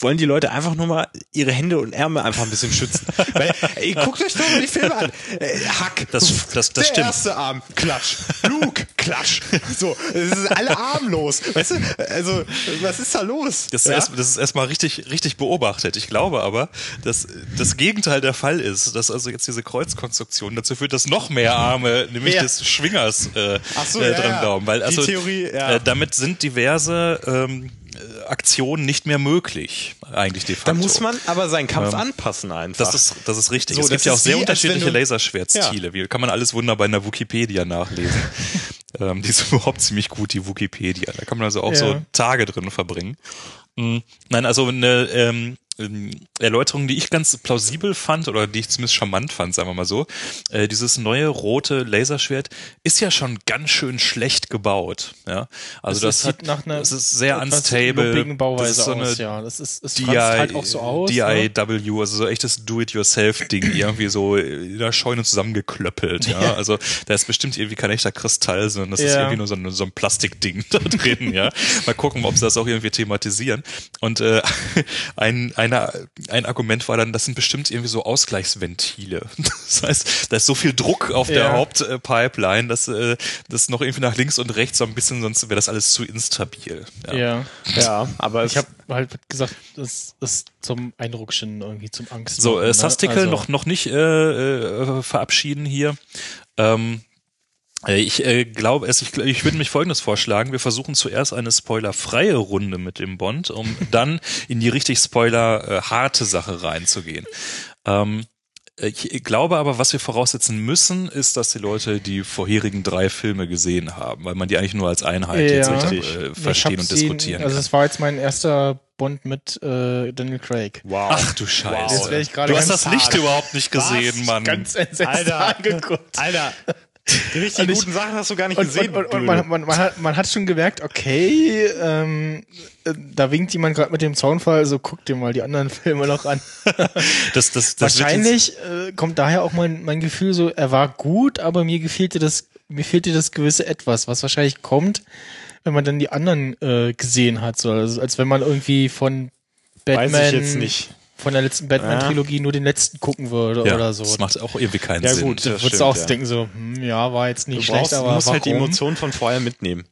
B: wollen die Leute einfach nur mal ihre Hände und Ärmel einfach ein bisschen schützen. Weil, ey, guckt euch doch mal die Filme an. Äh, Hack.
C: Das, das, das
B: der
C: stimmt.
B: erste Arm, klatsch. Luke, klatsch. So, es ist alle armlos. Weißt du, also, was ist da los?
C: Das ist,
B: ja?
C: erst, das ist erstmal richtig, richtig beobachtet. Ich glaube aber, dass das Gegenteil der Fall ist, dass also jetzt diese Kreuzkonstruktion dazu führt, dass noch mehr Arme, nämlich
B: ja.
C: des Schwingers, äh,
B: Ach so,
C: äh,
B: ja,
C: drin
B: ja.
C: glauben. Weil also
B: die Theorie, ja.
C: äh, damit sind diverse ähm, Aktionen nicht mehr möglich, eigentlich de facto.
B: Da muss man aber seinen Kampf
C: Ähm,
B: anpassen einfach.
C: Das ist, das ist richtig.
B: So,
C: es
B: das
C: gibt ja auch
B: ist
C: sehr
B: wie, als wenn
C: unterschiedliche
B: du-
C: Laserschwertstile. Wie kann man alles wunderbar in der Wikipedia nachlesen. ähm, die ist überhaupt ziemlich gut, die Wikipedia. Da kann man also auch
A: Ja.
C: so Tage drin verbringen. Mhm. Nein, also eine ähm, ähm, Erläuterung, die ich ganz plausibel fand oder die ich zumindest charmant fand, sagen wir mal so. Äh, dieses neue rote Laserschwert ist ja schon ganz schön schlecht gebaut. Ja, also das,
A: sieht
C: hat,
A: nach einer
C: das ist sehr
A: etwas
C: unstable.
A: lumpigen Bauweise
C: das ist so eine
A: aus, ja. Das ist, es
C: D I,
A: franzt halt auch so aus.
C: D I
A: ne?
C: W, also so echtes Do-it-yourself-Ding, irgendwie so in der Scheune zusammengeklöppelt, ja. Also da ist bestimmt irgendwie kein echter Kristall, sondern das ist
A: Ja.
C: irgendwie nur so ein, so ein Plastikding da drin, ja. Mal gucken, ob sie das auch irgendwie thematisieren. Und äh, ein, einer, ein Argument war dann, das sind bestimmt irgendwie so Ausgleichsventile. Das heißt, da ist so viel Druck auf der
A: Ja.
C: Hauptpipeline, dass äh, das noch irgendwie nach links und rechts so ein bisschen, sonst wäre das alles zu instabil.
A: Ja.
B: ja, aber
A: Ich habe halt gesagt, das ist zum Eindruckschen irgendwie, zum Angst.
C: So, äh,
A: ne?
C: Sastikel
A: Also-
C: noch noch nicht äh, äh, verabschieden hier. Ähm, äh, ich äh, glaube, es, ich, ich würde mich Folgendes vorschlagen. Wir versuchen zuerst eine spoilerfreie Runde mit dem Bond, um dann in die richtig spoiler-harte Sache reinzugehen. Ähm, ich glaube aber, was wir voraussetzen müssen, ist, dass die Leute die vorherigen drei Filme gesehen haben, weil man die eigentlich nur als Einheit jetzt
A: Ja.
C: äh,
A: Ich
C: verstehen
A: hab
C: und
A: sie-
C: diskutieren
A: Also
C: kann.
A: es war jetzt mein erster Bond mit äh, Daniel Craig.
B: wow.
C: Ach du Scheiße.
A: Jetzt wär ich gerade
C: du hast
A: ganz
C: das Licht
B: hart.
C: überhaupt nicht gesehen, Mann.
A: Ganz entsetzt
B: Alter,
A: angeguckt.
B: Alter, die richtig
A: Und ich-
B: guten Sachen hast du gar nicht
A: Und,
B: gesehen.
A: und, und, und
B: Dödel.
A: man, man, man, hat, man hat schon gemerkt, okay, ähm, äh, da winkt jemand gerade mit dem Zaunfall, also guck dir mal die anderen Filme noch an.
C: Das, das, das wird
A: Wahrscheinlich äh, kommt daher auch mein, mein Gefühl so, er war gut, aber mir gefehlte das, mir fehlte das gewisse Etwas, was wahrscheinlich kommt, wenn man dann die anderen äh, gesehen hat. So. Also, als wenn man irgendwie von Batman,
B: Weiß ich jetzt nicht.
A: von der letzten Batman-Trilogie nur den letzten gucken würde
C: ja,
A: oder so.
C: Das macht auch irgendwie keinen
B: Ja,
C: Sinn.
B: gut.
A: Da
B: das
A: würdest
B: stimmt,
A: du auch
B: ja.
A: denken so, hm, ja, war jetzt nicht
B: Du,
A: schlecht,
B: brauchst, du
A: aber
B: musst
A: warum?
B: halt die Emotionen von vorher mitnehmen.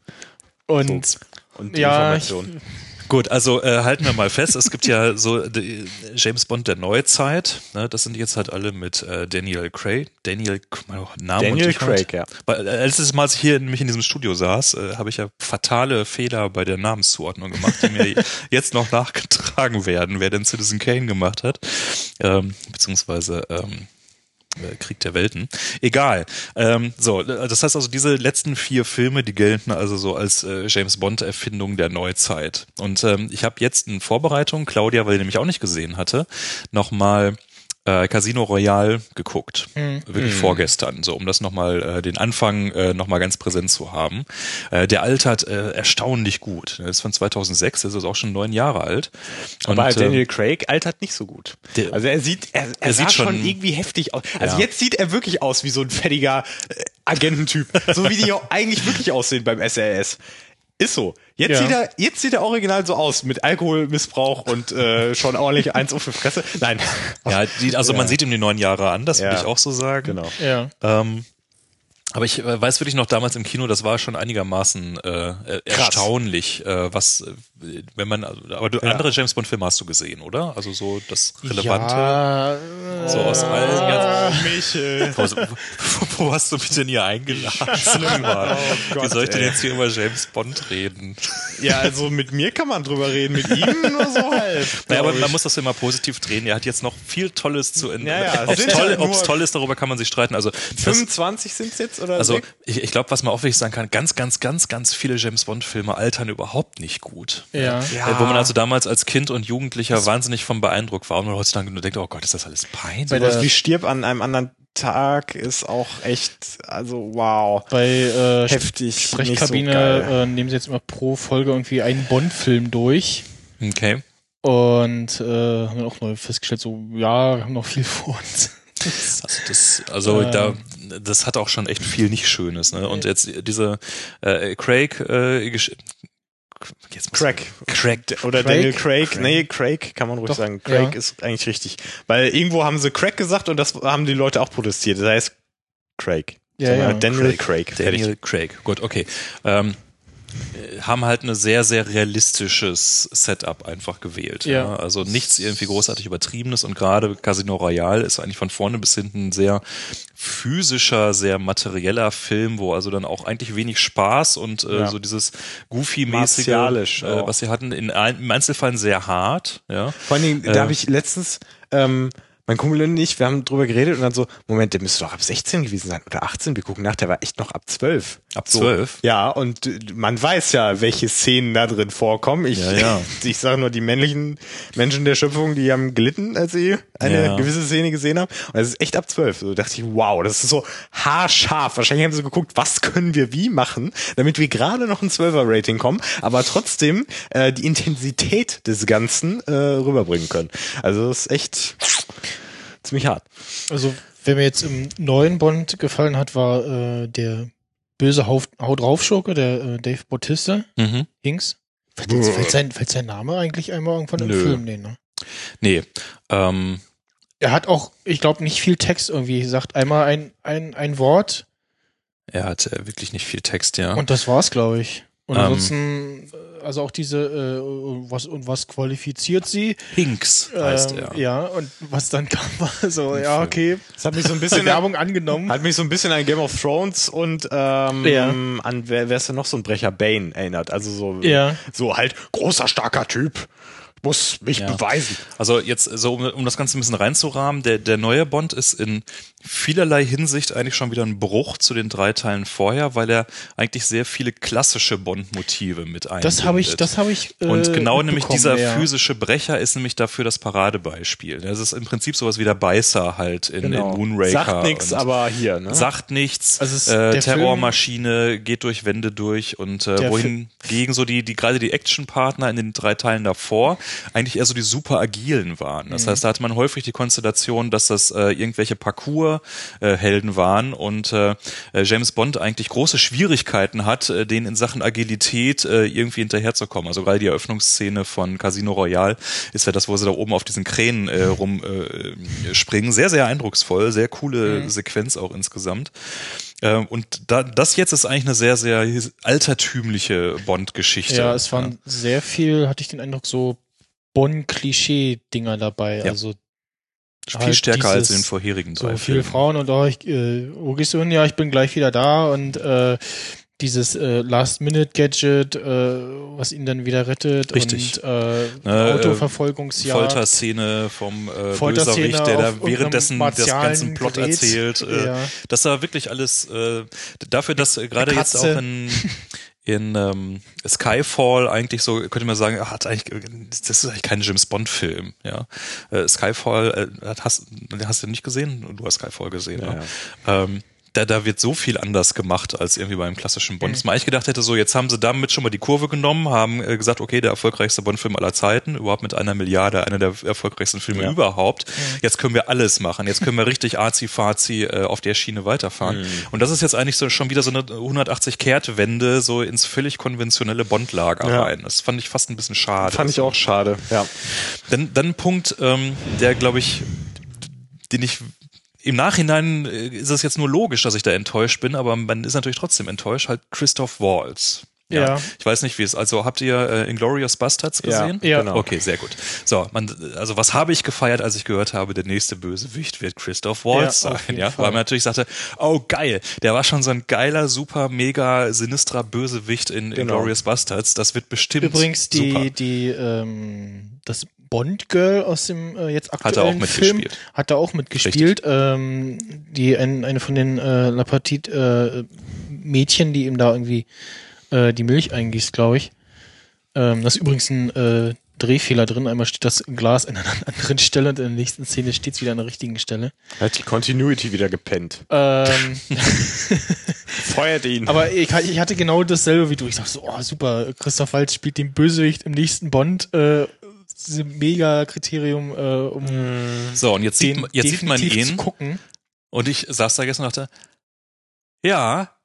A: Und
B: Und die
A: ja, ich,
B: Informationen.
C: Gut, also äh, halten wir mal fest, es gibt ja so die James Bond der Neuzeit, ne, das sind jetzt halt alle mit äh, Daniel Craig, Daniel, oh, Name
B: Daniel
C: und ich
B: Craig, ja.
C: Weil, äh, letztes Mal, als ich hier nämlich in diesem Studio saß, äh, habe ich ja fatale Fehler bei der Namenszuordnung gemacht, die mir jetzt noch nachgetragen werden, wer denn Citizen Kane gemacht hat, ähm, beziehungsweise ähm, Krieg der Welten. Egal. Ähm, so, das heißt also, diese letzten vier Filme, die gelten also so als äh, James Bond-Erfindung der Neuzeit. Und ähm, ich habe jetzt in Vorbereitung, Claudia, weil die nämlich auch nicht gesehen hatte, nochmal äh, Casino Royale geguckt.
A: Mhm.
C: Wirklich
B: Mhm.
C: vorgestern, so um das nochmal, äh, den Anfang äh, nochmal ganz präsent zu haben. Äh, der altert äh, erstaunlich gut. Der ist von zweitausendsechs, der ist also auch schon neun Jahre alt.
B: Aber
C: Und,
B: Daniel
C: äh,
B: Craig altert nicht so gut.
C: der-
B: Also er sieht, er, er,
C: er
B: sah
C: sieht
B: schon,
C: schon-
B: irgendwie heftig aus. Also
C: Ja.
B: jetzt sieht er wirklich aus wie so ein fettiger äh, Agententyp. So wie die auch eigentlich wirklich aussehen beim S R S. Ist so. Jetzt
A: Ja.
B: sieht er, jetzt sieht er original so aus mit Alkoholmissbrauch und äh, schon ordentlich eins auf die Fresse. Nein.
C: ja, die, also
B: Ja.
C: man sieht ihm die neun Jahre an, das
B: Ja.
C: würde ich auch so sagen.
B: Genau.
A: ja.
C: Ähm, aber ich äh, weiß wirklich noch damals im Kino, das war schon einigermaßen äh, äh, erstaunlich, äh, was, äh, wenn man, aber du,
B: Ja.
C: andere James Bond Filme hast du gesehen, oder? Also so das Relevante.
A: Ja,
C: So aus allen ganzen.
B: Michel.
C: Wo, wo, wo hast du mich denn hier eingeladen? Mann?
B: Oh Gott,
C: Wie soll ich denn
B: ey.
C: jetzt hier über James Bond reden?
B: Ja, also mit mir kann man drüber reden, mit ihm nur so halb.
C: Naja, aber
B: glaub
C: man
B: ich.
C: muss das immer positiv drehen. Er hat jetzt noch viel Tolles zu entdecken.
B: Ja, ja,
C: Ob es
B: sind
C: toll,
B: halt nur-
C: ob's toll ist, darüber kann man sich streiten. Also das,
B: fünfundzwanzig sind's jetzt oder
C: Also
B: sechs?
C: ich, ich glaube, was man auch wirklich sagen kann, ganz, ganz, ganz, ganz viele James Bond-Filme altern überhaupt nicht gut.
A: Ja.
B: Ja.
C: Äh, Wo man also damals als Kind und Jugendlicher wahnsinnig von beeindruckt war und man heutzutage nur denkt, oh Gott, ist das alles peinlich.
A: Bei
B: Sowas
A: der-
B: wie Stirb an einem anderen Tag ist auch echt, also wow.
A: Bei äh,
B: Heftig,
A: Sprechkabine
B: nicht so geil.
A: äh, nehmen sie jetzt immer pro Folge irgendwie einen Bond-Film durch
C: Okay.
A: und äh, haben dann auch neu festgestellt, so, ja, wir haben noch viel vor uns.
C: Also das, also
A: Ähm.
C: da, das hat auch schon echt viel nicht Schönes, ne? Und jetzt diese äh, Craig, äh, Gesch jetzt muss
B: Craig.
C: Craig.
B: Oder
A: Craig?
B: Daniel Craig.
A: Craig.
B: Nee, Craig kann man ruhig
A: Doch,
B: sagen. Craig
A: ja.
B: ist eigentlich richtig. Weil irgendwo haben sie Craig gesagt und das haben die Leute auch protestiert. Das heißt Craig.
A: Ja,
B: Sagen wir
A: ja.
B: Daniel Craig. Craig.
C: Daniel Craig. Gut, okay. Ähm, haben halt ein sehr, sehr realistisches Setup einfach gewählt. Ja.
A: Ja.
C: Also nichts irgendwie großartig Übertriebenes und gerade Casino Royale ist eigentlich von vorne bis hinten ein sehr physischer, sehr materieller Film, wo also dann auch eigentlich wenig Spaß und äh,
B: Ja.
C: so dieses Goofy-mäßige,
B: Martialisch
C: äh,
B: auch.
C: was sie hatten, in ein, im Einzelfall sehr hart. Ja.
B: Vor allen Dingen,
C: Äh,
B: da habe ich letztens, ähm, mein Kumpel und ich, wir haben drüber geredet und dann so, Moment, der müsste doch ab sechzehn gewesen sein oder achtzehn. Wir gucken nach, der war echt noch ab zwölf.
C: Ab
B: So.
C: zwölf?
B: Ja, und äh, man weiß ja, welche Szenen da drin vorkommen. Ich,
C: Ja, ja.
B: ich sage nur, die männlichen Menschen der Schöpfung, die haben gelitten, als sie eine
C: Ja.
B: gewisse Szene gesehen haben. Und es ist echt ab zwölf. So dachte ich, wow, das ist so haarscharf. Wahrscheinlich haben sie geguckt, was können wir wie machen, damit wir gerade noch ein zwölfer-Rating kommen, aber trotzdem äh, die Intensität des Ganzen äh, rüberbringen können. Also das ist echt ziemlich hart.
A: Also, wer mir jetzt im neuen Bond gefallen hat, war äh, der böse Haut, Haut drauf-Schurke, der äh, Dave Bautista,
C: Mhm.
A: Hinks. Fällt, jetzt- fällt, sein, fällt sein Name eigentlich einmal irgendwann im
C: Nö.
A: Film? Nee, ne?
C: Nee. Ähm,
A: Er hat auch, ich glaube, nicht viel Text irgendwie. Er sagt einmal ein, ein, ein Wort
C: er hat äh, wirklich nicht viel Text, ja.
A: und das war's, glaube ich. Und
C: Ähm.
A: ansonsten, äh, also auch diese, äh, was und was qualifiziert sie?
C: Hinks heißt
A: Ähm,
C: er.
A: Ja, und was dann kam, war so, ja,
C: Film.
A: okay,
B: Das hat mich so ein bisschen
A: Werbung angenommen.
B: Hat mich so ein bisschen an Game of Thrones und ähm,
A: Ja.
B: an wer, wer ist denn noch so ein Brecher? Bane erinnert. Also so,
A: Ja.
B: so halt großer, starker Typ. Muss mich
C: Ja.
B: beweisen.
C: Also jetzt so, um, um das Ganze ein bisschen reinzurahmen, der, der neue Bond ist in vielerlei Hinsicht eigentlich schon wieder ein Bruch zu den drei Teilen vorher, weil er eigentlich sehr viele klassische Bond-Motive mit einbindet.
A: Das habe ich, das habe ich. Äh,
C: Und genau nämlich
A: mitbekommen,
C: dieser
A: ja.
C: physische Brecher ist nämlich dafür das Paradebeispiel. Das ist im Prinzip sowas wie der Beißer halt in, in Moonraker.
B: Sagt nichts,
C: und
B: aber hier, ne?
C: sagt nichts,
A: Also es-
C: äh,
A: der
C: Terrormaschine geht durch Wände durch und äh,
A: Der
C: wohingegen so die, die gerade die Actionpartner in den drei Teilen davor eigentlich eher so die super agilen waren. Das
A: Mhm.
C: heißt, da hatte man häufig die Konstellation, dass das äh, irgendwelche Parcours-Helden waren und äh, James Bond eigentlich große Schwierigkeiten hat, äh, denen in Sachen Agilität äh, irgendwie hinterherzukommen. Also gerade die Eröffnungsszene von Casino Royale ist ja das, wo sie da oben auf diesen Kränen äh, rumspringen. Äh, springen. Sehr, sehr eindrucksvoll, sehr coole
A: Mhm.
C: Sequenz auch insgesamt. Ähm, und da, das jetzt ist eigentlich eine sehr, sehr altertümliche Bond-Geschichte.
A: Ja, es waren sehr viel, hatte ich den Eindruck, so Bonn-Klischee-Dinger dabei.
C: Ja.
A: Also
C: viel
A: halt
C: stärker als in
A: dieses-
C: den vorherigen
A: so
C: drei
A: viele
C: Filmen.
A: Frauen und oh, ich, äh, wo gehst du hin? Ja, ich bin gleich wieder da und äh, dieses äh, Last-Minute-Gadget, äh, was ihn dann wieder rettet.
C: Richtig.
A: Und äh,
C: Ne,
A: Autoverfolgungsjagd.
C: Folterszene vom äh,
A: Folterszene
C: Bösewicht, der da
A: auf
C: währenddessen
A: irgendeinem
C: das ganzen
A: martialen
C: Plot
A: Gerät.
C: erzählt. Äh,
A: Ja.
C: Das war wirklich alles äh, dafür, dass äh, gerade jetzt
A: Katze.
C: auch in in ähm, Skyfall eigentlich so, könnte man sagen, hat eigentlich, das ist eigentlich kein James Bond Film, ja. Äh, Skyfall, äh, hast, hast du nicht gesehen? Du hast Skyfall gesehen,
B: Ja,
C: ne? Ähm, da, da wird so viel anders gemacht als irgendwie beim klassischen Bond.
A: Mhm.
C: Dass man eigentlich gedacht hätte, so jetzt haben sie damit schon mal die Kurve genommen, haben äh, gesagt, okay, der erfolgreichste Bond-Film aller Zeiten, überhaupt mit einer Milliarde, einer der erfolgreichsten Filme
B: Ja.
C: überhaupt. Jetzt können wir alles machen. Jetzt können wir richtig arzi-fazi äh, auf der Schiene weiterfahren.
B: Mhm.
C: Und das ist jetzt eigentlich so schon wieder so eine hundertachtzig Kehrtwende so ins völlig konventionelle Bond-Lager
B: Ja.
C: rein. Das fand ich fast ein bisschen schade.
B: Fand ich auch schade, ja.
C: Dann, dann ein Punkt, ähm, der, glaube ich, den ich im Nachhinein äh, ist es jetzt nur logisch, dass ich da enttäuscht bin, aber man ist natürlich trotzdem enttäuscht, halt Christoph Waltz.
A: Ja.
C: Ich weiß nicht, wie es, also habt ihr äh, Inglourious Bastards gesehen?
A: Ja,
B: genau.
C: Okay, sehr gut. So, man, also was habe ich gefeiert, als ich gehört habe, der nächste Bösewicht wird Christoph Waltz
A: Ja, auf
C: sein,
A: jeden
C: ja?
A: Fall.
C: Weil man natürlich sagte, oh geil, der war schon so ein geiler, super, mega sinistrer Bösewicht in
B: Genau.
C: Inglourious Bastards. Das wird bestimmt
A: Übrigens die,
C: super.
A: die, ähm, das Bond-Girl aus dem äh, jetzt
C: Hat er auch
A: aktuellen Film
C: mitgespielt.
A: hat da auch mitgespielt. Ähm, die ein, eine von den äh, La Petite äh, Mädchen, die ihm da irgendwie äh, die Milch eingießt, glaube ich. Ähm, das ist übrigens ein äh, Drehfehler drin. Einmal steht das Glas an einer anderen Stelle und in der nächsten Szene steht es wieder an der richtigen Stelle.
B: Hat die Continuity wieder gepennt.
A: Ähm,
B: Feuert ihn.
A: aber ich, ich hatte genau dasselbe wie du. Ich dachte so, oh super, Christoph Waltz spielt den Bösewicht im nächsten Bond. Äh, diese Mega-Kriterium, äh, um
C: So, und jetzt sieht,
A: den
C: man- jetzt sieht man
A: definitiv zu
C: ihn
A: gucken.
C: und ich saß da gestern und dachte, ja,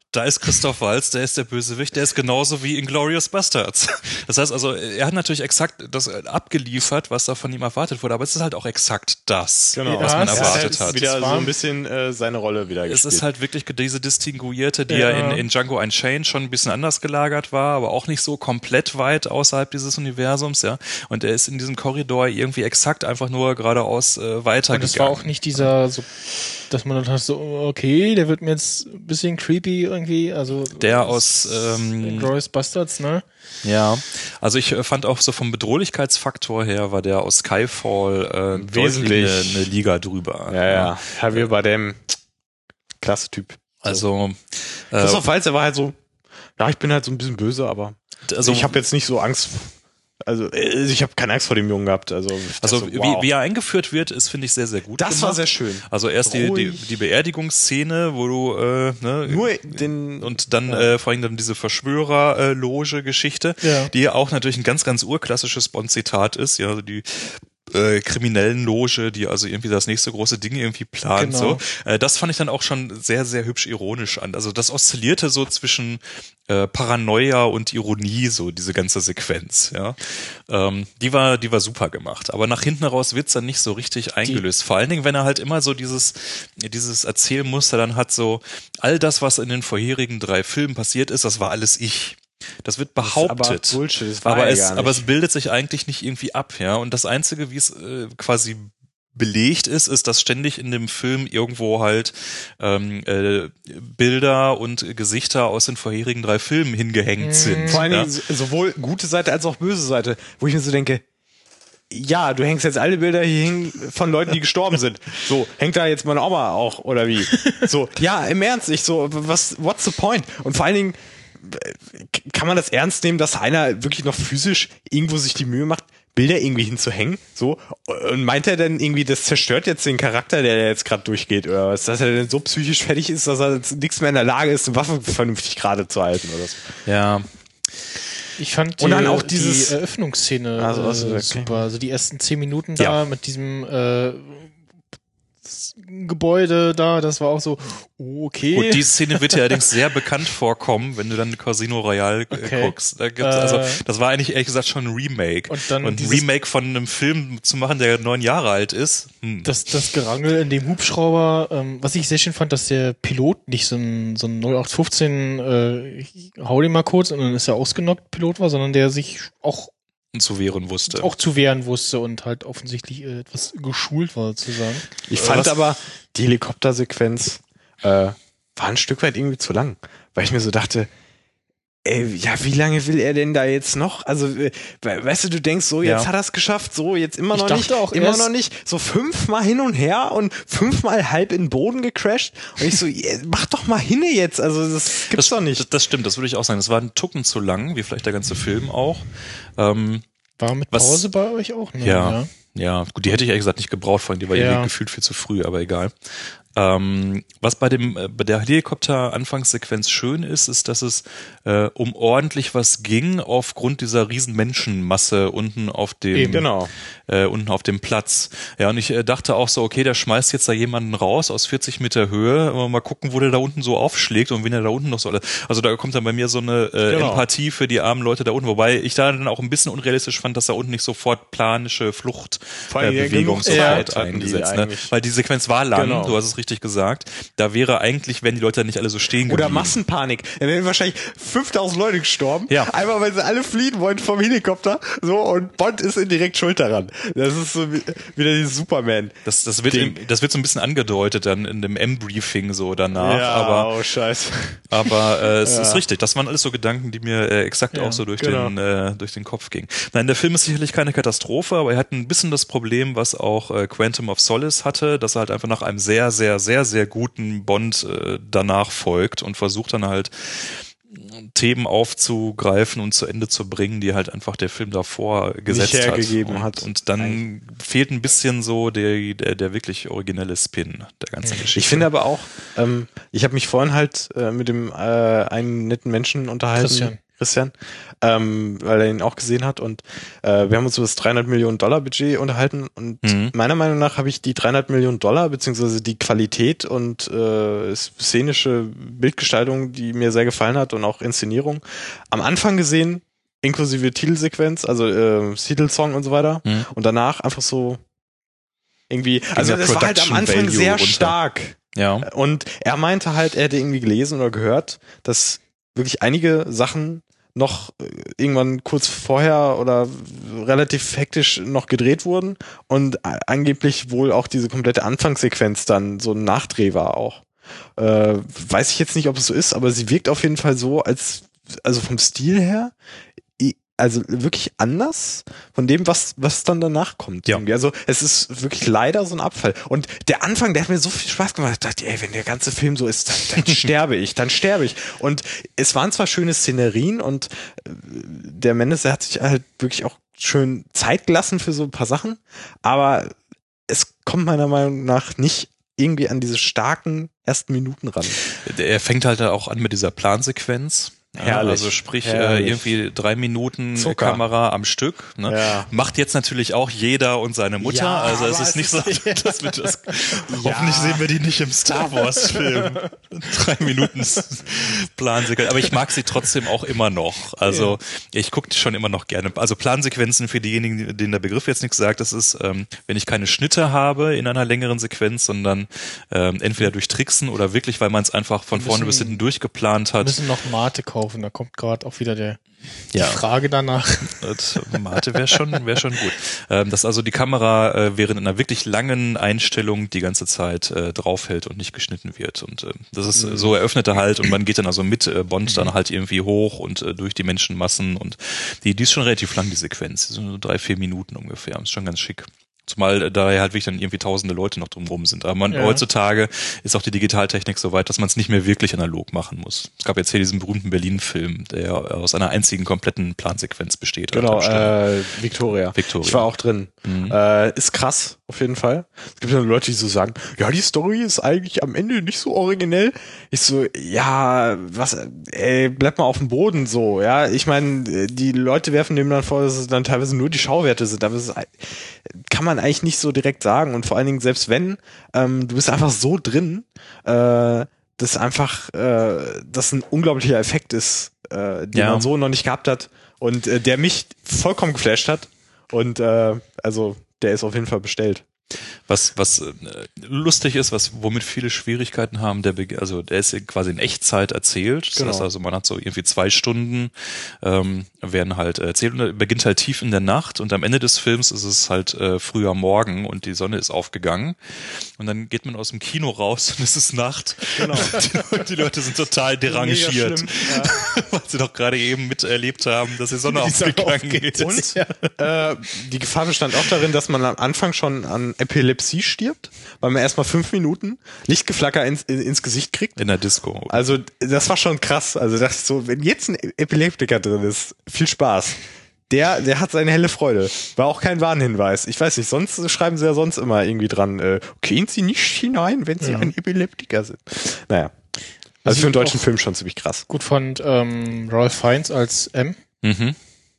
C: Da ist Christoph Waltz, der ist der Bösewicht, der ist genauso wie Inglourious Bastards. Das heißt also, er hat natürlich exakt das abgeliefert, was da von ihm erwartet wurde, aber es ist halt auch exakt das,
B: Genau.
C: was man
A: Ja, es
C: erwartet
A: ist
C: hat.
B: Wieder so ein bisschen äh, seine Rolle wieder
C: Es
B: gespielt.
C: ist halt wirklich diese Distinguierte, die
A: Ja.
C: ja in, in Django Unchained schon ein bisschen anders gelagert war, aber auch nicht so komplett weit außerhalb dieses Universums, ja. Und er ist in diesem Korridor irgendwie exakt einfach nur geradeaus äh, weitergegangen.
A: Und es war auch nicht dieser, so, dass man dann hat so, okay, der wird mir jetzt ein bisschen creepy irgendwie, also
C: Der aus ähm,
A: Inglourious Bastards, ne?
C: Ja, also ich äh, fand auch so vom Bedrohlichkeitsfaktor her war der aus Skyfall äh,
B: Wesentlich.
C: deutlich eine, eine Liga drüber.
B: ja, ja. Javier Bardem, klasse Typ.
C: Also, äh,
B: Christoph Waltz, er war halt so, ja, ich bin halt so ein bisschen böse, aber
C: also
B: ich habe jetzt nicht so Angst. Also äh, ich habe keine Angst vor dem Jungen gehabt. Also, ich
C: Also
B: dachte
C: wie,
B: so, wow.
C: wie er eingeführt wird, ist, finde ich, sehr, sehr gut
B: Das
C: gemacht.
B: war sehr schön.
C: Also erst die, die,
B: Ruhig.
C: die Beerdigungsszene, wo du äh, ne,
B: Nur den
C: und dann
B: Ja.
C: äh, vor allem dann diese Verschwörer-Loge-Geschichte,
A: Ja.
C: die ja auch natürlich ein ganz, ganz urklassisches Bond-Zitat ist. Ja, also die äh, kriminellen Loge, die also irgendwie das nächste große Ding irgendwie plant.
A: Genau.
C: So, äh, das fand ich dann auch schon sehr, sehr hübsch ironisch an. Also das oszillierte so zwischen äh, Paranoia und Ironie, so diese ganze Sequenz. Ja, ähm, die war, die war super gemacht. Aber nach hinten raus wird's dann nicht so richtig eingelöst. Vor allen Dingen, wenn er halt immer so dieses, dieses Erzählmuster dann hat, so all das, was in den vorherigen drei Filmen passiert ist, das war alles ich. Das wird behauptet.
B: aber Bullshit, das war
C: aber
B: ja
C: es,
B: gar nicht.
C: aber es bildet sich eigentlich nicht irgendwie ab, ja. Und das Einzige, wie es äh, quasi belegt ist, ist, dass ständig in dem Film irgendwo halt ähm, äh, Bilder und Gesichter aus den vorherigen drei Filmen hingehängt sind.
B: Vor allen
C: ja.
B: Dingen so- sowohl gute Seite als auch böse Seite, wo ich mir so denke, ja, du hängst jetzt alle Bilder hier hin von Leuten, die gestorben sind. So, hängt da jetzt meine Oma auch, oder wie? So, ja, im Ernst, ich so, was, what's the point? Und vor allen Dingen, kann man das ernst nehmen, dass einer wirklich noch physisch irgendwo sich die Mühe macht, Bilder irgendwie hinzuhängen? So, und meint er denn irgendwie, das zerstört jetzt den Charakter, der jetzt gerade durchgeht, oder was? Dass er denn so psychisch fertig ist, dass er jetzt nichts mehr in der Lage ist, eine Waffe vernünftig gerade zu halten, oder so?
C: Ja.
A: Ich fand die,
B: Und dann auch dieses-
A: die Eröffnungsszene
B: Also, also,
A: äh,
B: okay.
A: super. Also die ersten zehn Minuten da
C: Ja.
A: mit diesem äh, Gebäude da, das war auch so, okay.
C: Gut, die Szene wird ja allerdings sehr bekannt vorkommen, wenn du dann Casino Royale äh,
A: Okay.
C: guckst. Da gibt's,
A: Äh,
C: also, das war eigentlich ehrlich gesagt schon ein Remake.
A: Und dann
C: ein
A: dieses-
C: Remake von einem Film zu machen, der neun Jahre alt ist. Hm.
A: das, das Gerangel in dem Hubschrauber, ähm, was ich sehr schön fand, dass der Pilot nicht so ein, so ein null acht fünfzehn äh, hau den mal kurz und dann ist er ausgenockt Pilot war, sondern der sich auch
C: zu wehren wusste.
A: auch zu wehren wusste und halt offensichtlich äh, etwas geschult war, sozusagen.
B: Ich
C: Äh,
B: fand
C: was-
B: aber, die Helikoptersequenz äh, war ein Stück weit irgendwie zu lang, weil ich mir so dachte, ey, ja, wie lange will er denn da jetzt noch? Also, äh, we- weißt du, du denkst so, jetzt
C: Ja.
B: hat er es geschafft, so, jetzt immer
A: Ich
B: noch
A: dachte
B: nicht,
A: auch
B: immer
A: erst-
B: noch nicht, so fünfmal hin und her und fünfmal halb in den Boden gecrashed und ich so, ja, mach doch mal hinne jetzt, also das gibt's
C: das,
B: doch nicht.
C: Das, das stimmt, das würde ich auch sagen. Das war ein Tucken zu lang, wie vielleicht der ganze Film auch. Ähm,
A: War mit
C: Was-
A: Pause bei euch auch, ne?
C: Ja. Ja, gut, die hätte ich ehrlich gesagt nicht gebraucht, vorhin, die war
A: Ja.
C: irgendwie gefühlt viel zu früh, aber egal. Ähm, was bei dem äh, bei der Helikopter-Anfangssequenz schön ist, ist, dass es äh, um ordentlich was ging aufgrund dieser riesen Menschenmasse unten auf dem
B: Eben, genau.
C: äh, unten auf dem Platz. Ja, und ich äh, dachte auch so, okay, der schmeißt jetzt da jemanden raus aus vierzig Meter Höhe, aber mal gucken, wo der da unten so aufschlägt und wen er da unten noch so. Also da kommt dann bei mir so eine äh,
B: Genau.
C: Empathie für die armen Leute da unten, wobei ich da dann auch ein bisschen unrealistisch fand, dass da unten nicht sofort planische Flucht
B: Vor
C: äh,
B: allem ja
C: Bewegung
B: genug
C: sofort
B: Zeit hatten die
C: eingesetzt, ne?
B: eigentlich.
C: Weil die Sequenz war lang,
B: Genau.
C: du hast es richtig gesagt. Da wäre eigentlich, wenn die Leute nicht alle so stehen
B: Oder
C: geblieben.
B: Massenpanik. Da wären wahrscheinlich fünftausend Leute gestorben.
C: Ja.
B: Einmal, weil sie alle fliehen wollten vom Helikopter. So, und Bond ist indirekt schuld daran. Das ist so wie, wieder dieses Superman.
C: Das, das wird,
B: Ding.
C: im, das wird so ein bisschen angedeutet dann in dem M-Briefing so danach,
B: ja,
C: aber
B: oh, scheiße.
C: Aber äh, es
B: Ja.
C: ist richtig, das waren alles so Gedanken, die mir äh, exakt
A: Ja,
C: auch so durch,
B: genau.
C: den, äh, durch den Kopf gingen. Nein, der Film ist sicherlich keine Katastrophe, aber er hat ein bisschen das Problem, was auch äh, Quantum of Solace hatte, dass er halt einfach nach einem sehr, sehr, sehr, sehr guten Bond äh, danach folgt und versucht dann halt Themen aufzugreifen und zu Ende zu bringen, die halt einfach der Film davor gesetzt hat.
B: hergegeben
C: und,
B: hat.
C: Und dann fehlt ein bisschen so der, der, der wirklich originelle Spin der ganzen Geschichte.
B: Ich finde aber auch, ähm, ich habe mich vorhin halt äh, mit dem äh, einen netten Menschen unterhalten.
A: Christian.
B: Christian, ähm, weil er ihn auch gesehen hat und äh, wir haben uns über das dreihundert Millionen Dollar Budget unterhalten und
C: Mhm.
B: meiner Meinung nach habe ich die dreihundert Millionen Dollar beziehungsweise die Qualität und äh, szenische Bildgestaltung, die mir sehr gefallen hat und auch Inszenierung, am Anfang gesehen, inklusive Titelsequenz, also äh, Titelsong und so weiter
C: Mhm.
B: und danach einfach so irgendwie, also
C: der
B: das war halt am
C: Production
B: Anfang
C: Value
B: sehr
C: runter.
B: stark.
C: Ja.
B: Und er meinte halt, er hätte irgendwie gelesen oder gehört, dass wirklich einige Sachen noch äh, irgendwann kurz vorher oder relativ hektisch noch gedreht wurden und a- angeblich wohl auch diese komplette Anfangssequenz dann so ein Nachdreh war auch. Äh, weiß ich jetzt nicht, ob es so ist, aber sie wirkt auf jeden Fall so, als, also vom Stil her, i- also wirklich anders von dem, was, was dann danach kommt.
C: Ja.
B: Irgendwie. Also es ist wirklich leider so ein Abfall. Und der Anfang, der hat mir so viel Spaß gemacht. Ich dachte, ey, wenn der ganze Film so ist, dann, dann sterbe ich, dann sterbe ich. Und es waren zwar schöne Szenerien und äh, der Mendes, der hat sich halt wirklich auch schön Zeit gelassen für so ein paar Sachen, aber es kommt meiner Meinung nach nicht irgendwie an diese starken ersten Minuten ran.
C: Er fängt halt auch an mit dieser Plansequenz. Ja,
B: Herrlich.
C: also sprich
B: Herrlich.
C: äh, irgendwie drei Minuten
B: Zucker.
C: Kamera am Stück. Ne?
B: Ja.
C: Macht jetzt natürlich auch jeder und seine Mutter.
B: Ja,
C: also es
B: aber
C: ist
B: es
C: nicht
B: ist-
C: so, dass wir das. Hoffentlich sehen wir die nicht im Star Wars Film. Drei Minuten Plansequenz. Aber ich mag sie trotzdem auch immer noch. Also ich gucke schon immer noch gerne. Also Plansequenzen für diejenigen, denen der Begriff jetzt nichts sagt, das ist, ähm, wenn ich keine Schnitte habe in einer längeren Sequenz, sondern ähm, entweder durch Tricksen oder wirklich, weil man es einfach von
A: Wir
C: vorne
A: müssen-
C: bis hinten durchgeplant
A: Wir
C: hat.
A: müssen noch Mate kaufen, da kommt gerade auch wieder der, die
C: Ja.
A: Frage danach.
C: Das Mate wäre schon, wäre schon gut. Ähm, dass also die Kamera äh, während einer wirklich langen Einstellung die ganze Zeit äh, draufhält und nicht geschnitten wird. Und äh, das ist äh, so eröffnet er halt und man geht dann also mit äh, Bond dann halt irgendwie hoch und äh, durch die Menschenmassen und die, die ist schon relativ lang, die Sequenz. So drei, vier Minuten ungefähr. Ist schon ganz schick. Zumal äh, da halt wirklich dann irgendwie tausende Leute noch drumherum sind. Aber man,
A: Ja.
C: heutzutage ist auch die Digitaltechnik so weit, dass man es nicht mehr wirklich analog machen muss. Es gab jetzt hier diesen berühmten Berlin-Film, der aus einer einzigen kompletten Plansequenz besteht.
B: Genau,
C: anderthalb Stunden.
B: äh, Victoria.
C: Victoria.
B: Ich war auch drin.
C: Mhm.
B: Äh, ist krass, auf jeden Fall. Es gibt ja Leute, die so sagen, ja, die Story ist eigentlich am Ende nicht so originell. Ich so, ja, was, ey, bleib mal auf dem Boden so, ja. Ich meine, die Leute werfen dem dann vor, dass es dann teilweise nur die Schauwerte sind, aber es ist, kann man eigentlich nicht so direkt sagen. Und vor allen Dingen, selbst wenn, ähm, du bist einfach so drin, äh, dass einfach äh, das ein unglaublicher Effekt ist, äh, den
C: Ja.
B: man so noch nicht gehabt hat und äh, der mich vollkommen geflasht hat. Und äh, also der ist auf jeden Fall bestellt.
C: Was, was äh, lustig ist, was womit viele Schwierigkeiten haben, der Be- also der ist quasi in Echtzeit erzählt. Das
B: Genau.
C: heißt also, man hat so irgendwie zwei Stunden, ähm, werden halt erzählt und er beginnt halt tief in der Nacht und am Ende des Films ist es halt äh, früher Morgen und die Sonne ist aufgegangen und dann geht man aus dem Kino raus und es ist Nacht.
B: Genau.
C: Und die Leute sind total derangiert,
B: Mega schlimm, ja.
C: weil sie doch gerade eben miterlebt haben, dass die Sonne
A: Die Sonne
C: aufgegangen ist.
B: Und äh, die Gefahr bestand auch darin, dass man am Anfang schon an Epilepsie stirbt, weil man erstmal fünf Minuten Lichtgeflacker ins, in, ins Gesicht kriegt.
C: In der Disco.
B: Also das war schon krass. Also dachte ich so, wenn jetzt ein Epileptiker drin ist, viel Spaß. Der, der hat seine helle Freude. War auch kein Warnhinweis. Ich weiß nicht, sonst schreiben sie ja sonst immer irgendwie dran, äh, gehen Sie nicht hinein, wenn Sie
A: Ja.
B: ein Epileptiker sind. Naja. Also für einen deutschen Film schon ziemlich krass.
A: Gut fand ähm, Ralph Fiennes als M.
C: Mhm.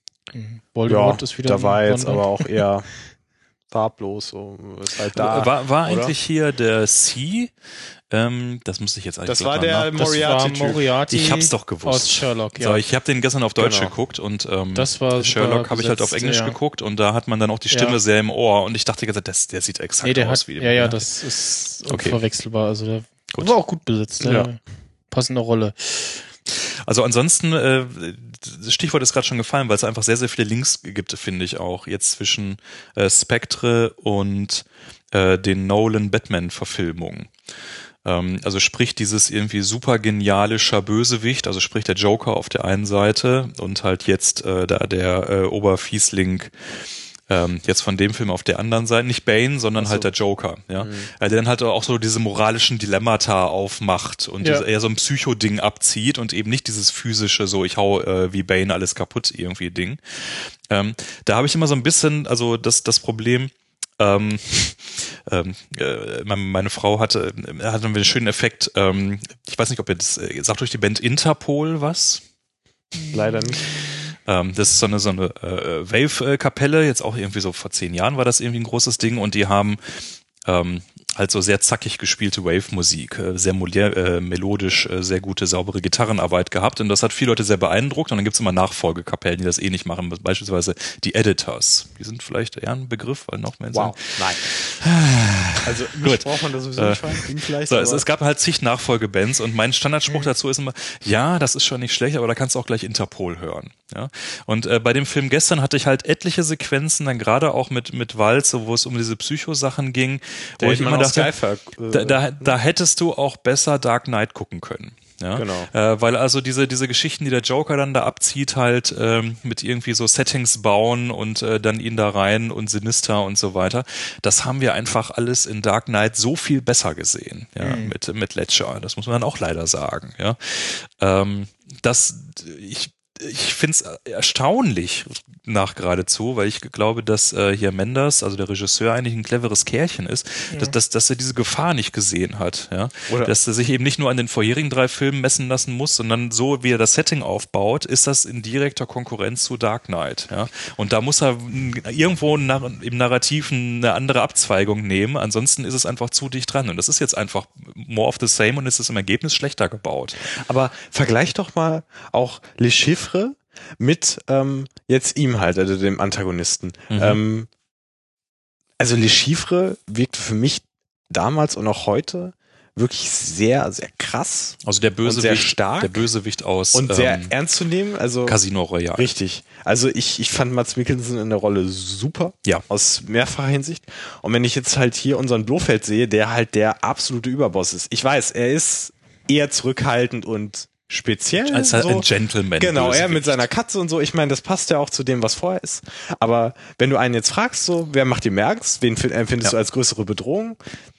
A: Voldemort ist wieder
B: da war
A: ein
B: jetzt
A: Bond.
B: aber auch eher farblos. So. Ist halt da,
C: war war
B: oder?
C: eigentlich hier der C, ähm, das muss ich jetzt eigentlich
B: Das
C: glaub
B: war
C: mal
B: der
C: nach-
A: Das war
B: Moriarty-Typ.
A: Moriarty
C: Ich hab's doch gewusst.
A: aus Sherlock, ja.
C: So, ich habe den gestern auf Deutsch
B: Genau.
C: geguckt und ähm,
A: Das war super
C: Sherlock habe ich halt auf
A: besetzt,
C: Englisch
A: ja.
C: geguckt und da hat man dann auch die Stimme
A: Ja.
C: sehr im Ohr und ich dachte gesagt, das, der sieht exakt
A: nee, der
C: aus
A: hat,
C: wie
A: ja,
C: der
A: ja,
C: Moriarty.
A: das ist
C: Okay.
A: unverwechselbar. Also der
C: Gut.
A: war auch gut besetzt.
B: Ja.
A: Ja. Passende Rolle.
C: Also ansonsten, äh, das Stichwort ist gerade schon gefallen, weil es einfach sehr, sehr viele Links gibt, finde ich auch, jetzt zwischen äh, Spectre und äh, den Nolan-Batman-Verfilmungen. Ähm, also sprich dieses irgendwie super genialischer Bösewicht, also sprich der Joker auf der einen Seite und halt jetzt äh, da der äh, Oberfiesling ähm, jetzt von dem Film auf der anderen Seite, nicht Bane, sondern
B: Ach so.
C: halt der Joker, ja,
B: Mhm.
C: äh, der dann halt auch so diese moralischen Dilemmata aufmacht und
A: Ja.
C: diese, eher so ein Psycho-Ding abzieht und eben nicht dieses physische, so ich hau äh, wie Bane alles kaputt irgendwie Ding. Ähm, da habe ich immer so ein bisschen, also das das Problem. Ähm, ähm, äh, meine, meine Frau hatte hatte einen schönen Effekt. Ähm, ich weiß nicht, ob ihr das äh, sagt euch die Band Interpol was?
B: Leider nicht.
C: Ähm, das ist so eine, so eine äh, Wave-Kapelle, jetzt auch irgendwie so vor zehn Jahren war das irgendwie ein großes Ding und die haben ähm, halt so sehr zackig gespielte Wave-Musik, äh, sehr molier, äh, melodisch, äh, sehr gute, saubere Gitarrenarbeit gehabt und das hat viele Leute sehr beeindruckt und dann gibt's immer Nachfolgekapellen, die das eh nicht machen, beispielsweise die Editors. Die sind vielleicht eher ein Begriff, weil noch mehr
B: Wow, nein. Also
C: Gut.
B: braucht man da sowieso nicht rein, vielleicht.
C: So, es,
B: aber-
C: es gab halt zig Nachfolgebands und mein Standardspruch dazu ist immer, ja, das ist schon nicht schlecht, aber da kannst du auch gleich Interpol hören. Ja? Und äh, bei dem Film gestern hatte ich halt etliche Sequenzen, dann gerade auch mit mit Walz, wo es um diese Psychosachen ging,
B: Der
C: wo
B: hätte
C: ich
B: man
C: immer
B: auch
C: dachte,
B: Skyfire, äh,
C: da, da, da hättest du auch besser Dark Knight gucken können. Ja,
B: Genau.
C: äh, weil also diese diese Geschichten, die der Joker dann da abzieht, halt ähm, mit irgendwie so Settings bauen und äh, dann ihn da rein und Sinister und so weiter, das haben wir einfach alles in Dark Knight so viel besser gesehen, ja,
B: Mhm.
C: mit mit Ledger. Das muss man dann auch leider sagen, ja. Ähm, das ich ich finde es erstaunlich nach geradezu, weil ich glaube, dass äh, hier Mendes, also der Regisseur, eigentlich ein cleveres Kerlchen ist,
A: Ja.
C: dass, dass, dass er diese Gefahr nicht gesehen hat. Ja?
B: Oder-
C: Dass er sich eben nicht nur an den vorherigen drei Filmen messen lassen muss, sondern so, wie er das Setting aufbaut, ist das in direkter Konkurrenz zu Dark Knight. Ja? Und da muss er irgendwo nach, im Narrativen eine andere Abzweigung nehmen, ansonsten ist es einfach zu dicht dran. Und das ist jetzt einfach more of the same und es ist im Ergebnis schlechter gebaut.
B: Aber vergleich doch mal auch Le Chiffre mit ähm, jetzt ihm halt, also dem Antagonisten.
C: Mhm.
B: Ähm, also Le Chiffre wirkt für mich damals und auch heute wirklich sehr, sehr krass
C: Also der Bösewicht,
B: sehr stark
C: der Bösewicht aus
B: und sehr
C: ähm,
B: ernst zu nehmen. Also
C: Casino Royale.
B: richtig. Also ich, ich fand Mads Mikkelsen in der Rolle super.
C: Ja.
B: Aus mehrfacher Hinsicht. Und wenn ich jetzt halt hier unseren Blofeld sehe, der halt der absolute Überboss ist. Ich weiß, er ist eher zurückhaltend und speziell.
C: Als halt
B: so.
C: ein Gentleman.
B: Genau, er
C: Bösewicht.
B: mit seiner Katze und so. Ich meine, das passt ja auch zu dem, was vorher ist. Aber wenn du einen jetzt fragst, so, wer macht dir mehr Angst? Wen find- empfindest
C: Ja.
B: du als größere Bedrohung?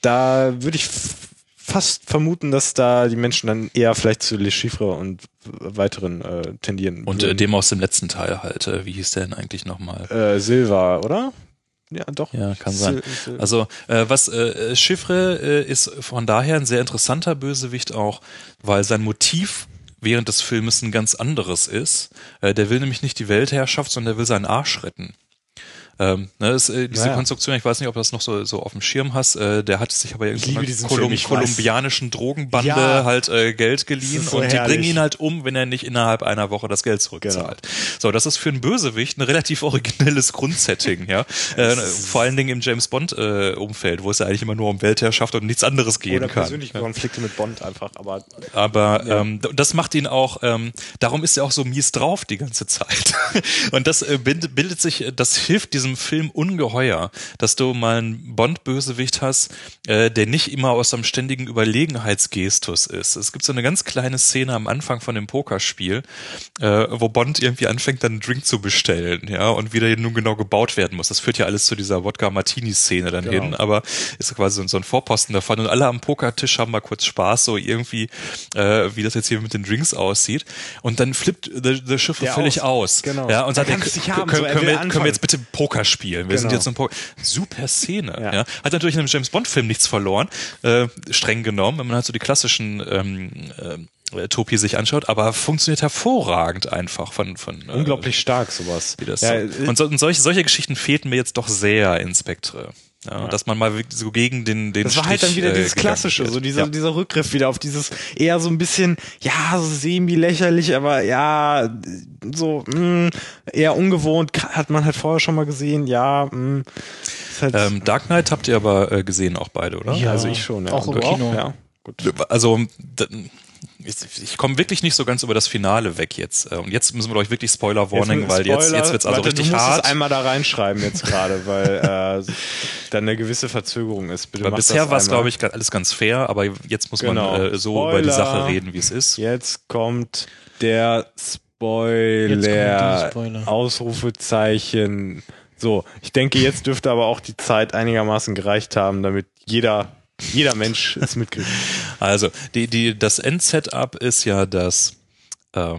B: Da würde ich f- fast vermuten, dass da die Menschen dann eher vielleicht zu Le Chiffre und weiteren äh, tendieren.
C: Und äh,
B: würden.
C: dem aus dem letzten Teil halt. Äh, wie hieß der denn eigentlich nochmal?
B: äh, Silva, oder? Ja, doch.
C: Ja, kann sein.
B: Sil- Sil-
C: Also äh, was äh, Chiffre äh, ist von daher ein sehr interessanter Bösewicht auch, weil sein Motiv während des Filmes ein ganz anderes ist. Äh, der will nämlich nicht die Weltherrschaft, sondern der will seinen Arsch retten. Ähm, ne, das, äh, diese
B: Naja.
C: Konstruktion, ich weiß nicht, ob du das noch so, so auf dem Schirm hast, äh, der hat sich aber
B: liebe
C: irgendeiner
B: diesen
C: Kolum
B: Film, ich weiß.
C: kolumbianischen Drogenbande
B: Ja.
C: halt äh, Geld
B: Das
C: geliehen
B: ist so
C: und die
B: herrlich.
C: bringen ihn halt um, wenn er nicht innerhalb einer Woche das Geld zurückzahlt. So, das ist für einen Bösewicht ein relativ originelles Grundsetting, ja. Äh, vor allen Dingen im James Bond äh, Umfeld, wo es ja eigentlich immer nur um Weltherrschaft und nichts anderes gehen
B: Oder
C: kann.
B: persönliche Konflikte mit Bond einfach, aber
C: Aber
B: Ja.
C: ähm, d- das macht ihn auch, ähm, darum ist er auch so mies drauf die ganze Zeit. Und das äh, bildet, bildet sich, das hilft diesem Film ungeheuer, dass du mal einen Bond-Bösewicht hast, äh, der nicht immer aus einem ständigen Überlegenheitsgestus ist. Es gibt so eine ganz kleine Szene am Anfang von dem Pokerspiel, äh, wo Bond irgendwie anfängt, dann einen Drink zu bestellen, ja, und wie der nun genau gebaut werden muss. Das führt ja alles zu dieser Wodka-Martini-Szene dann
B: Genau.
C: hin, aber ist quasi so, so ein Vorposten davon und alle am Pokertisch haben mal kurz Spaß, so irgendwie, äh, wie das jetzt hier mit den Drinks aussieht. Und dann flippt der, der Schiff
B: Der
C: völlig
B: aus.
C: aus.
B: Genau.
C: Ja, und
B: Er
C: sagt,
B: kann's
C: k-
B: nicht haben,
C: können,
B: so, er
C: können,
B: will
C: wir, können
B: anfangen.
C: wir jetzt bitte Poker spielen? Wir sind
B: Genau.
C: jetzt im Poker. Super Szene. Ja.
B: Ja.
C: Hat natürlich in einem James Bond Film nichts verloren, äh, streng genommen, wenn man halt so die klassischen ähm, äh, Topi sich anschaut, aber funktioniert hervorragend einfach von, von äh,
B: unglaublich stark sowas.
C: wie das
B: Ja,
C: so. Und, so, und solche, solche Geschichten fehlten mir jetzt doch sehr in Spectre. Ja, dass man mal wirklich so gegen den, den
B: das war halt dann
C: Strich,
B: wieder
C: äh,
B: dieses
C: gegangen
B: Klassische,
C: wird.
B: so dieser,
C: Ja.
B: dieser Rückgriff wieder auf dieses eher so ein bisschen, ja, so semi-lächerlich, aber ja, so mh, eher ungewohnt, hat man halt vorher schon mal gesehen, ja, mh, ist halt,
C: Ähm, Dark Knight habt ihr aber äh, gesehen auch beide, oder?
A: Ja.
B: also ich schon, ja.
A: Auch
B: Und
A: im
B: du
A: Kino.
B: Ja, gut.
C: Also d- ich, ich komme wirklich nicht so ganz über das Finale weg jetzt. Äh, Und jetzt müssen wir euch wirklich Spoiler Warning, weil jetzt,
B: Spoiler,
C: jetzt wird's also
B: warte,
C: richtig
B: du musst
C: hart.
B: es einmal da reinschreiben jetzt gerade, weil äh, dann eine gewisse Verzögerung ist. Bitte
C: Weil
B: mach
C: bisher
B: das
C: war es,
B: einmal.
C: glaube ich, grad alles ganz fair, aber jetzt muss
B: Genau.
C: man äh, so
B: Spoiler.
C: über die Sache reden, wie es ist.
B: Jetzt kommt der
A: Jetzt kommt
B: Spoiler.
A: die Spoiler.
B: Ausrufezeichen. So, ich denke, jetzt dürfte aber auch die Zeit einigermaßen gereicht haben, damit jeder, jeder Mensch es mitkriegt.
C: Also, die, die, das Endsetup ist ja, dass ähm,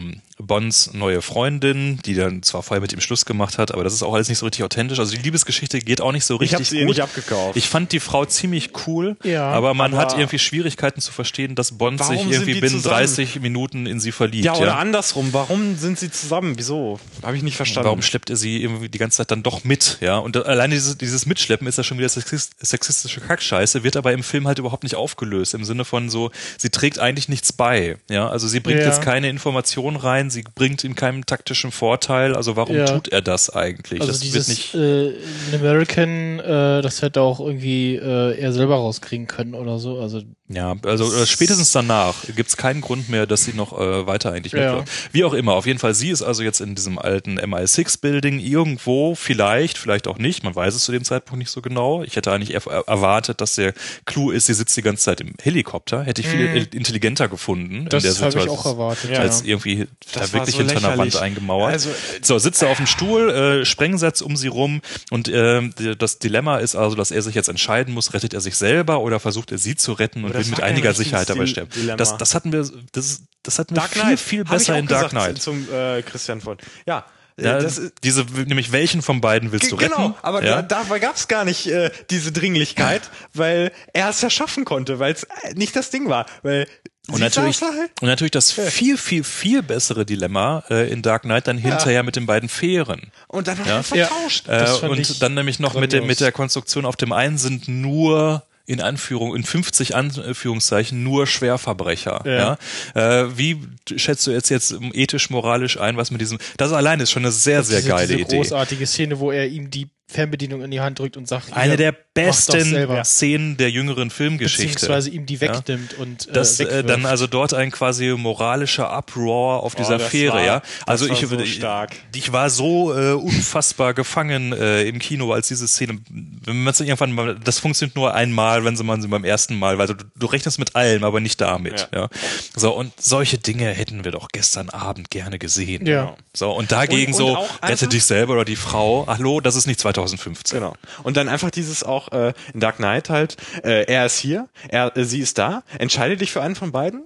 C: Bonds neue Freundin, die dann zwar vorher mit ihm Schluss gemacht hat, aber das ist auch alles nicht so richtig authentisch. Also die Liebesgeschichte geht auch nicht so richtig
B: ich hab sie
C: gut.
B: nicht abgekauft.
C: Ich fand die Frau ziemlich cool,
A: Ja,
C: aber man
B: aber
C: hat irgendwie Schwierigkeiten zu verstehen, dass Bond
B: warum
C: sich
B: sind
C: irgendwie
B: die
C: binnen
B: zusammen?
C: dreißig Minuten in sie verliebt.
B: Ja, oder
C: ja.
B: andersrum. Warum sind sie zusammen? Wieso? Habe ich nicht verstanden.
C: Warum schleppt er sie irgendwie die ganze Zeit dann doch mit, ja? Und alleine dieses, dieses Mitschleppen ist ja schon wieder sexist, sexistische Kackscheiße, wird aber im Film halt überhaupt nicht aufgelöst, im Sinne von so, sie trägt eigentlich nichts bei, ja? Also sie bringt
A: Ja.
C: jetzt keine Information rein, sie bringt ihm keinen taktischen Vorteil, also warum
A: Ja.
C: tut er das eigentlich?
A: Also
C: das
A: dieses
C: wird nicht,
A: äh, in American, äh, das hätte auch irgendwie äh, er selber rauskriegen können oder so. Also
C: ja, also äh, spätestens danach gibt's keinen Grund mehr, dass sie noch äh, weiter eigentlich
A: Ja.
C: mitläuft. Wie auch immer, auf jeden Fall, sie ist also jetzt in diesem alten M I sechs Building irgendwo, vielleicht, vielleicht auch nicht, man weiß es zu dem Zeitpunkt nicht so genau. Ich hätte eigentlich er erwartet, dass der Clou ist, sie sitzt die ganze Zeit im Helikopter, hätte ich viel
A: Mhm.
C: intelligenter gefunden.
A: das
C: in der
A: habe ich
C: Situation.
A: auch erwartet.
B: Ja.
C: Als
A: Ja.
C: irgendwie
B: Das
C: da
B: war
C: wirklich
B: so
C: hinter einer Wand
B: lächerlich.
C: eingemauert.
B: Also, äh,
C: so, sitzt er auf dem Stuhl, äh, Sprengsatz um sie rum und äh, das Dilemma ist also, dass er sich jetzt entscheiden muss, rettet er sich selber oder versucht er sie zu retten und
B: Aber
C: will
B: das
C: mit
B: war kein
C: einiger
B: richtiges
C: Sicherheit dabei
B: Dil-
C: sterben.
B: Dilemma.
C: Das, das hatten wir, das, das hatten wir
B: Dark
C: viel,
B: Knight.
C: viel
B: Hab
C: besser
B: ich auch
C: in Dark
B: gesagt
C: Knight.
B: Zum äh, Christian von. Ja, äh,
C: Ja,
B: das ist,
C: diese, nämlich welchen von beiden willst du
B: genau,
C: retten?
B: aber
C: ja?
B: da, dabei gab es gar nicht äh, diese Dringlichkeit, weil er es ja schaffen konnte, weil es äh, nicht das Ding war. Weil
C: Und
B: sie
C: natürlich,
B: saß da halt.
C: und natürlich das viel, viel, viel bessere Dilemma äh, in Dark Knight dann hinterher mit den beiden Fähren.
B: Und dann hat
C: Ja.
B: er vertauscht.
C: Äh,
A: Das fand ich
C: und dann nämlich noch mit der,
A: grandios.
C: mit der Konstruktion auf dem einen sind nur in Anführung, in fünfzig Anführungszeichen nur Schwerverbrecher. Ja.
A: Ja.
C: Äh, wie schätzt du jetzt jetzt ethisch, moralisch ein, was mit diesem, das allein ist schon eine sehr, sehr
A: diese,
C: geile
A: diese
C: Idee.
A: großartige Szene, wo er ihm die Fernbedienung in die Hand drückt und sagt,
C: Eine
A: hier,
C: der
A: mach doch
C: besten
A: selber.
C: Szenen der jüngeren Filmgeschichte.
A: Beziehungsweise ihm die wegnimmt und äh,
C: Das äh,
A: wegwirft.
C: dann also dort ein quasi moralischer Uproar auf dieser
B: das
C: Fähre,
B: war-
C: ja.
B: das
C: Also
B: war
C: ich,
B: so
C: ich,
B: stark.
C: ich war so äh, unfassbar gefangen äh, im Kino, als diese Szene, wenn man es irgendwann mal, das funktioniert nur einmal, wenn sie man sie beim ersten Mal, weil du, du rechnest mit allem, aber nicht damit, ja.
B: Ja.
C: So, und solche Dinge hätten wir doch gestern Abend gerne gesehen.
A: Ja.
C: So, und dagegen
B: Und-
C: so,
B: und auch
C: rette
B: einfach-
C: dich selber oder die Frau, hallo, das ist nicht zweitausendfünfzehn.
B: Genau. Und dann einfach dieses auch äh, in Dark Knight halt, äh, er ist hier, er, äh, sie ist da, entscheide dich für einen von beiden.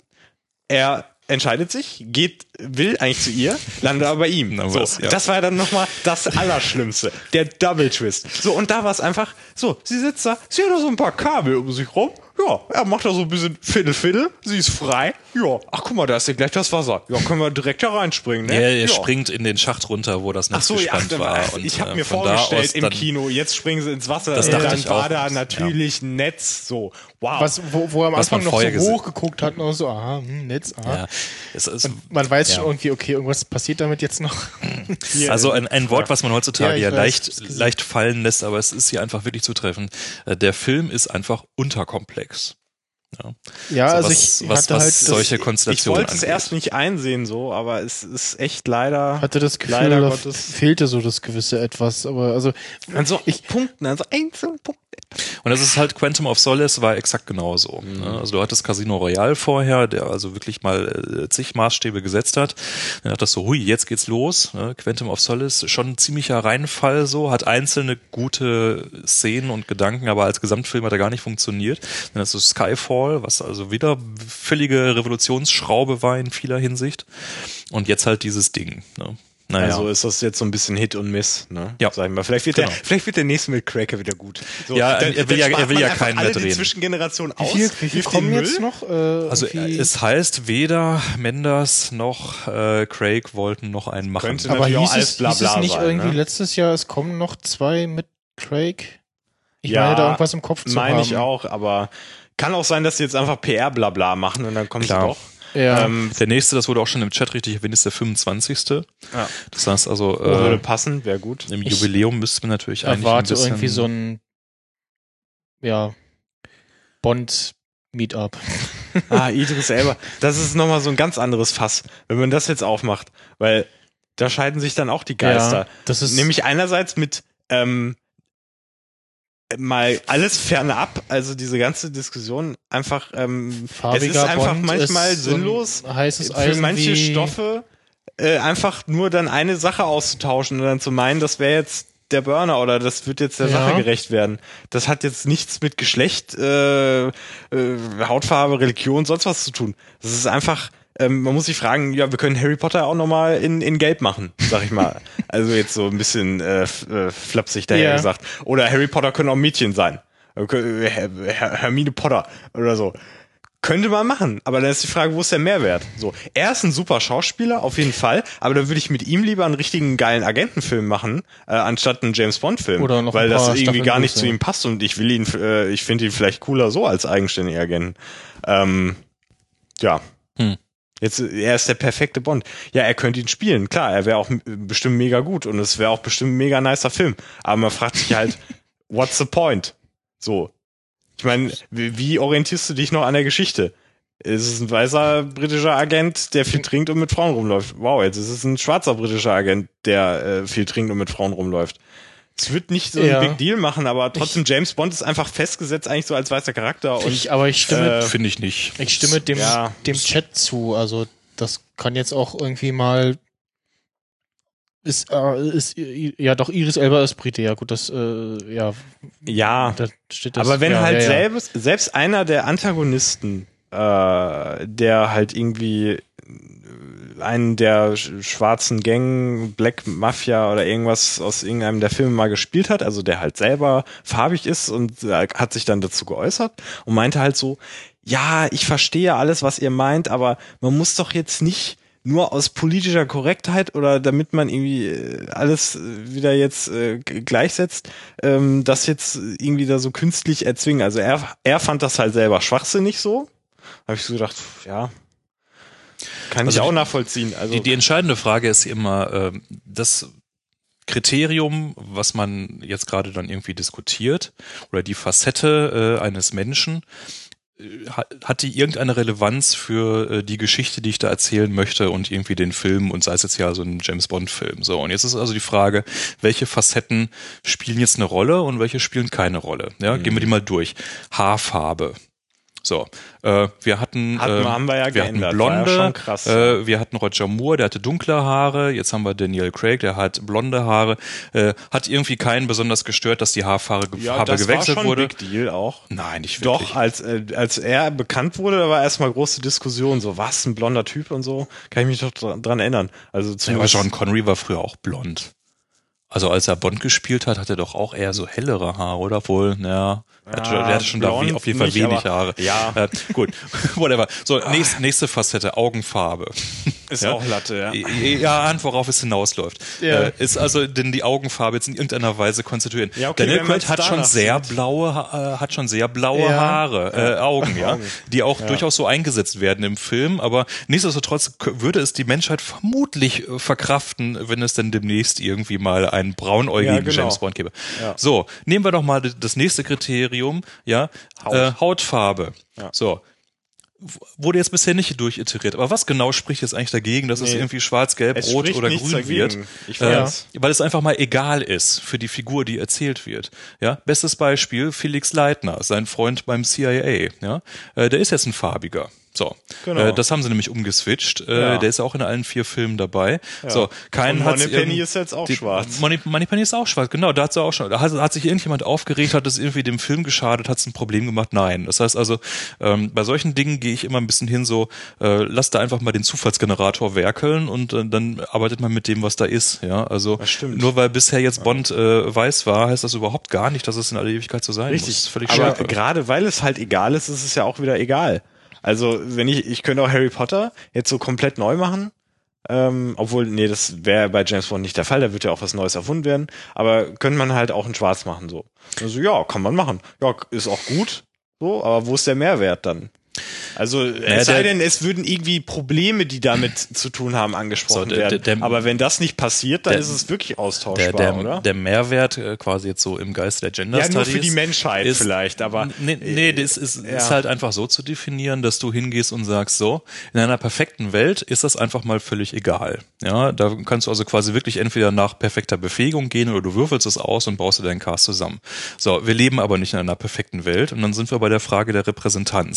B: Er entscheidet sich, geht, will eigentlich zu ihr, landet aber bei ihm.
C: Na
B: So,
C: was, ja.
B: das war ja dann nochmal das Allerschlimmste. Der Double Twist. So, und da war es einfach, so, sie sitzt da, sie hat da so ein paar Kabel um sich rum. Ja, er macht da so ein bisschen Fiddle-Fiddle, sie ist frei. Ja, ach guck mal, da ist ja gleich das Wasser. Ja, können wir direkt da reinspringen, ne?
C: Er, er
B: ja.
C: springt in den Schacht runter, wo das
B: Ach
C: Netz
B: so, ja,
C: gespannt
B: ach,
C: war. Und,
B: ich habe
C: äh,
B: mir
C: von da
B: vorgestellt
C: aus
B: im
C: dann-
B: Kino, jetzt springen sie ins Wasser.
C: Das
B: und
C: dachte
B: dann
C: ich
B: war
C: auch.
B: da natürlich ein Netz. So, wow.
A: Was, wo, wo er am
C: Was
A: Anfang
C: man
A: noch
C: vorher
A: so
C: gesehen-
A: hochgeguckt hat und so, aha, hm, Netz, aha.
C: Ja, es ist,
A: Man weiß
C: Ja.
A: schon irgendwie, okay, irgendwas passiert damit jetzt noch.
B: Hier,
C: also ein, ein Wort, was man heutzutage
A: Ja, ich
C: ja,
A: weiß,
C: leicht,
A: hab's gesehen.
C: leicht fallen lässt, aber es ist hier einfach wirklich zutreffend. Äh, Der Film ist einfach unterkomplex. Ja,
A: Ja,
C: So,
A: also
C: was-
A: ich
C: was-
A: hatte
C: was
A: halt das,
C: solche
B: ich
C: Konstellationen
B: wollte es
C: angeht.
B: erst nicht einsehen, so, aber es ist echt leider.
A: hatte das Gefühl,
B: leider
A: da
B: Gottes.
A: fehlte so das gewisse Etwas, aber also
B: An so
A: ich,
B: Punkten, an so einzelnen Punkten.
C: Und das ist halt Quantum of Solace war exakt genauso.
B: Mhm.
C: Ne? Also du hattest Casino Royale vorher, der also wirklich mal äh, zig Maßstäbe gesetzt hat. Dann hat das so, hui, jetzt geht's los. Ne? Quantum of Solace, schon ein ziemlicher Reinfall so, hat einzelne gute Szenen und Gedanken, aber als Gesamtfilm hat er gar nicht funktioniert. Dann hast du Skyfall, was also wieder völlige Revolutionsschraube war in vieler Hinsicht. Und jetzt halt dieses Ding. Ne? Naja.
B: Also ist das jetzt so ein bisschen Hit und Miss, ne?
C: Ja.
B: Sag ich mal. Vielleicht wird,
C: Genau.
B: der, vielleicht wird der nächste mit Cracker wieder gut. So,
C: Ja, er will ja-
B: spart
C: er will
B: man
C: ja
B: einfach
C: keinen
B: alle
C: mehr
B: die
C: drehen.
B: Zwischengeneration
A: wie
B: aus.
A: viel, wie viel
B: wirft
A: kommen
B: den
A: jetzt
B: Müll.
A: noch? Äh,
C: Also
A: irgendwie-
C: äh, es heißt, weder Menders noch äh, Craig wollten noch einen machen.
B: Könnte
A: aber
B: natürlich auch
A: hieß
B: alles
A: es,
B: bla
A: hieß es
B: bla
A: nicht
B: sein,
A: irgendwie
B: ne?
A: letztes Jahr, es kommen noch zwei mit Craig? Ich
B: Ja,
A: meine, da irgendwas im Kopf zu
B: Meine
A: haben.
B: ich auch, aber kann auch sein, dass sie jetzt einfach P R-Blabla machen und dann kommen
C: Klar.
B: sie doch.
A: Ja.
B: Ähm,
C: Der nächste, das wurde auch schon im Chat richtig erwähnt, ist der fünfundzwanzigste
B: Ja.
C: Das heißt also,
B: würde
C: äh,
B: passen, wäre gut.
C: im
A: Ich
C: Jubiläum müssten wir natürlich eigentlich ein
A: erwarte
C: bisschen...
A: irgendwie so ein ja Bond-Meetup.
B: Ah, Idris Elba. Das ist nochmal so ein ganz anderes Fass, wenn man das jetzt aufmacht. Weil da scheiden sich dann auch die Geister.
A: Ja, das ist
B: Nämlich einerseits mit ähm, mal alles fernab, also diese ganze Diskussion einfach, ähm, es
A: farbiger
B: ist einfach
A: Bond
B: manchmal
A: ist so ein
B: sinnlos,
A: heißes
B: für
A: Eisen
B: manche
A: wie,
B: Stoffe äh, einfach nur dann eine Sache auszutauschen und dann zu meinen, das wäre jetzt der Burner oder das wird jetzt der
A: Ja.
B: Sache gerecht werden. Das hat jetzt nichts mit Geschlecht, äh, äh, Hautfarbe, Religion, sonst was zu tun. Das ist einfach ähm, man muss sich fragen, ja, wir können Harry Potter auch nochmal in, in Gelb machen, sag ich mal. Also jetzt so ein bisschen äh, f- äh, flapsig daher
A: Ja.
B: gesagt. Oder Harry Potter können auch Mädchen sein. Äh, Her- Her- Hermine Potter oder so. Könnte man machen, aber dann ist die Frage, wo ist der Mehrwert? So, er ist ein super Schauspieler, auf jeden Fall, aber da würde ich mit ihm lieber einen richtigen geilen Agentenfilm machen, äh, anstatt einen James-Bond-Film.
A: Oder noch ein
B: weil das
A: paar
B: irgendwie
A: Staffeln
B: gar nicht
A: größer.
B: zu ihm passt und ich will ihn, äh, ich finde ihn vielleicht cooler so als eigenständiger Agenten. Ähm, ja.
C: Hm.
B: Jetzt, er ist der perfekte Bond. Ja, er könnte ihn spielen, klar, er wäre auch m- bestimmt mega gut und es wäre auch bestimmt ein mega nicer Film. Aber man fragt sich halt, what's the point? So. Ich meine, wie, wie orientierst du dich noch an der Geschichte? Es ist ein weißer britischer Agent, der viel trinkt und mit Frauen rumläuft. Wow, jetzt ist es ein schwarzer britischer Agent, der äh, viel trinkt und mit Frauen rumläuft. Es wird nicht so
A: Ja.
B: ein Big Deal machen, aber trotzdem, James Bond ist einfach festgesetzt eigentlich so als weißer Charakter. Und
A: Ich, aber ich stimme,
B: äh,
C: Finde ich nicht.
A: ich stimme dem,
B: ja.
A: dem Chat zu. Also das kann jetzt auch irgendwie mal ist, äh, ist ja doch Idris Elba ist Brite, ja gut, das äh, ja
B: ja,
A: da steht das.
B: aber wenn
A: ja,
B: halt
A: ja, ja.
B: selbst, selbst einer der Antagonisten, äh, der halt irgendwie einen der sch- schwarzen Gang, Black Mafia oder irgendwas aus irgendeinem der Filme mal gespielt hat, also der halt selber farbig ist und äh, hat sich dann dazu geäußert und meinte halt so, ja, ich verstehe alles, was ihr meint, aber man muss doch jetzt nicht nur aus politischer Korrektheit oder damit man irgendwie äh, alles äh, wieder jetzt äh, g- gleichsetzt, ähm, das jetzt irgendwie da so künstlich erzwingen. Also er, er fand das halt selber schwachsinnig so. Habe ich so gedacht, pf, ja, kann
C: Also
B: ich auch
C: die-
B: nachvollziehen. Also
C: Die, die entscheidende Frage ist immer, ähm, das Kriterium, was man jetzt gerade dann irgendwie diskutiert, oder die Facette äh, eines Menschen, äh, hat, hat die irgendeine Relevanz für äh, die Geschichte, die ich da erzählen möchte und irgendwie den Film und sei es jetzt ja so ein James-Bond-Film. So, und jetzt ist also die Frage, welche Facetten spielen jetzt eine Rolle und welche spielen keine Rolle? Ja, gehen wir die mal durch. Haarfarbe. So, äh, wir hatten,
B: Hatten wir-
C: äh,
B: haben wir ja
C: wir hatten
B: geändert. War ja
C: Blonde,
B: schon krass.
C: äh, wir hatten Roger Moore, der hatte dunkle Haare, jetzt haben wir Daniel Craig, der hat blonde Haare, äh, hat irgendwie keinen besonders gestört, dass die Haarfarbe ge-
B: ja,
C: Farbe
B: das war
C: gewechselt
B: schon
C: wurde.
B: ein Big Deal auch.
C: Nein, nicht wirklich.
B: Doch, als, äh, als er bekannt wurde, da war erstmal große Diskussion, so was, ein blonder Typ und so, kann ich mich doch dran, dran erinnern. Also
C: Ja, aber
B: zumindest,
C: Sean Connery war früher auch blond. Also als er Bond gespielt hat, hat er doch auch eher so hellere Haare, oder wohl? Ja, er hatte,
B: Ja,
C: er hatte schon da
B: blond
C: wie, auf jeden Fall
B: nicht,
C: wenig
B: aber-
C: Haare.
B: ja.
C: Äh, gut, whatever. So, nächste, nächste Facette, Augenfarbe.
B: ist
C: ja.
B: auch Latte, ja.
C: Ja, an worauf es hinausläuft.
A: Ja.
C: Äh, ist also denn die Augenfarbe jetzt in irgendeiner Weise konstituieren.
B: Ja, okay,
C: Daniel
B: wenn man
C: Craig hat
B: danach
C: schon sehr
B: sieht.
C: blaue, Ha- äh, hat schon sehr blaue
A: Ja.
C: Haare, äh, Augen, ja,
B: Augen.
C: die auch durchaus so eingesetzt werden im Film, aber nichtsdestotrotz k- würde es die Menschheit vermutlich äh, verkraften, wenn es denn demnächst irgendwie mal einen braunäugigen
B: Ja, genau.
C: James Bond gäbe.
B: Ja.
C: So, nehmen wir doch mal d- das nächste Kriterium, ja,
B: Haut.
C: Äh, Hautfarbe.
B: Ja.
C: So. W- Wurde jetzt bisher nicht durchiteriert. Aber was genau spricht jetzt eigentlich dagegen, dass es
B: Nee.
C: irgendwie schwarz, gelb,
B: Es
C: rot
B: spricht
C: oder
B: nichts
C: grün
B: dagegen.
C: wird?
B: Ich
C: Äh,
B: weiß.
C: weil es einfach mal egal ist für die Figur, die erzählt wird. Ja, bestes Beispiel, Felix Leitner, sein Freund beim C I A. Ja, äh, der ist jetzt ein farbiger. So,
B: Genau.
C: äh, das haben sie nämlich umgeswitcht. Äh,
B: Ja.
C: Der ist auch in allen vier Filmen dabei. So, keinen
B: Und
C: hat
B: Moneypenny ist jetzt auch schwarz.
C: Money, Moneypenny ist auch schwarz, genau, da hat sie auch schon. Da hat, hat sich irgendjemand aufgeregt, hat es irgendwie dem Film geschadet, hat es ein Problem gemacht? Nein. Das heißt also, ähm, bei solchen Dingen gehe ich immer ein bisschen hin so, äh, lass da einfach mal den Zufallsgenerator werkeln und äh, dann arbeitet man mit dem, was da ist. Ja, also
B: Das stimmt.
C: nur weil bisher jetzt Bond äh, weiß war, heißt das überhaupt gar nicht, dass es in aller Ewigkeit so sein muss. Das
B: Richtig.
C: ist völlig
B: Aber
C: schade.
B: gerade weil es halt egal ist, ist es ja auch wieder egal. Also, wenn ich, ich könnte auch Harry Potter jetzt so komplett neu machen. Ähm, obwohl, nee, das wäre bei James Bond nicht der Fall, da wird ja auch was Neues erfunden werden. Aber könnte man halt auch in Schwarz machen, so. Also, ja, kann man machen. Ja, ist auch gut. So, aber wo ist der Mehrwert dann? Also, es sei
C: der-
B: denn, es würden irgendwie Probleme, die damit zu tun haben, angesprochen
C: So, der-
B: werden.
C: der- der-
B: aber wenn das nicht passiert, dann
C: der-
B: ist es wirklich
C: Der,
B: austauschbar,
C: der,
B: oder?
C: der Mehrwert äh, quasi jetzt so im Geiste der Gender
B: Ja, nur
C: Studies
B: für die Menschheit
C: ist,
B: vielleicht, aber-
C: nee, nee, das ist,
B: Ja.
C: ist halt einfach so zu definieren, dass du hingehst und sagst, so, in einer perfekten Welt ist das einfach mal völlig egal. Ja, da kannst du also quasi wirklich entweder nach perfekter Befähigung gehen oder du würfelst es aus und baust dir deinen Cast zusammen. So, wir leben aber nicht in einer perfekten Welt und dann sind wir bei der Frage der Repräsentanz.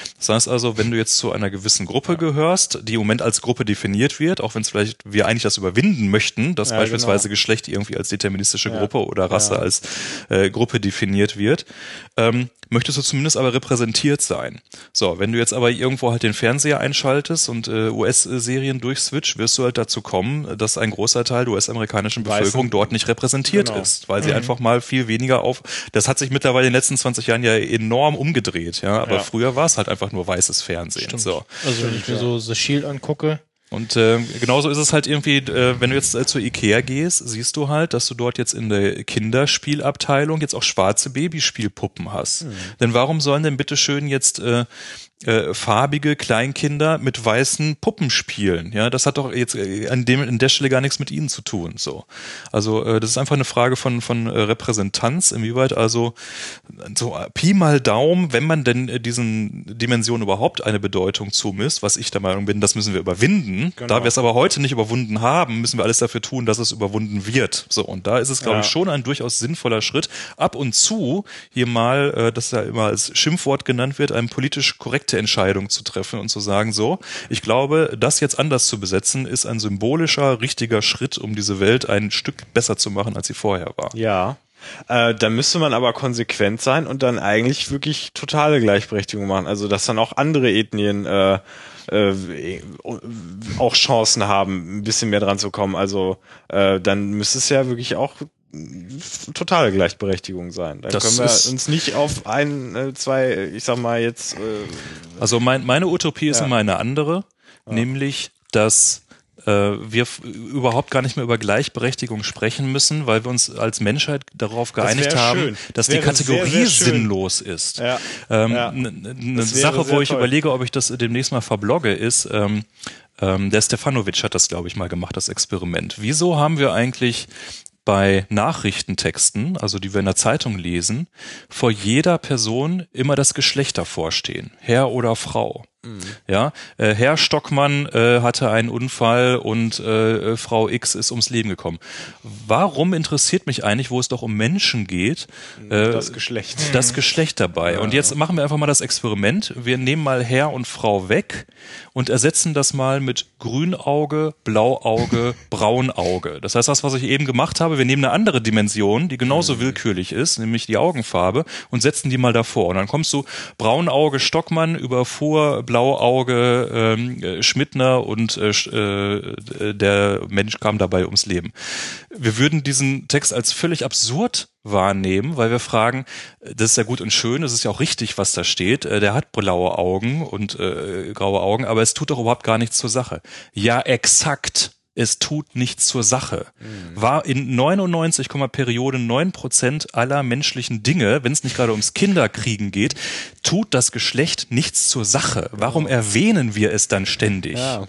C: Das heißt also, wenn du jetzt zu einer gewissen Gruppe ja. gehörst, die im Moment als Gruppe definiert wird, auch wenn es vielleicht wir eigentlich das überwinden möchten, dass ja, beispielsweise genau. Geschlecht irgendwie als deterministische ja. Gruppe oder Rasse ja. als äh, Gruppe definiert wird, ähm, möchtest du zumindest aber repräsentiert sein. So, wenn du jetzt aber irgendwo halt den Fernseher einschaltest und äh, U S-Serien durchswitcht, wirst du halt dazu kommen, dass ein großer Teil der U S-amerikanischen Bevölkerung Weißen. dort nicht repräsentiert genau. ist, weil sie mhm. einfach mal viel weniger auf, das hat sich mittlerweile in den letzten zwanzig Jahren ja enorm umgedreht, ja, aber ja. früher war es halt einfach nur weißes Fernsehen.
A: Stimmt.
C: So.
A: Also wenn ich mir so The Shield angucke,
C: und äh, genauso ist es halt irgendwie, äh, wenn du jetzt äh, zur Ikea gehst, siehst du halt, dass du dort jetzt in der Kinderspielabteilung jetzt auch schwarze Babyspielpuppen hast. Mhm. Denn warum sollen denn bitte schön jetzt äh, äh, farbige Kleinkinder mit weißen Puppen spielen? Ja, das hat doch jetzt äh, an dem an der Stelle gar nichts mit ihnen zu tun. So, also äh, das ist einfach eine Frage von von äh, Repräsentanz, inwieweit also so Pi mal Daumen, wenn man denn äh, diesen Dimensionen überhaupt eine Bedeutung zumisst, was ich der Meinung bin, das müssen wir überwinden. Genau. Da wir es aber heute nicht überwunden haben, müssen wir alles dafür tun, dass es überwunden wird. So, und da ist es, glaube ja. ich, schon ein durchaus sinnvoller Schritt, ab und zu hier mal, äh, das ja immer als Schimpfwort genannt wird, eine politisch korrekte Entscheidung zu treffen und zu sagen, so, ich glaube, das jetzt anders zu besetzen, ist ein symbolischer, richtiger Schritt, um diese Welt ein Stück besser zu machen, als sie vorher war.
B: Ja. Äh, da müsste man aber konsequent sein und dann eigentlich wirklich totale Gleichberechtigung machen. Also, dass dann auch andere Ethnien äh, äh, auch Chancen haben, ein bisschen mehr dran zu kommen. Also, äh, dann müsste es ja wirklich auch totale Gleichberechtigung sein. Dann das können wir uns nicht auf ein, zwei, ich sag mal jetzt... Äh,
C: also mein, meine Utopie ist ja. immer eine andere, ja. nämlich, dass wir f- überhaupt gar nicht mehr über Gleichberechtigung sprechen müssen, weil wir uns als Menschheit darauf geeinigt
B: das
C: haben,
B: schön.
C: dass
B: das
C: die Kategorie
B: sehr, sehr
C: sinnlos ist.
B: Ja.
C: Ähm,
B: ja.
C: Eine Sache, wo ich toll. überlege, ob ich das demnächst mal verblogge, ist, ähm, ähm, der Stefanovic hat das, glaube ich, mal gemacht, das Experiment. Wieso haben wir eigentlich bei Nachrichtentexten, also die wir in der Zeitung lesen, vor jeder Person immer das Geschlecht davor stehen, Herr oder Frau? Mhm. Ja, äh, Herr Stockmann äh, hatte einen Unfall und äh, Frau X ist ums Leben gekommen. Warum interessiert mich eigentlich, wo es doch um Menschen geht,
B: äh, das Geschlecht,
C: das Geschlecht dabei? Ja. Und jetzt machen wir einfach mal das Experiment. Wir nehmen mal Herr und Frau weg und ersetzen das mal mit Grünauge, Blauauge, Braunauge. Das heißt, das, was ich eben gemacht habe, wir nehmen eine andere Dimension, die genauso mhm. willkürlich ist, nämlich die Augenfarbe, und setzen die mal davor. Und dann kommst du Braunauge Stockmann überfuhr Blauauge ähm, Schmidtner und äh, äh, der Mensch kam dabei ums Leben. Wir würden diesen Text als völlig absurd wahrnehmen, weil wir fragen, das ist ja gut und schön, es ist ja auch richtig, was da steht, der hat blaue Augen und äh, graue Augen, aber es tut doch überhaupt gar nichts zur Sache. Ja, exakt. Es tut nichts zur Sache. Mhm. War in neunundneunzig, Periode neun Prozent aller menschlichen Dinge, wenn es nicht gerade ums Kinderkriegen geht, tut das Geschlecht nichts zur Sache. Warum erwähnen wir es dann ständig?
B: Ja,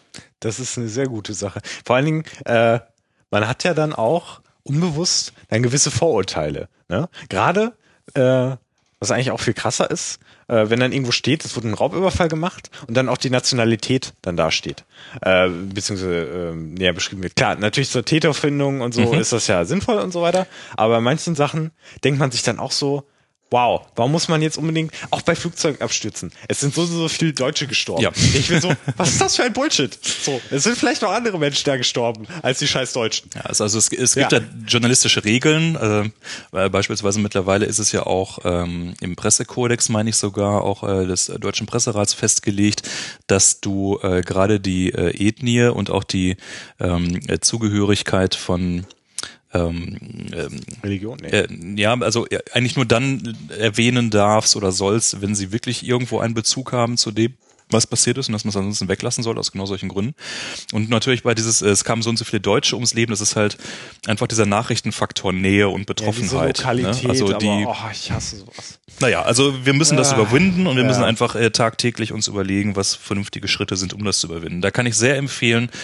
B: das ist eine sehr gute Sache. Vor allen Dingen, äh, man hat ja dann auch unbewusst dann gewisse Vorurteile. Ne? Gerade, äh, was eigentlich auch viel krasser ist, äh, wenn dann irgendwo steht, es wurde ein Raubüberfall gemacht und dann auch die Nationalität dann da steht, äh, beziehungsweise äh, näher beschrieben wird. Klar, natürlich zur Täterfindung und so mhm. ist das ja sinnvoll und so weiter, aber bei manchen Sachen denkt man sich dann auch so, wow, warum muss man jetzt unbedingt, auch bei Flugzeugabstürzen, es sind so, so viele Deutsche gestorben. Ja. Ich bin so, was ist das für ein Bullshit? So, es sind vielleicht noch andere Menschen da gestorben, als die scheiß Deutschen.
C: Ja, also, also es, es gibt ja. ja journalistische Regeln, äh, beispielsweise mittlerweile ist es ja auch ähm, im Pressekodex, meine ich sogar, auch äh, des Deutschen Presserats festgelegt, dass du äh, gerade die äh, Ethnie und auch die ähm, Zugehörigkeit von Ähm, ähm,
B: Religion? Nee.
C: Äh, ja, also äh, eigentlich nur dann erwähnen darfst oder sollst, wenn sie wirklich irgendwo einen Bezug haben zu dem, was passiert ist und dass man es ansonsten weglassen soll, aus genau solchen Gründen. Und natürlich bei dieses, es kamen so und so viele Deutsche ums Leben, das ist halt einfach dieser Nachrichtenfaktor Nähe und Betroffenheit.
B: Ja, Lokalität,
C: ne? Also die,
B: aber, oh, ich hasse sowas.
C: Naja, also wir müssen das
B: ah,
C: überwinden und wir
B: ja.
C: müssen einfach äh, tagtäglich uns überlegen, was vernünftige Schritte sind, um das zu überwinden. Da kann ich sehr empfehlen,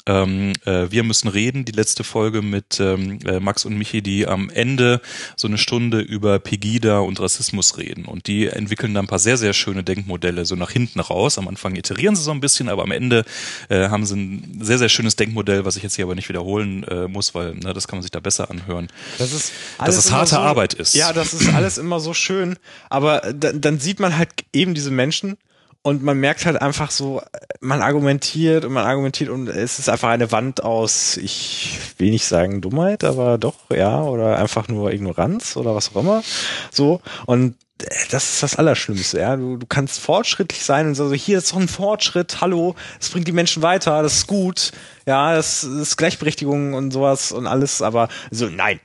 C: ähm, äh, Wir müssen reden, die letzte Folge mit ähm, äh, Max und Michi, die am Ende so eine Stunde über Pegida und Rassismus reden. Und die entwickeln dann ein paar sehr, sehr schöne Denkmodelle so nach hinten raus. Am Anfang iterieren sie so ein bisschen, aber am Ende äh, haben sie ein sehr, sehr schönes Denkmodell, was ich jetzt hier aber nicht wiederholen äh, muss, weil ne, das kann man sich da besser anhören.
B: Das ist
C: dass es harte
B: so,
C: Arbeit ist.
B: Ja, das ist alles immer so schön, aber dann, dann sieht man halt eben diese Menschen und man merkt halt einfach so, man argumentiert und man argumentiert und es ist einfach eine Wand aus, ich will nicht sagen Dummheit, aber doch, ja, oder einfach nur Ignoranz oder was auch immer, so, und das ist das Allerschlimmste, ja. Du, du kannst fortschrittlich sein und so, also hier ist doch ein Fortschritt, hallo, es bringt die Menschen weiter, das ist gut, ja, das ist Gleichberechtigung und sowas und alles, aber so, nein.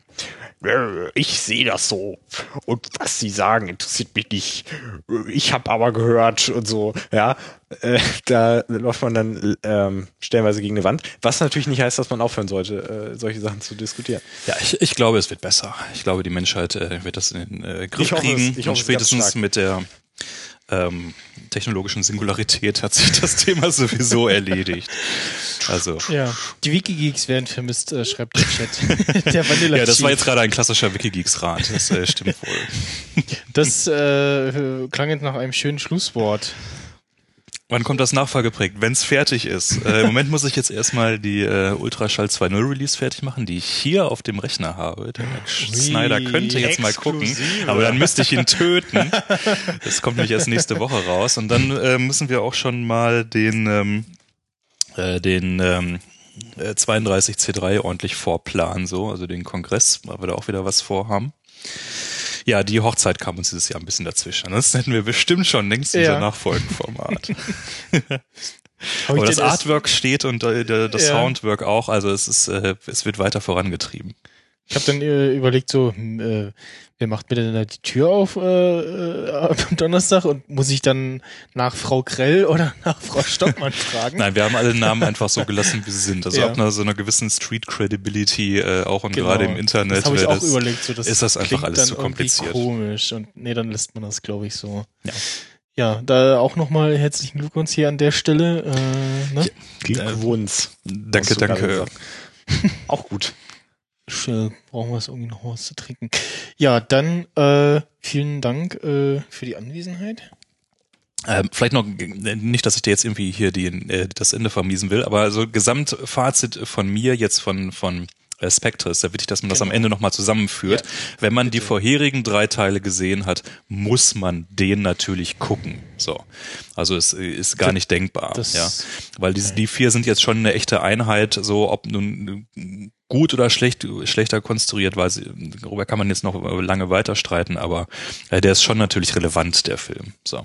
B: Ich sehe das so und was sie sagen interessiert mich nicht. Ich habe aber gehört und so, ja, äh, da läuft man dann ähm, stellenweise gegen eine Wand, was natürlich nicht heißt, dass man aufhören sollte, äh, solche Sachen zu diskutieren.
C: Ja, ich, ich glaube, es wird besser. Ich glaube, die Menschheit äh, wird das in den äh, Griff
B: Ich hoffe
C: kriegen
B: es, ich
C: und
B: hoffe es
C: spätestens
B: ganz stark.
C: mit der ähm, technologischen Singularität hat sich das Thema sowieso erledigt. Also
A: Ja, die Wikigeeks werden vermisst, äh, schreibt der Chat. Der Vanilla
C: ja, das
A: Chief.
C: war jetzt gerade ein klassischer Wikigeeks-Rat. Das äh, stimmt wohl.
A: Das äh, klang jetzt nach einem schönen Schlusswort.
C: Wann kommt das Nachfolgeprojekt? Wenn es fertig ist. Äh, Im Moment muss ich jetzt erstmal die äh, Ultraschall zwei Punkt null Release fertig machen, die ich hier auf dem Rechner habe. Der Snyder könnte jetzt mal gucken,
B: exklusive.
C: aber dann müsste ich ihn töten. Das kommt nämlich erst nächste Woche raus. Und dann äh, müssen wir auch schon mal den ähm, äh, den ähm, äh, zweiunddreißig C drei ordentlich vorplanen, so, also den Kongress, weil wir da auch wieder was vorhaben. Ja, die Hochzeit kam uns dieses Jahr ein bisschen dazwischen. Ansonsten hätten wir bestimmt schon längst unser
A: Ja.
C: Nachfolgenformat.
A: Hab
C: Aber
A: ich
C: das
A: denn erst-
C: Artwork steht und äh, der, das
A: Ja.
C: Soundwork auch, also es ist, äh, es wird weiter vorangetrieben.
A: Ich habe dann äh, überlegt, so, hm, äh, wer macht mir denn da die Tür auf äh, äh, am Donnerstag und muss ich dann nach Frau Grell oder nach Frau Stockmann fragen?
C: Nein, wir haben alle Namen einfach so gelassen, wie sie sind. Also
A: Ja.
C: ab einer so einer gewissen Street Credibility äh, auch und
A: Genau.
C: gerade im Internet.
A: Das habe ich
C: wäre
A: auch überlegt, so das
C: ist das einfach
A: klingt
C: alles
A: dann
C: zu
A: irgendwie
C: kompliziert.
A: komisch und nee, dann lässt man das, glaube ich, so.
C: Ja.
A: Ja, da auch nochmal herzlichen Glückwunsch hier an der Stelle. Äh, ne?
B: Glückwunsch.
C: Danke,
B: Hast du gerade
C: danke.
B: gesagt. Auch gut.
A: Äh, brauchen wir es irgendwie noch was zu trinken. Ja, dann äh, vielen Dank äh, für die Anwesenheit.
C: Ähm, vielleicht noch, äh, nicht, dass ich dir jetzt irgendwie hier die, äh, das Ende vermiesen will, aber so Gesamtfazit von mir jetzt von, von äh, Spectre ist sehr wichtig, dass man das am
A: Genau.
C: Ende nochmal zusammenführt.
A: Ja,
C: Wenn man die vorherigen drei Teile gesehen hat, muss man den natürlich gucken. So. Also es äh, ist gar nicht denkbar,
A: das-
C: ja. Weil diese, die vier sind jetzt schon eine echte Einheit, so ob nun äh, gut oder schlecht, schlechter konstruiert, weil sie, darüber kann man jetzt noch lange weiter streiten, aber äh, der ist schon natürlich relevant, der Film. So.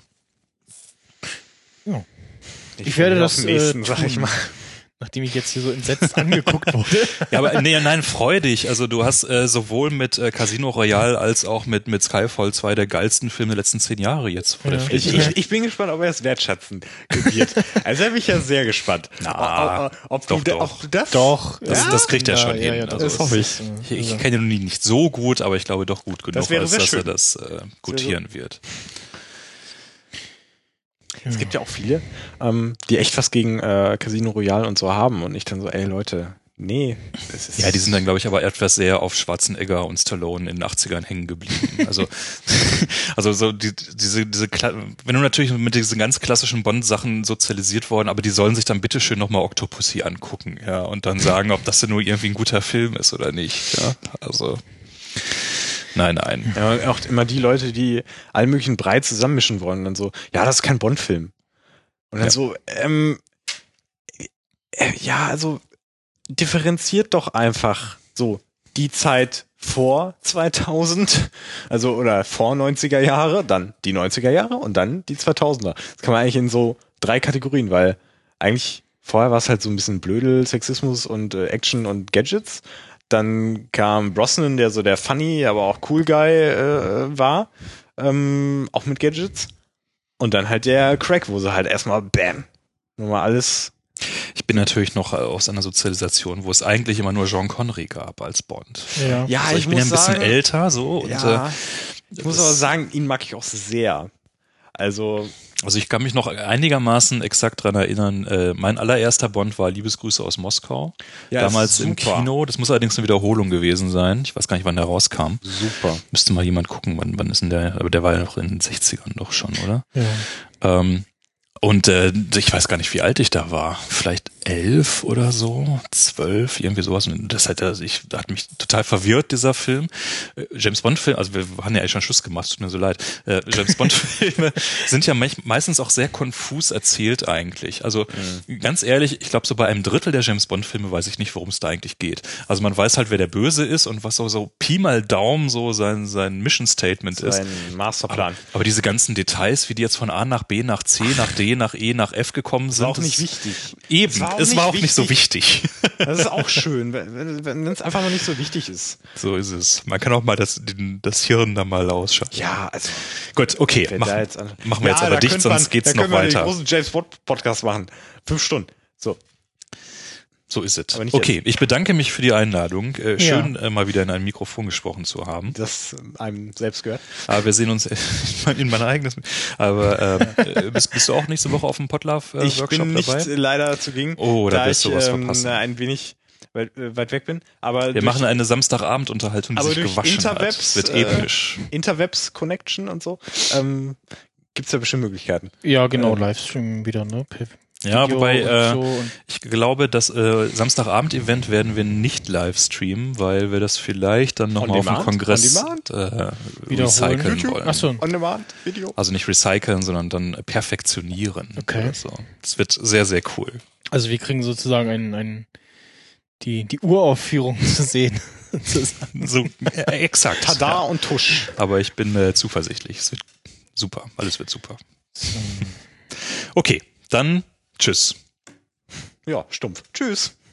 A: Ja. Ich werde
B: auf
A: das,
B: den nächsten,
A: äh,
B: sag ich
A: tun.
B: mal.
A: Nachdem ich jetzt hier so entsetzt angeguckt wurde.
C: Ja, aber nee, nein, freu dich. Also du hast äh, sowohl mit äh, Casino Royale als auch mit mit Skyfall zwei der geilsten Filme der letzten zehn Jahre jetzt vor
A: Ja.
C: der
B: Ich,
C: Flinte.
B: ich, ich bin gespannt, ob er es wertschätzen wird. Also da bin ich ja sehr gespannt.
C: Na,
B: ob, ob, ob,
C: doch,
B: du,
C: doch.
B: ob du das?
A: Doch.
C: Das-
A: ja.
C: das kriegt er schon
A: ja,
C: hin.
A: Ja, das,
C: Also
B: das hoffe ich.
A: ist, äh,
C: Ich, ich
A: also-
C: kenne ihn nicht so gut, aber ich glaube doch gut genug,
B: Das wäre
C: als
B: sehr
C: dass er
B: schön.
C: das äh, gutieren wird.
B: Es gibt ja auch viele, ähm, die echt was gegen äh, Casino Royale und so haben und ich dann so, ey Leute, nee. Das ist
C: Ja, die sind dann, glaube ich, aber etwas sehr auf Schwarzenegger und Stallone in den achtzigern hängen geblieben. Also, also so die, diese, diese, Kla- wenn du natürlich mit diesen ganz klassischen Bond-Sachen sozialisiert worden, aber die sollen sich dann bitteschön nochmal Octopussy angucken, ja, und dann sagen, ob das denn nur irgendwie ein guter Film ist oder nicht, ja, also, nein, nein.
B: ja, und auch immer die Leute, die allen möglichen Brei zusammenmischen wollen und dann so, ja, das ist kein Bond-Film. Und dann
C: Ja.
B: so, ähm, äh, ja, also differenziert doch einfach so die Zeit vor zweitausend, also oder vor neunziger Jahre, dann die neunziger Jahre und dann die zweitausender. Das kann man eigentlich in so drei Kategorien, weil eigentlich vorher war es halt so ein bisschen Blödel, Sexismus und äh, Action und Gadgets. Dann kam Brosnan, der so der funny, aber auch cool Guy äh, war, ähm, auch mit Gadgets. Und dann halt der Crack, wo sie halt erstmal bam, nochmal alles.
C: Ich bin natürlich noch aus einer Sozialisation, wo es eigentlich immer nur Jean Connery gab als Bond.
A: Ja.
B: Ja,
C: Also ich, bin ja ein bisschen älter, so, und,
B: ja,
C: äh,
B: ich muss
C: das-
B: aber sagen, ihn mag ich auch sehr. Also,
C: Also ich kann mich noch einigermaßen exakt dran erinnern, äh, mein allererster Bond war Liebesgrüße aus Moskau.
B: Ja,
C: damals
B: super.
C: im Kino. Das muss allerdings eine Wiederholung gewesen sein. Ich weiß gar nicht, wann der rauskam.
B: Super.
C: Müsste mal jemand gucken, wann, wann ist denn der, aber der war ja noch in den sechzigern doch schon, oder?
A: Ja.
C: Ähm, und äh, ich weiß gar nicht, wie alt ich da war. Vielleicht elf oder so, zwölf, irgendwie sowas. Und das hat, also ich, das hat mich total verwirrt, dieser Film. Äh, James Bond-Filme, also wir haben ja eigentlich schon Schluss gemacht, tut mir so leid. Äh, James Bond-Filme sind ja me- meistens auch sehr konfus erzählt eigentlich. Also mhm. ganz ehrlich, ich glaube, so bei einem Drittel der James Bond-Filme weiß ich nicht, worum es da eigentlich geht. Also man weiß halt, wer der Böse ist und was so, so Pi mal Daumen so sein, sein Mission-Statement ist.
B: Sein Masterplan.
C: Aber, aber diese ganzen Details, wie die jetzt von A nach B, nach C, nach D, nach E, nach F gekommen sind.
B: War auch nicht wichtig.
C: Eben,
B: war auch
C: es
B: nicht
C: war auch
B: wichtig.
C: nicht so wichtig.
B: Das ist auch schön, wenn wenn es einfach noch nicht so wichtig ist.
C: So ist es. Man kann auch mal das, den, das Hirn da mal ausschalten.
B: Ja, also
C: gut, okay.
B: wenn
C: Mach,
B: da jetzt an-
C: machen wir
B: ja,
C: jetzt aber
B: da
C: dicht,
B: könnte
C: sonst
B: man,
C: geht's
B: da
C: noch
B: können wir
C: weiter.
B: den großen James Bond Podcast machen. Fünf Stunden. So.
C: So ist es.
B: Aber nicht
C: Okay, ich bedanke mich für die Einladung. Äh,
A: Ja.
C: schön, äh, mal wieder in einem Mikrofon gesprochen zu haben.
B: Das einem selbst gehört.
C: Aber wir sehen uns in mein eigenes. Aber äh, bist, bist du auch nächste Woche auf dem Podlove äh,
B: Ich
C: Workshop
B: bin nicht
C: dabei?
B: leider zugegen,
C: Oh, da
B: da
C: wirst
B: ich
C: du was
B: ähm,
C: verpassen.
B: ein wenig weit, äh, weit weg bin. Aber
C: Wir
B: durch
C: machen eine Samstagabendunterhaltung, die
B: aber
C: sich
B: durch
C: gewaschen
B: Interwebs,
C: hat. Es wird
B: äh,
C: episch.
B: Interwebs Connection und so ähm, gibt's ja bestimmt Möglichkeiten.
A: Ja, genau,
B: Äh,
A: Livestream wieder, ne? Per
C: Ja,
A: Video
C: wobei
A: und
C: äh,
A: so und
C: ich glaube, das äh, Samstagabend-Event werden wir nicht live streamen, weil wir das vielleicht dann nochmal auf dem
B: demand?
C: Kongress
B: On
C: äh,
A: wiederholen.
C: recyceln
B: YouTube?
C: wollen.
A: Achso,
B: On Demand Video.
C: Also nicht recyceln, sondern dann perfektionieren.
A: Okay.
C: Oder so. Das wird sehr, sehr cool.
A: also wir kriegen sozusagen einen, einen die, die Uraufführung zu sehen. sozusagen.
C: So äh, exakt.
B: Tada
C: Ja.
B: und Tusch.
C: Aber ich bin äh, zuversichtlich. Es wird super. Alles wird super. Okay, dann tschüss.
B: Ja, stumpf. Tschüss.